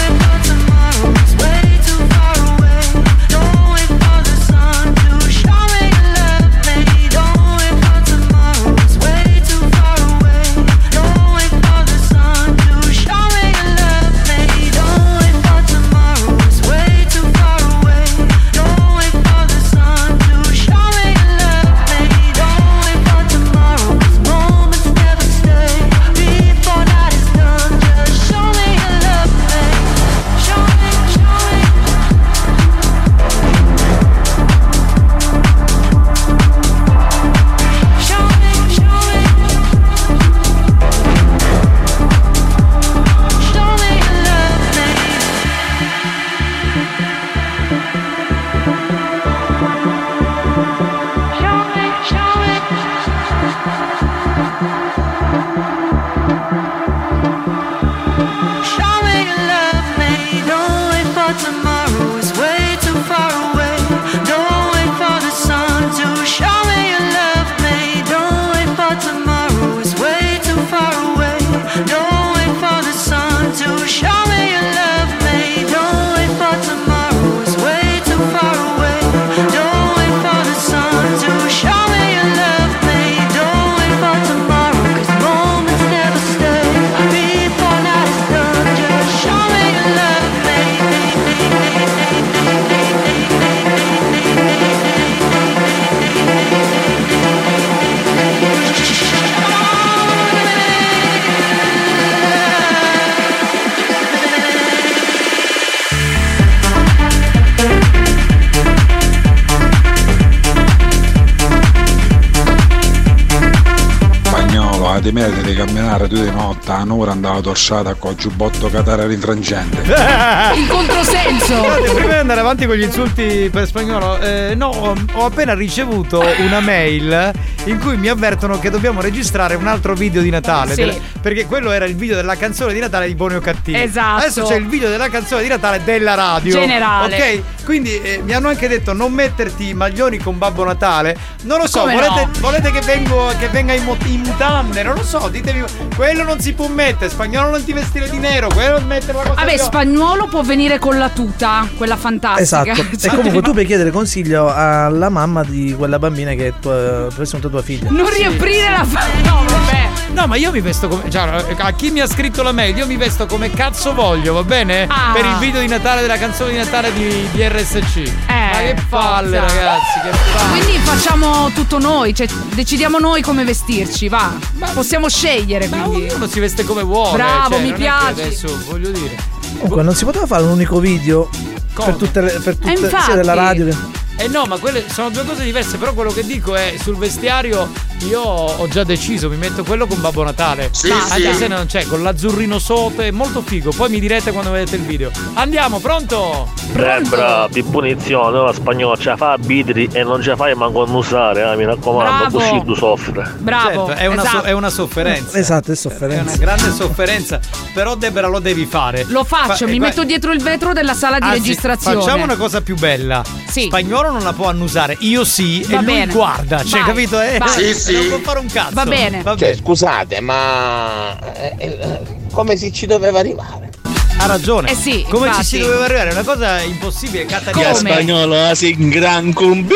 ti meriti di camminare tu di notte, a un'ora andava torsata con giubbotto catara rinfrangente. Il controsenso. Guardate, prima di andare avanti con gli insulti per spagnolo, eh, no, ho, ho appena ricevuto una mail in cui mi avvertono che dobbiamo registrare un altro video di Natale. Sì. Della, perché quello era il video della canzone di Natale di Buoni o Cattivi. Esatto. Adesso c'è il video della canzone di Natale della radio. Generale. Ok? Quindi eh, mi hanno anche detto non metterti i maglioni con Babbo Natale. Non lo so, Come volete, no? volete che, vengo, che venga in, mo- in mutande? Non lo so, ditemi. Quello non si può mettere, spagnolo non ti vestire di nero, quello non mettere la cosa. Vabbè, di- spagnolo può venire con la tuta, quella fantastica. Esatto. E comunque tu puoi chiedere consiglio alla mamma di quella bambina che è tua, presunta tua figlia. Non riaprire la fa- No, vabbè. No, ma io mi vesto come. Cioè, a chi mi ha scritto la mail, io mi vesto come cazzo voglio, va bene? Ah. Per il video di Natale della canzone di Natale di, di R S C. Eh, ma che palle, forza. ragazzi, che palle. Quindi facciamo tutto noi, cioè decidiamo noi come vestirci, va. Possiamo scegliere, Ma quindi. ognuno si veste come vuole. Bravo, cioè, mi non è che piace. adesso voglio dire. Comunque non si poteva fare un unico video Come? per tutte le per tutte, Eh, infatti. sia della radio che. Eh no, ma quelle sono due cose diverse. Però quello che dico è sul vestiario io ho già deciso, mi metto quello con Babbo Natale. Sì, Anche sì. se non c'è, con l'azzurrino sotto, è molto figo. Poi mi direte quando vedete il video. Andiamo, pronto? Debra, di punizione, la spagnola ce la fa a bidri e non ce la fai manco a annusare, eh, mi raccomando, Bravo. così tu soffre. Bravo. Certo, è una, esatto. so- è una sofferenza. Esatto, è È sofferenza. una grande sofferenza. Però Debra lo devi fare. Lo faccio, Fa- mi eh, metto dietro il vetro della sala di Anzi, registrazione. facciamo una cosa più bella. Sì. Spagnolo non la può annusare, io sì, Va e lui bene. guarda, cioè, Vai, capito? Eh, vai. Sì, e sì. non può fare un cazzo. Va bene. Va Cioè, bene. scusate, ma eh, eh, come si ci doveva arrivare? Ha ragione. Eh sì, Come infatti. ci si doveva arrivare? È una cosa impossibile. Cata Come? Che spagnolo, ah, sì, gran cumbi.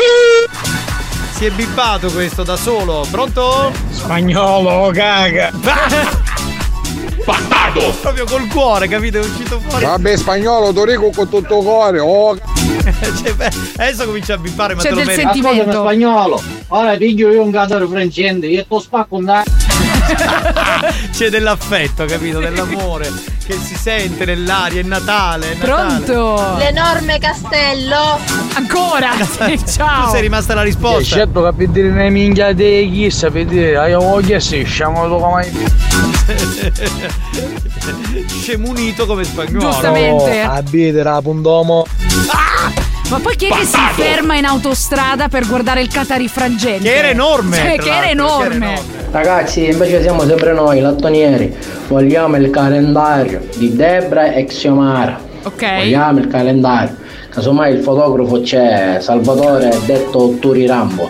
Si è bippato questo da solo. Pronto? Spagnolo, caga. Bastardo! Proprio col cuore, capito? È uscito fuori. Vabbè, spagnolo, Dorico con tutto cuore. Oh. Cioè, beh, adesso comincia a bippare, ma C'è te lo del meriti. sentimento. Ascoltami spagnolo, ora piglio io un gatto francese e tu spacco un C'è dell'affetto, capito? Dell'amore che si sente nell'aria. È Natale. È Natale. Pronto? L'enorme castello. Ancora? Sì, ciao. Tu sei rimasta la risposta. Certo che per dire una minchia di chissà, per dire, io voglio se sciamo come. Scemunito come spagnolo. Giustamente. Abite la puntomo. Ma poi chi è che si ferma in autostrada per guardare il catarifrangente? Che era enorme. Cioè, tra che era l'altro, enorme. Ragazzi, invece siamo sempre noi, lattonieri. Vogliamo il calendario di Debra e Xiomara. Ok. Vogliamo il calendario. Casomai il fotografo c'è Salvatore, detto Turi Rambo.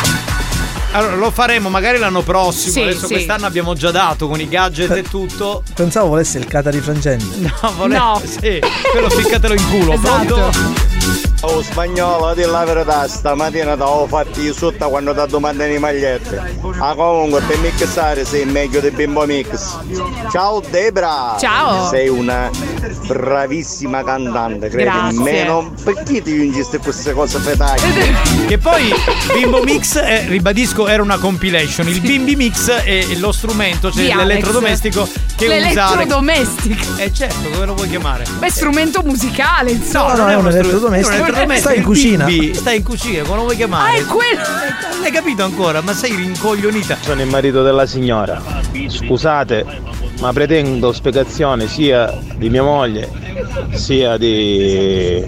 Allora lo faremo magari l'anno prossimo. Sì, Adesso sì. quest'anno abbiamo già dato con i gadget e tutto. Pensavo volesse il catarifrangente. No, volevo. No. Sì, quello ficcatelo in culo. Esatto. Pronto? Oh spagnolo, di la verità, stamattina ti ho fatto io sotto quando ti domandano le magliette. Ah comunque per mixare sei meglio di Bimbo Mix. Ciao Debra! Ciao. Sei una bravissima cantante, credimi. Grazie. Meno perché ti ingiste queste cose fetali? Che poi Bimbo Mix, eh, ribadisco, era una compilation. Il Bimbi Mix è lo strumento, cioè Di Alex. l'elettrodomestico che usa Alex. L'elettrodomestico. Eh certo, come lo vuoi chiamare? Beh, strumento musicale, insomma. No, no, è un uno stru- elettrodomestico. è un elettrodomestico. Sta in Il cucina. Bimbi sta in cucina, come lo vuoi Ah, chiamare? è quello. Non hai capito ancora, ma sei rincoglionita. Sono il marito della signora. Scusate, ma pretendo spiegazioni sia di mia moglie sia di,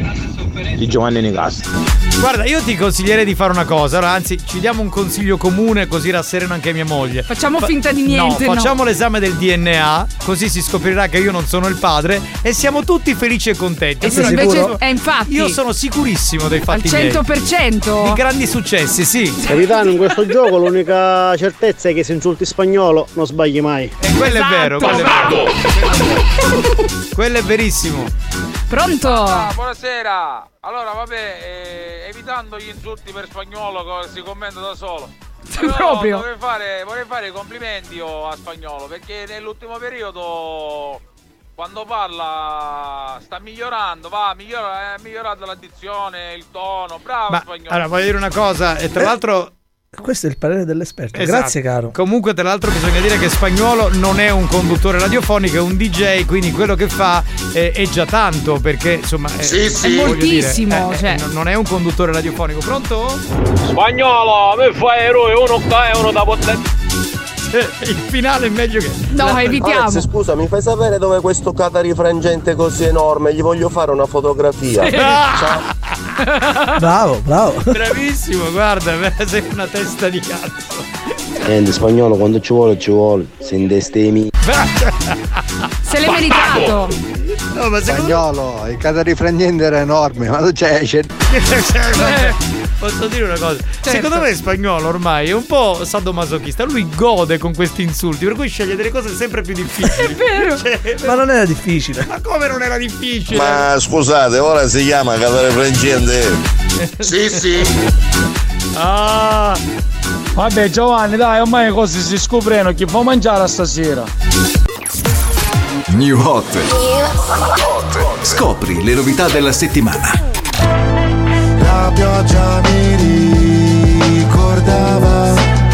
di Giovanni Nicastro. Guarda, io ti consiglierei di fare una cosa. Allora, anzi, ci diamo un consiglio comune, così rassereno anche mia moglie. Facciamo Fa- finta di niente, No, no. facciamo l'esame del D N A, così si scoprirà che io non sono il padre e siamo tutti felici e contenti. E sei se invece sicuro? è infatti Io sono sicurissimo dei al fatti cento per cento. miei. Di grandi successi, sì. Capitano, in questo gioco l'unica certezza è che se insulti spagnolo non sbagli mai. E quello Esatto. è vero, quello è vero. Quello è verissimo. Pronto? Ah, buonasera. Allora, vabbè, eh, evitando gli insulti per spagnolo che si commenta da solo. Però Proprio. Vorrei fare, vorrei fare i complimenti io a spagnolo perché nell'ultimo periodo quando parla sta migliorando, va, migliora, è migliorato la dizione, il tono, bravo Ma spagnolo. allora voglio dire una cosa, e tra l'altro. Questo è il parere dell'esperto. Esatto. Grazie, caro. Comunque, tra l'altro, bisogna dire che Spagnolo non è un conduttore radiofonico, è un D J, quindi quello che fa eh, è già tanto, perché insomma è, Sì, sì. voglio moltissimo, dire, eh, cioè. eh, non è un conduttore radiofonico. Pronto? Spagnolo, mi fai eroe uno qua e uno da botte. il finale è meglio che. No, evitiamo. Alex, scusa, mi fai sapere dove questo catari frangente così enorme? Gli voglio fare una fotografia. Sì. Ciao. Bravo, bravo. Bravissimo, guarda, sei una testa di cazzo. Niente, spagnolo, quando ci vuole, ci vuole. Se indestemi. Se l'è meritato. No, ma spagnolo, il catari frangente era enorme, ma tu c'è. c'è... Posso dire una cosa? Certo. Secondo me Spagnolo ormai è un po' sadomasochista. Lui gode con questi insulti, per cui sceglie delle cose sempre più difficili. È vero. Cioè, Ma non era difficile. Ma come non era difficile? Ma scusate, ora si chiama catare frangente. Sì, sì. Ah. Vabbè Giovanni, dai, ormai le cose si scoprono. Chi fa mangiare stasera? New Hot. Scopri le novità della settimana. La pioggia mi ricordava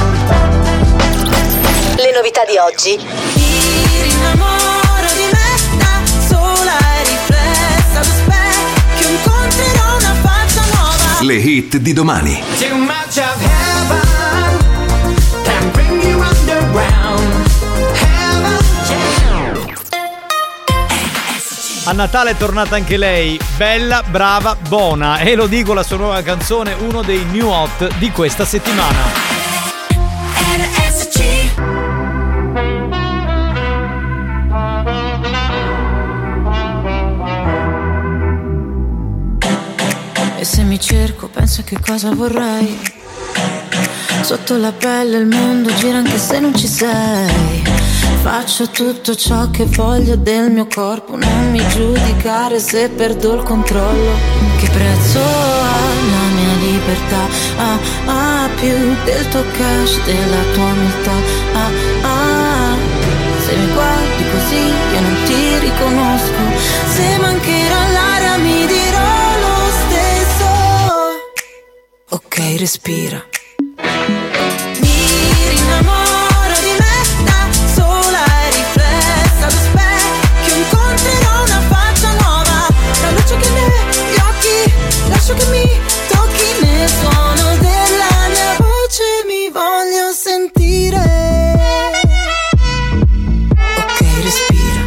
le novità di oggi. Mi rinnamoro di me da sola e riflessa allo specchio, incontrerò una faccia nuova. Le hit di domani. Too much of heaven can bring you underground. Heaven, yeah. A Natale è tornata anche lei, bella, brava, buona, e lo dico la sua nuova canzone, uno dei new hot di questa settimana. R S C. E se mi cerco, penso a che cosa vorrei. Sotto la pelle il mondo gira anche se non ci sei. Faccio tutto ciò che voglio del mio corpo, non mi giudicare se perdo il controllo. Che prezzo ha la mia libertà? Ah, ah, più del tuo cash, della tua umiltà. Ah, ah, se mi guardi così io non ti riconosco. Se mancherà l'aria mi dirò lo stesso. Ok, respira. Lascio che mi tocchi nel suono della mia voce, mi voglio sentire. Ok, respira.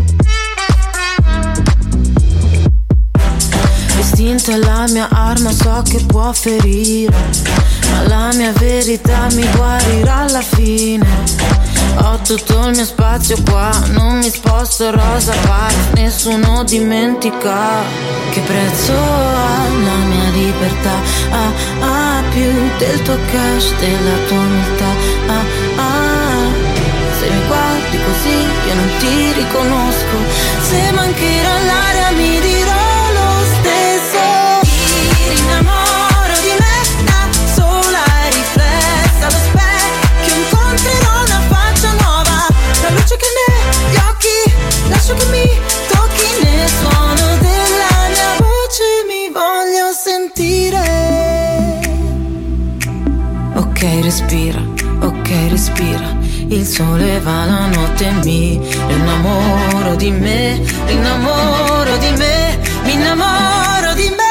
L'istinto è la mia arma, so che può ferire, ma la mia verità mi guarirà alla fine. Ho tutto il mio spazio qua, non mi sposto rosa park, nessuno dimentica che prezzo ha la mia libertà. Ah, ah, più del tuo cash, della tua umiltà. Ah, ah, se mi guardi così io non ti riconosco. Se mancherà l'aria mi dirò lo stesso. Mi rinnamoro di me da sola e riflessa allo specchio, incontrerò una faccia nuova, la luce che negli occhi, lascio che mi tocchi nel suono della mia voce, mi voglio sentire. Ok, respira, ok, respira. Il sole va, la notte mi innamoro di me, innamoro di me, mi innamoro di me.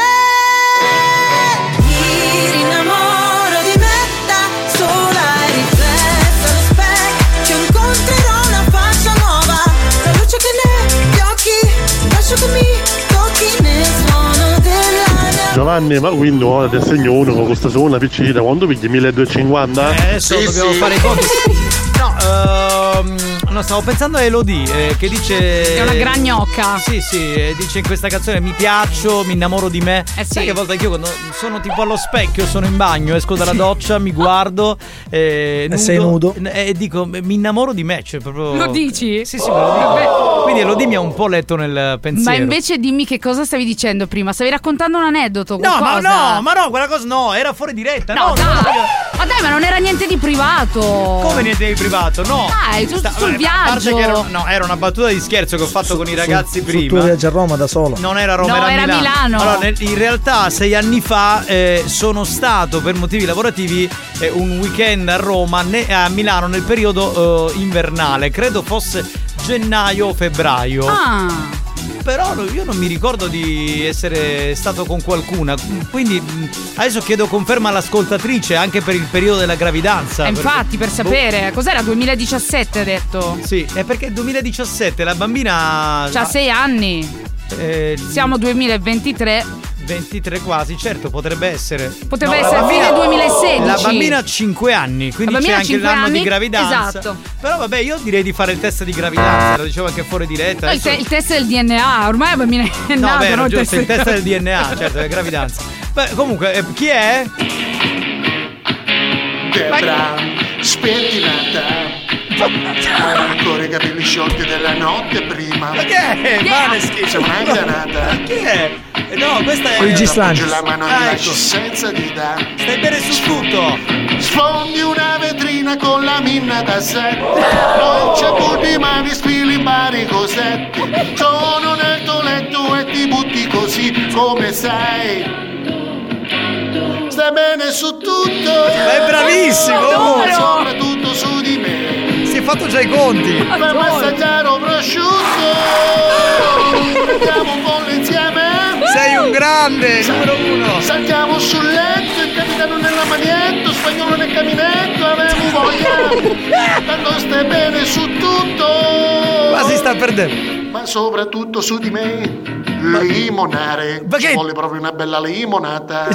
Mi rinnamoro di me da sola e riflessa allo specchio, incontrerò una faccia nuova, la luce che negli occhi, lascio che mi tocchi nel suono della mia. Giovanni, ma quindi ora ti segno uno con questa seconda piccina, quando pigli milleduecentocinquanta? Eh, adesso sì, dobbiamo sì. fare i conti. No, ehm, no, stavo pensando a Elodie eh, che dice. È una gran gnocca. Sì, sì, eh, dice in questa canzone mi piaccio, mi innamoro di me. Eh sì. Sai che a volte anch'io quando sono tipo allo specchio, sono in bagno, esco dalla doccia, mi guardo eh, nudo, sei nudo. e dico mi innamoro di me, cioè proprio. Lo dici? Sì, sì, me lo dico. Quindi Elodie mi ha un po' letto nel pensiero. Ma invece dimmi che cosa stavi dicendo prima. Stavi raccontando un aneddoto, No, ma qualcosa? no, ma no, quella cosa no, era fuori diretta. No, No, dai. no, no. Ma dai, ma non era niente di privato. Come niente di privato? No. Dai, tu Sta- sul vabbè, a parte viaggio. che era, no, era una battuta di scherzo che ho fatto con i ragazzi Sul prima. tuo viaggio a Roma da solo. Non era Roma, No, era, era Milano. Milano. Allora, nel- in realtà sei anni fa eh, sono stato per motivi lavorativi eh, un weekend a Roma, ne- a Milano nel periodo eh, invernale, credo fosse gennaio o febbraio. Ah. però io non mi ricordo di essere stato con qualcuna, quindi adesso chiedo conferma all'ascoltatrice anche per il periodo della gravidanza. Eh, infatti, per sapere, cos'era duemiladiciassette ha detto? Sì, è perché duemiladiciassette la bambina c'ha sei anni. Eh, Siamo duemilaventitré. ventitré quasi, certo, potrebbe essere. Potrebbe No, essere la fine bambina- duemilasedici. La bambina ha cinque anni, quindi La c'è bambina ha anche cinque l'anno anni, di gravidanza. esatto. Però vabbè, io direi di fare il test di gravidanza, lo dicevo anche fuori diretta. No, il, adesso- te- il test del D N A, ormai la bambina è No, nata, vero, no? giusto, il test del D N A, certo, è gravidanza. Beh, comunque, eh, chi è? Debra, spettinata. Hai ancora i capelli sciolti della notte prima. Ma che è? Maneskin. Sei una ingranata. Ma chi è? Eh, No, questa è Luigi Slanci. La mano Ah, mi ecco. lasci senza dita. Stai bene su tutto. Sfondi una vetrina con la minna da sette. Non c'è bulbi ma mi sfili vari cosetti. Sono nel tuo letto e ti butti così come sei. Stai bene su tutto. È bravissimo. Ma soprattutto su di me. Si è fatto già i conti. Fai massaggiare un prosciutto. Andiamo un po' insieme. Sei un grande, numero uno. Saltiamo sul letto, il capitano nella manietto, spagnolo nel caminetto, avevo voglia. Tanto stai bene su tutto. Ma si sta perdendo. Ma soprattutto su di me. Limonare. Ma che- Ci vuole proprio una bella limonata.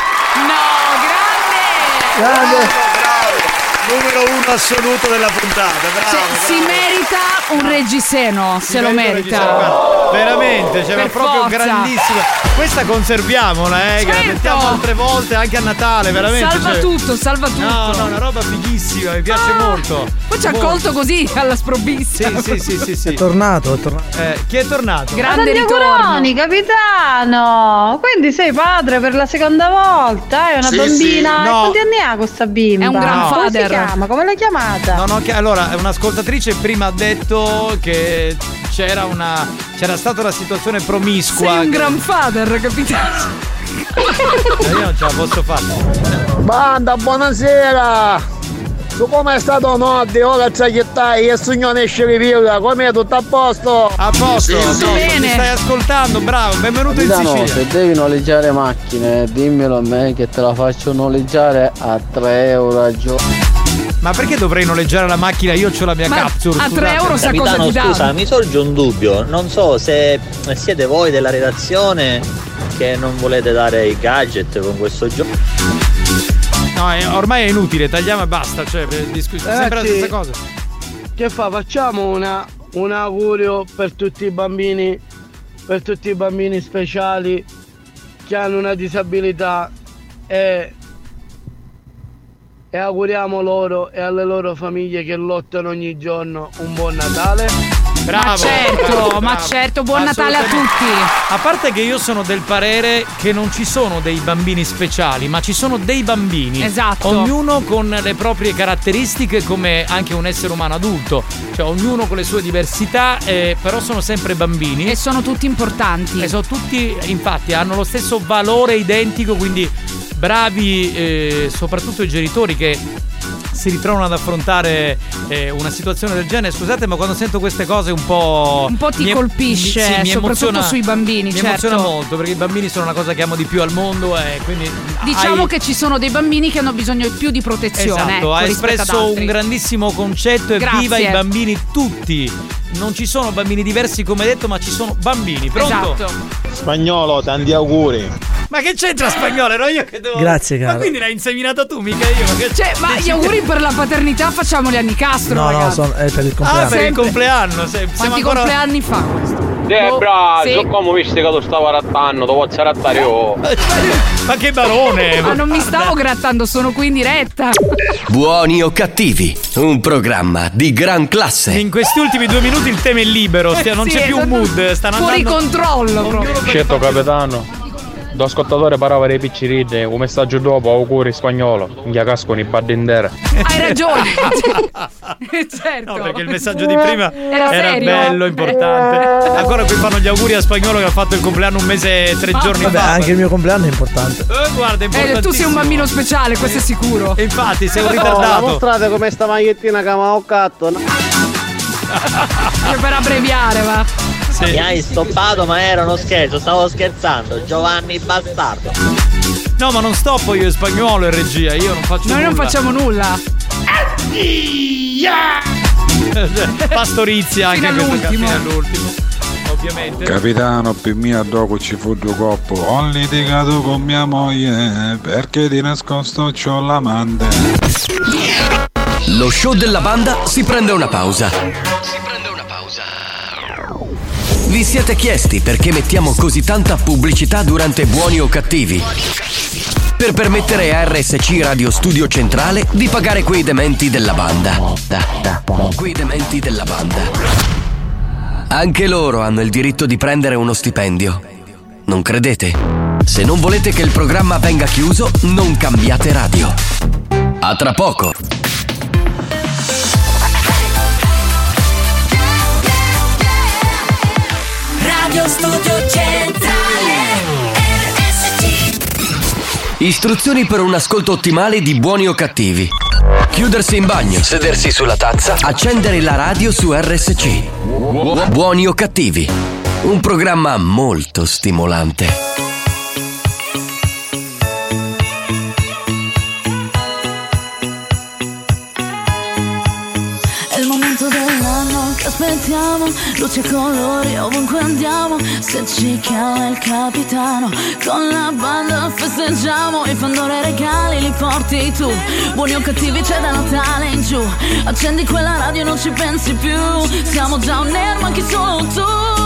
Grande. Numero uno assoluto della puntata. Bravo, Cioè, bravo. si merita un reggiseno, se lo merita un merita. reggiseno, guarda, veramente, cioè, ma Per proprio forza. grandissima. Questa conserviamola, eh, che la Certo. mettiamo altre volte anche a Natale, veramente. Salva cioè- tutto, salva tutto. No, no, una roba fighissima, mi piace molto. Poi ci ha Molto. accolto così alla sprovvista. Sì, sì, sì, sì, sì. È tornato, è tornato. Eh, chi è tornato? Grande Tanti ritorno. auguroni, capitano! Quindi sei padre per la seconda volta? Hai una Sì, bambina? sì. No. E quanti anni ha questa bimba? È un No. grandfather. Come si chiama? Come l'hai chiamata? No, no, che- allora, un'ascoltatrice prima ha detto che c'era una. C'era stata una situazione promiscua. Sei un che- grandfather, capitano. Eh, Io non ce la posso fare. Banda, buonasera! Tu come è stato notte? Ora traghettai e signore esce vivilla, com'è tutto a posto? A posto, a posto, bene. mi stai ascoltando, bravo, benvenuto in Capitano, Sicilia. se devi noleggiare macchine, dimmelo a me che te la faccio noleggiare a tre euro al giorno. Ma perché dovrei noleggiare la macchina? Io ho la mia Ma capsule. a tre scusate. euro sa cosa Capitano, ti dà? scusa, mi sorge un dubbio. Non so se siete voi della redazione che non volete dare i gadget con questo gioco. No, è- ormai è inutile, tagliamo e basta. Cioè, per discu- sempre la sì. stessa cosa. Che fa? Facciamo una, un augurio per tutti i bambini, per tutti i bambini speciali che hanno una disabilità e, e auguriamo loro e alle loro famiglie che lottano ogni giorno un buon Natale. Bravo, Ma certo, bravo, ma bravo. certo, buon Natale a Assolutamente. tutti. A parte che io sono del parere che non ci sono dei bambini speciali, ma ci sono dei bambini. Esatto. Ognuno con le proprie caratteristiche come anche un essere umano adulto. Cioè ognuno con le sue diversità, eh, però sono sempre bambini. E sono tutti importanti. E sono tutti, infatti, hanno lo stesso valore identico, quindi bravi eh, soprattutto i genitori che si ritrovano ad affrontare eh, una situazione del genere. Scusate, ma quando sento queste cose un po'. Un po' ti mi è- colpisce, mi- sì, mi soprattutto emoziona- sui bambini, Mi certo. emoziona molto perché i bambini sono una cosa che amo di più al mondo e quindi. Diciamo hai- che ci sono dei bambini che hanno bisogno più di protezione. Esatto, ecco, ha rispetto ad espresso altri. un grandissimo concetto e Grazie. viva i bambini tutti. Non ci sono bambini diversi come detto, ma ci sono bambini. Pronto? Esatto. Spagnolo, tanti auguri. Ma che c'entra spagnolo? Ero io che devo. Grazie, Ma caro. quindi l'hai inseminato tu, mica io. Ma, che... Cioè, ma gli auguri per la paternità facciamoli a Nicastro, No, no, ragazzi. sono- è per il Ah, compleanno. per il Sempre. compleanno. se- Siamo Quanti ancora. compleanni fa questo? Debra, Sì. so come visto che tu stavi rattando, tu vuoi rattare io. Ma che barone! Ma non mi stavo grattando, sono qui in diretta. Buoni o cattivi, un programma di gran classe. In questi ultimi due minuti il tema è libero, stia- non Sì, c'è più un esatto. mood. Stanno Fuori andando. controllo proprio. Certo, capitano. Do ascoltatore parlava dei picciridde, un messaggio dopo, auguri spagnolo. Mi cascano i baddendere. Hai ragione. Certo. No, perché il messaggio di prima Era era serio? bello, importante. Ancora qui fanno gli auguri a spagnolo che ha fatto il compleanno un mese e tre giorni Vabbè, fa. anche il mio compleanno è importante. Eh, guarda, è Eh, tu sei importantissimo. un bambino speciale, questo è sicuro. E infatti, sei un Oh, ritardato. mostrate come sta magliettina che mi ho catto. Che per abbreviare, va. Sì. Mi hai stoppato, ma era uno scherzo, stavo scherzando. Giovanni Bastardo. No, ma non stoppo io in spagnolo in regia, io non faccio Noi nulla. non facciamo nulla. Pastorizia anche Fino questo all'ultimo. fino all'ultimo. Ovviamente. Capitano, per me a dopo ci fu due coppo. Ho litigato con mia moglie perché di nascosto c'ho l'amante. Lo show della banda si prende una pausa. Vi siete chiesti perché mettiamo così tanta pubblicità durante Buoni o Cattivi? Per permettere a R S C Radio Studio Centrale di pagare quei dementi della banda. Da, da, quei dementi della banda. Anche loro hanno il diritto di prendere uno stipendio. Non credete? Se non volete che il programma venga chiuso, non cambiate radio. A tra poco. Radio Studio Centrale R S C. Istruzioni per un ascolto ottimale di Buoni o Cattivi. Chiudersi in bagno, sedersi sulla tazza, accendere la radio su R S C. Buoni o Cattivi, un programma molto stimolante. È il momento dell'anno che aspettiamo, luci e colori ovunque andiamo. Se ci chiama il capitano, con la banda festeggiamo. I Pandora e regali li porti tu, buoni o cattivi c'è da Natale in giù. Accendi quella radio e non ci pensi più, siamo già on air ma chi solo tu.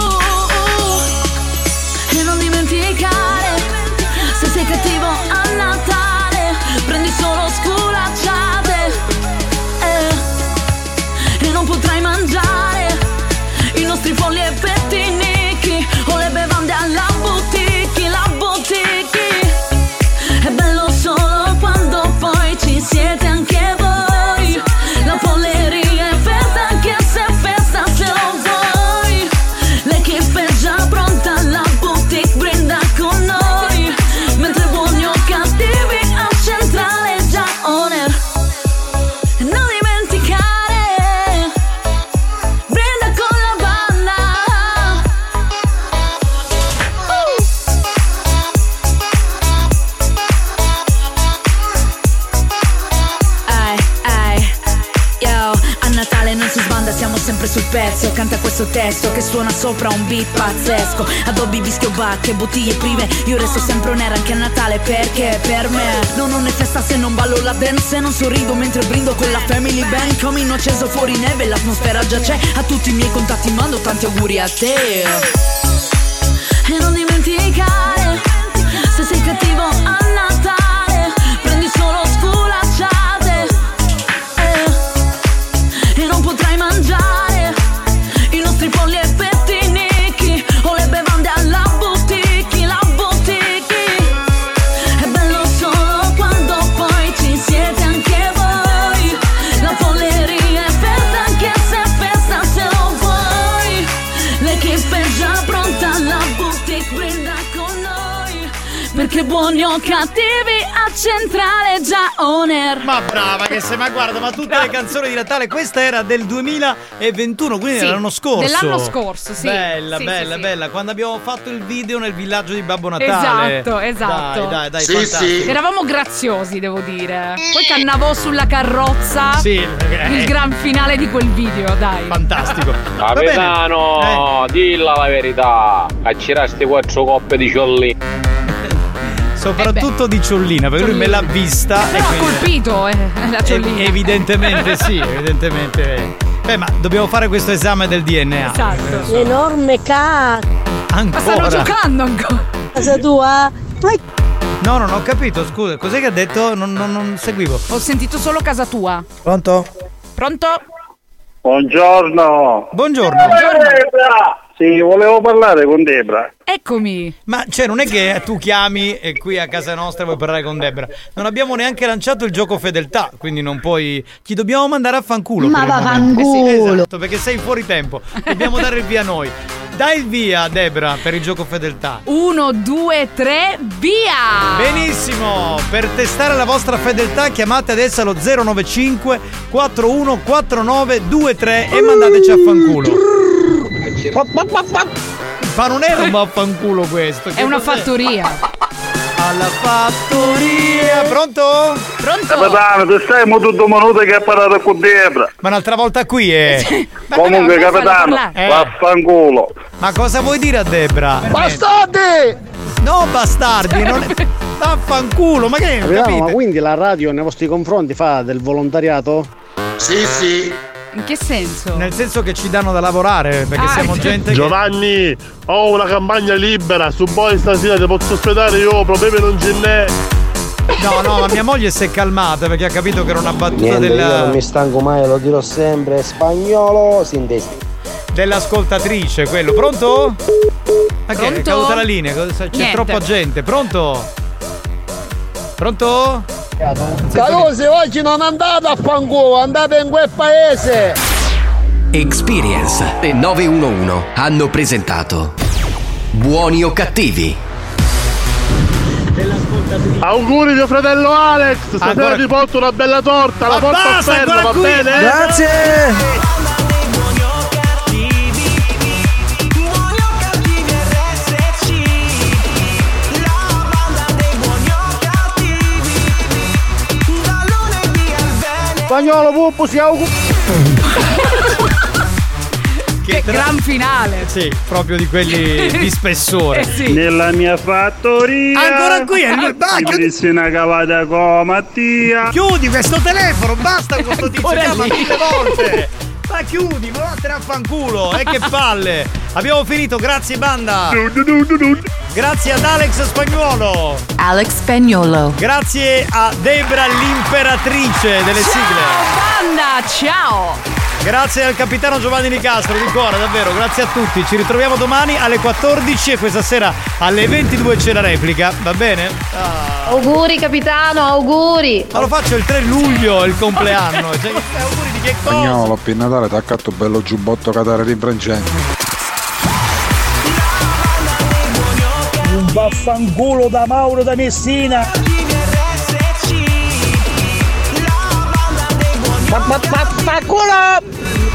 E non dimenticare, se sei cattivo a Natale, prendi solo sculacciate. Eh. E non potrai mangiare i nostri polli e pettinichi o le bevande alla boutique, la boutique. È bello solo quando poi ci siete anche voi. La polleria è festa anche se è festa se lo vuoi. L'equipe è già pronta, la boutique brinda con noi. Mentre buoni o cattivi a centrale già on air. Non dimenticare, brinda con la banda. Ai, ai, yo, a Natale non si sbanda, siamo sempre sul pezzo. Canta questo testo che suona sopra un beat pazzesco. Addobbi, vischio, bacche, bottiglie prime. Io resto sempre on air anche a Natale perché per me no, non è festa se non ballo la dance. E non sorrido mentre brindo con la family band. Camino acceso fuori neve, l'atmosfera già c'è. A tutti i miei contatti mando tanti auguri a te. E non dimenticare, se sei cattivo a Natale, prendi solo sculacciate. Eh. E non potrai mangiare i nostri polli e pettinichi o le bevande alla boutique, la boutique. È bello solo quando poi ci siete anche voi. La polleria è festa anche se è festa se lo vuoi. L'equipe è già pronta, la boutique brinda con noi. Perché buoni o cattivi a centrale già on air. Ma brava che sei, ma guarda, ma tutte le canzoni di Natale, questa era del duemilaventuno, quindi Sì, dell'anno scorso. dell'anno scorso, sì. Bella, Sì, bella, sì, bella, quando abbiamo fatto il video nel villaggio di Babbo Natale. Esatto, esatto. Dai, dai, dai, Sì, fantastico. sì. Eravamo graziosi, devo dire. Poi cannavò sulla carrozza. Sì, perché- Il gran finale di quel video, dai. Fantastico. Capitano, dilla la verità. Accirasti quattro coppe di ciolli. Soprattutto di Ciollina, perché lui me l'ha vista. Però ha quindi- colpito eh, la Ciollina. Ev- evidentemente sì, evidentemente. Beh, ma dobbiamo fare questo esame del D N A. Esatto. L'enorme cazzo. Ancora. Ma stanno giocando ancora. Casa tua? No, non ho capito, scusa, cos'è che ha detto? Non, non- non seguivo. Ho sentito solo casa tua. Pronto? Pronto? Buongiorno. Buongiorno. Sì, volevo parlare con Debra. Eccomi. Ma cioè non è che tu chiami e qui a casa nostra e vuoi parlare con Debra. Non abbiamo neanche lanciato il gioco fedeltà, quindi non puoi. Ti dobbiamo mandare a fanculo. Ma per il va momento. fanculo. Eh sì, esatto, perché sei fuori tempo. Dobbiamo dare il via noi. Dai il via, Debra, per il gioco fedeltà. Uno, due, tre, via! Benissimo, per testare la vostra fedeltà chiamate adesso allo zero nove cinque quattro uno quattro nove due tre e mandateci a fanculo. Ma non era un vaffanculo questo. È una cos'è? fattoria. Alla fattoria. Pronto? Pronto? Capitano, ti stai mo tutto minuto che hai parlato con Debra. Ma un'altra volta qui è. Comunque, capitano, Eh. vaffanculo. Ma cosa vuoi dire a Debra? Bastardi! No, bastardi, non è. Vaffanculo, ma che non Capitano, ma capite? quindi la radio nei vostri confronti fa del volontariato? Sì, sì. In che senso? Nel senso che ci danno da lavorare, perché Ah, siamo sì. gente che. Giovanni, ho una campagna libera, su poi stasera ti posso ospitare io, problemi non ce n'è. No, no, ma mia moglie si è calmata perché ha capito che era una battuta Niente, io non della. mi stanco mai, lo dirò sempre, spagnolo sintesi. dell'ascoltatrice, quello. Pronto? Ma che è? È Pronto? caduta la linea, cosa- c'è Niente. troppa gente. Pronto? Pronto? Carusi, oggi non andate a fanculo, andate in quel paese. Experience e nove uno uno hanno presentato Buoni o cattivi? Auguri mio fratello Alex, stasera Ancora- ti porto una bella torta, la Ma porto a basta, ferro, ancora va qui? bene? Grazie. Spagnolo Puppo si augura. Che gran finale. Sì, proprio di quelli di spessore. Eh sì. Nella mia fattoria. Ancora qui è il Mi dissi una cavata con Mattia. Chiudi questo telefono, basta con questo tizio, Ancora chiama lì. mille volte. Ma chiudi, ma vattene a fanculo, e eh, che palle. Abbiamo finito, grazie banda. Grazie ad Alex Spagnuolo. Alex Spagnuolo. Grazie a Debra l'imperatrice delle sigle. Banda, ciao. Grazie al capitano Giovanni Nicastro di cuore, davvero, grazie a tutti. Ci ritroviamo domani alle quattordici e questa sera alle ventidue c'è la replica, va bene? Ah. Auguri capitano, auguri. Ma lo faccio il tre luglio, è il compleanno. Cioè, auguri di che cosa? Spagnolo, per Natale ti ha accatto un bello giubbotto catare rinfrancente. Un vaffanculo da Mauro da Messina. Ma, ma, ma, ma culo!